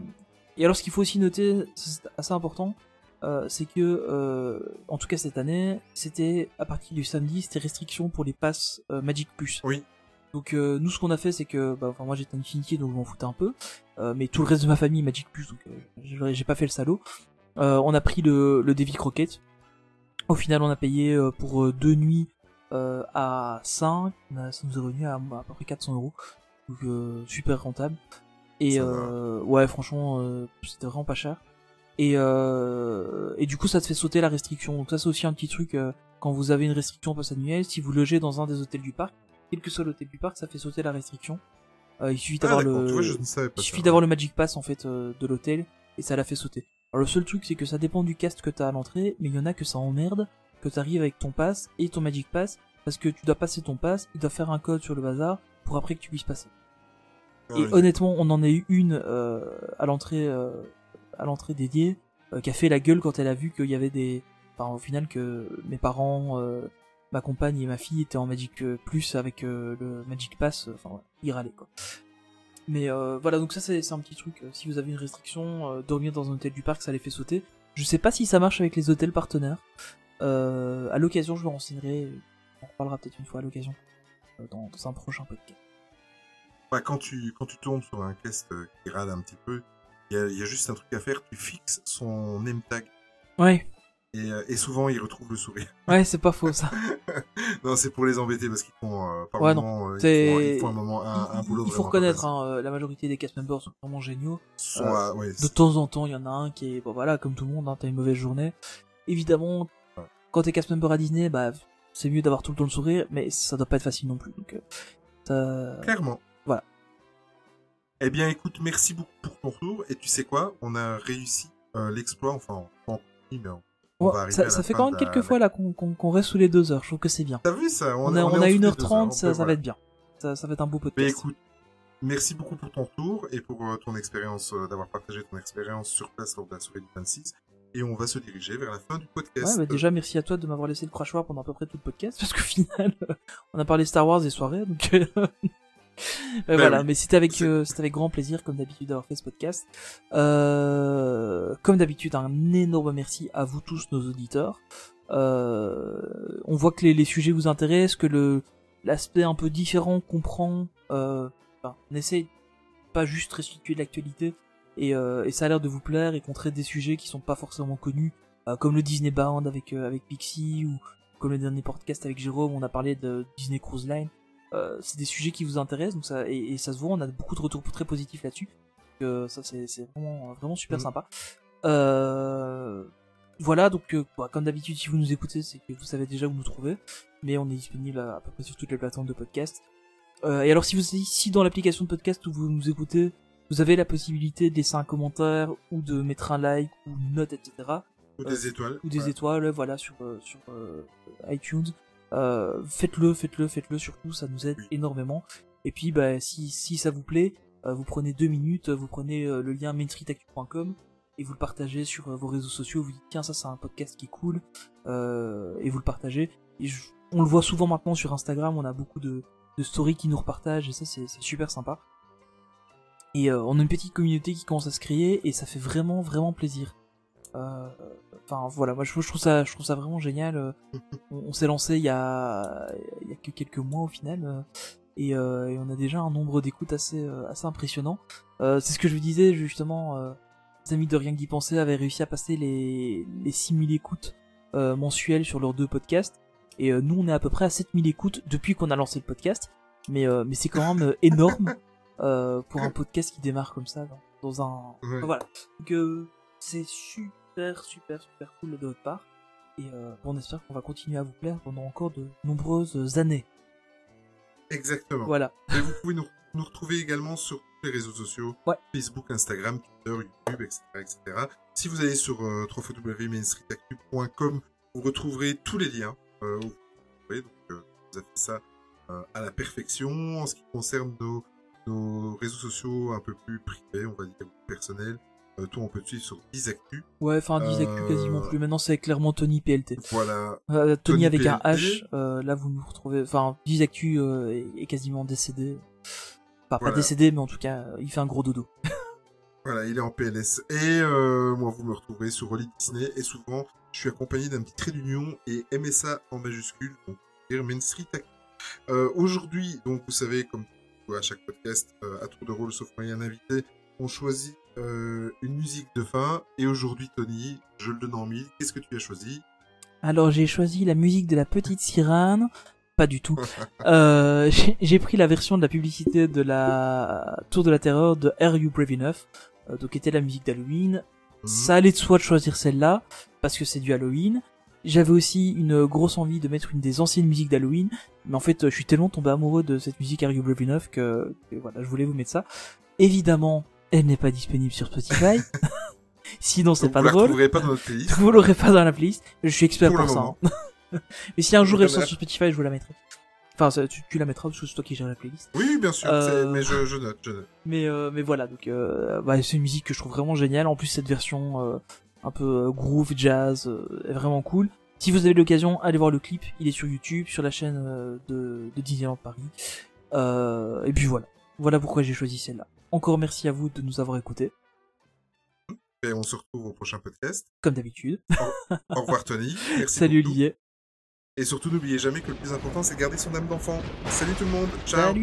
Et alors, ce qu'il faut aussi noter, c'est assez important, euh, c'est que, euh, en tout cas cette année, c'était à partir du samedi, c'était restriction pour les passes euh, Magic Plus. Oui. Donc euh, nous, ce qu'on a fait, c'est que, bah, enfin moi j'étais un Infinity, donc je m'en foutais un peu, euh, mais tout le reste de ma famille Magic Plus, donc euh, j'ai j'ai pas fait le salaud. Euh, on a pris le, le Davy Crockett. Au final, on a payé euh, pour euh, deux nuits euh, à cinq, ça nous est revenu à, à peu près quatre cents euros, donc euh, super rentable. Et Ça euh, ouais, franchement, euh, c'était vraiment pas cher. Et euh, et du coup, ça te fait sauter la restriction. Donc ça, c'est aussi un petit truc euh, quand vous avez une restriction passe annuelle, si vous logez dans un des hôtels du parc, quel que soit l'hôtel du parc, ça fait sauter la restriction. Euh, il suffit Ah, d'avoir d'accord, le, tu vois, je ne savais pas il suffit ça. d'avoir le Magic Pass en fait euh, de l'hôtel et ça la fait sauter. Alors le seul truc, c'est que ça dépend du cast que t'as à l'entrée, mais il y en a que ça emmerde que t'arrives avec ton pass et ton Magic Pass parce que tu dois passer ton pass, il doit faire un code sur le bazar pour après que tu puisses passer. Ah Et oui. honnêtement, on en a eu une euh, à l'entrée, euh, à l'entrée dédiée, euh, qui a fait la gueule quand elle a vu qu'il y avait des, enfin au final que mes parents, euh, ma compagne et ma fille étaient en Magic euh, Plus avec euh, le Magic Pass, euh, enfin ouais, ils râlaient quoi. Mais euh, voilà, donc ça c'est c'est un petit truc. euh, Si vous avez une restriction, euh, dormir dans un hôtel du parc, ça les fait sauter. Je sais pas si ça marche avec les hôtels partenaires. Euh, à l'occasion, je me renseignerai. On en reparlera peut-être une fois à l'occasion euh, dans, dans un prochain podcast. Bah, quand tu quand tu tombes sur un cast euh, qui râle un petit peu, il y a, il y a juste un truc à faire, tu fixes son name tag Ouais, et, euh, et souvent il retrouve le sourire. ouais, c'est pas faux ça. Non, c'est pour les embêter parce qu'ils font euh, par Ouais, moment, euh, ils, c'est- font, ils font un moment un, un il, boulot il faut vraiment reconnaître, pas hein, euh, la majorité des cast members sont vraiment géniaux. facile. Sont euh, à- ouais, De c'est- temps en temps, il y en a un qui est, bon voilà, comme tout le monde, hein, t'as une mauvaise journée. Évidemment, Ouais. quand t'es cast member à Disney, bah c'est mieux d'avoir tout le temps le sourire, mais ça doit pas être facile non plus. Donc, euh, ça... clairement. Voilà. Eh bien, écoute, merci beaucoup pour ton retour. Et tu sais quoi, on a réussi euh, l'exploit. Enfin, pas encore fini, mais on, on Ouais, va arriver ça, à la ça fait fin quand même de la- quelques fois là qu'on qu'on qu'on reste sous les deux heures. Je trouve que c'est bien. T'as vu ça? On, a, est- on est a en dessous une des heure deux trente, on ça, peut- ça voilà. va être bien. Ça, ça va être un beau Mais podcast. écoute, merci beaucoup pour ton retour et pour euh, ton expérience, euh, d'avoir partagé ton expérience sur place lors de la soirée du vingt-six. Et on va se diriger vers la fin du podcast. Ouais, bah déjà merci à toi de m'avoir laissé le crachoir pendant à peu près tout le podcast, parce qu'au final, euh, on a parlé Star Wars et soirées, donc euh, ouais, voilà. oui. Mais c'était avec C'est- euh, c'était avec grand plaisir, comme d'habitude, d'avoir fait ce podcast. Euh, comme d'habitude, un énorme merci à vous tous, nos auditeurs. Euh, on voit que les, les sujets vous intéressent, que le l'aspect un peu différent qu'on prend, euh, enfin, on essaie pas juste restituer de l'actualité. Et, euh, et ça a l'air de vous plaire et qu'on traite des sujets qui sont pas forcément connus, euh, comme le Disney Bound avec euh, avec Pixie ou comme le dernier podcast avec Jérôme, on a parlé de Disney Cruise Line. Euh, c'est des sujets qui vous intéressent, donc ça et, et ça se voit, on a beaucoup de retours très positifs là-dessus. Donc, euh, ça c'est c'est vraiment vraiment super Mhm. sympa. Euh, voilà, donc euh, bah, comme d'habitude, si vous nous écoutez, c'est que vous savez déjà où nous trouver, mais on est disponible à, à peu près sur toutes les plateformes de podcast. Euh, et alors si vous êtes ici dans l'application de podcast où vous nous écoutez, vous avez la possibilité de laisser un commentaire ou de mettre un like ou une note, et cetera. Ou des étoiles. Ou des Ouais. étoiles, voilà, sur euh, sur euh, iTunes. Euh, faites-le, faites-le, faites-le surtout, ça nous aide Oui. énormément. Et puis bah si si ça vous plaît, euh, vous prenez deux minutes, vous prenez euh, le lien main street actu point com et vous le partagez sur euh, vos réseaux sociaux. Vous dites tiens ça c'est un podcast qui est cool euh, et vous le partagez. Et je- on le voit souvent maintenant sur Instagram, on a beaucoup de de stories qui nous repartagent et ça c'est c'est super sympa. Et euh, on a une petite communauté qui commence à se créer et ça fait vraiment vraiment plaisir. Euh, Enfin voilà, moi je, je trouve ça je trouve ça vraiment génial. Euh, on on s'est lancé il y a il y a que quelques mois au final euh, et, euh, et on a déjà un nombre d'écoutes assez euh, assez impressionnant. Euh, c'est ce que je vous disais justement. Euh, les amis de Rien que d'y penser avaient réussi à passer les les six mille écoutes euh, mensuelles sur leurs deux podcasts et euh, nous on est à peu près à sept mille écoutes depuis qu'on a lancé le podcast. Mais euh, mais c'est quand même euh, énorme. Euh, pour un podcast qui démarre comme ça dans, dans un Ouais. enfin, voilà donc euh, c'est super super super cool de votre part et euh, bon, on espère qu'on va continuer à vous plaire pendant encore de nombreuses années. Exactement. Voilà, Et vous pouvez nous, nous retrouver également sur tous les réseaux sociaux. Ouais. Facebook, Instagram, Twitter, YouTube, et cetera, et cetera. Si vous allez sur euh, w w w point main street actu point com, vous retrouverez tous les liens. Euh, où vous pouvez, donc, euh, vous avez fait ça euh, à la perfection. En ce qui concerne nos, nos réseaux sociaux un peu plus privés, on va dire personnels, euh, tout on peut suivre sur Dizactu. ouais, enfin dix actu Euh, quasiment plus. Maintenant c'est clairement Tony P L T. Voilà. Euh, Tony, Tony avec un P L T. H. Euh, là vous nous retrouvez. Enfin dix actu euh, est, est quasiment décédé. Enfin pas Voilà. décédé, mais en tout cas euh, il fait un gros dodo. Voilà, il est en P L S. Et euh, moi, vous me retrouverez sur Rolly Disney. Et souvent, je suis accompagné d'un petit trait d'union et M S A en majuscule. Donc, dire Main Street Actu. Euh, Aujourd'hui, donc vous savez, comme à chaque podcast, euh, à tour de rôle, sauf quand il y a un invité, on choisit euh, une musique de fin. Et aujourd'hui, Tony, je le donne en mille. Qu'est-ce que tu as choisi? Alors j'ai choisi la musique de la petite sirène. Pas du tout. euh, j'ai- j'ai pris la version de la publicité de la Tour de la Terreur de Are You Brave Enough, euh, donc qui était la musique d'Halloween. Ça allait de soi de choisir celle-là, parce que c'est du Halloween. J'avais aussi une grosse envie de mettre une des anciennes musiques d'Halloween, mais en fait, je suis tellement tombé amoureux de cette musique Are You Brave Enough que, que voilà, je voulais vous mettre ça. Évidemment, elle n'est pas disponible sur Spotify. Sinon, c'est Donc, pas vous la drôle. retrouverez pas dans notre playlist. Vous l'aurez pas dans la playlist. Je suis expert Pour pour, le ça. moment. hein. Mais si un jour elle sort Voilà. sur Spotify, je vous la mettrai. Enfin, ça, tu, tu la mettras parce que c'est toi qui gère la playlist. Oui, bien sûr. Euh, c'est- Mais je, je note, je note. Mais euh, mais voilà, donc euh, bah, c'est une musique que je trouve vraiment géniale. En plus, cette version euh, un peu euh, groove jazz euh, est vraiment cool. Si vous avez l'occasion, allez voir le clip. Il est sur YouTube, sur la chaîne euh, de, de Disneyland Paris. Euh, et puis voilà. Voilà pourquoi j'ai choisi celle-là. Encore merci à vous de nous avoir écoutés, Et on se retrouve au prochain podcast. comme d'habitude. Au revoir, Tony. Merci Salut pour tout. Olivier. Et surtout, n'oubliez jamais que le plus important, c'est de garder son âme d'enfant. Salut tout le monde. Ciao. Salut.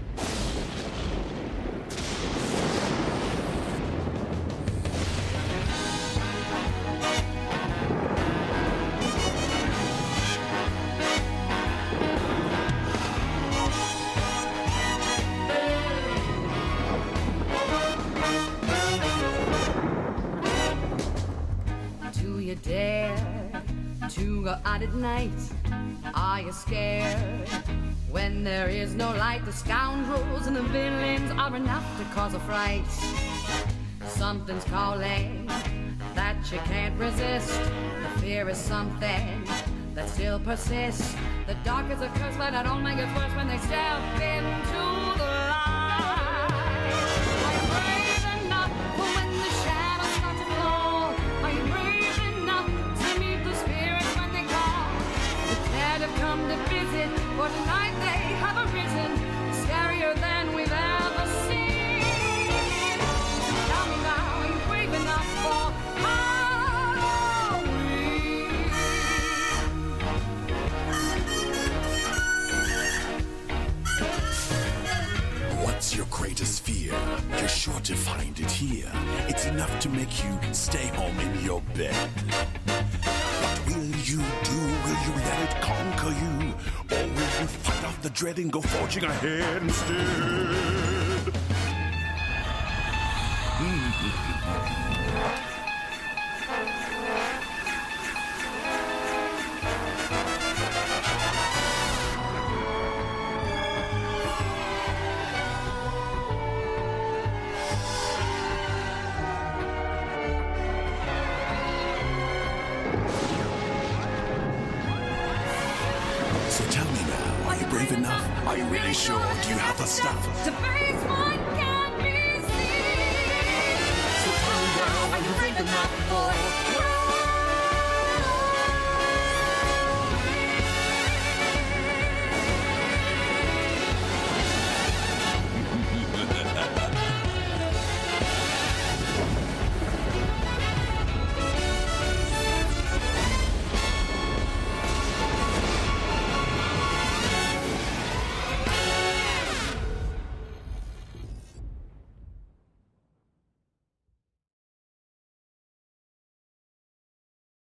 Do you dare to go out at night? Are you scared when there is no light? The scoundrels and the villains are enough to cause a fright. Something's calling that you can't resist. The fear is something that still persists. The dark is a curse, but it only gets worse when they step into the light. Are you brave enough for when the shadows start to fall? Are you brave enough to meet the spirits when they call? The dead have come to visit, for tonight they have arisen, scarier than we've ever seen. Tell me now, are you brave enough for Halloween? What's your greatest fear? You're sure to find it here. It's enough to make you stay home in your bed. What will you do? Will you let it conquer you? Or will you fight off the dread and go forging ahead instead? So tell me now, are you brave enough? Are you really sure? Do you have the stuff? To face what can't be seen. So tell me now, are you brave enough for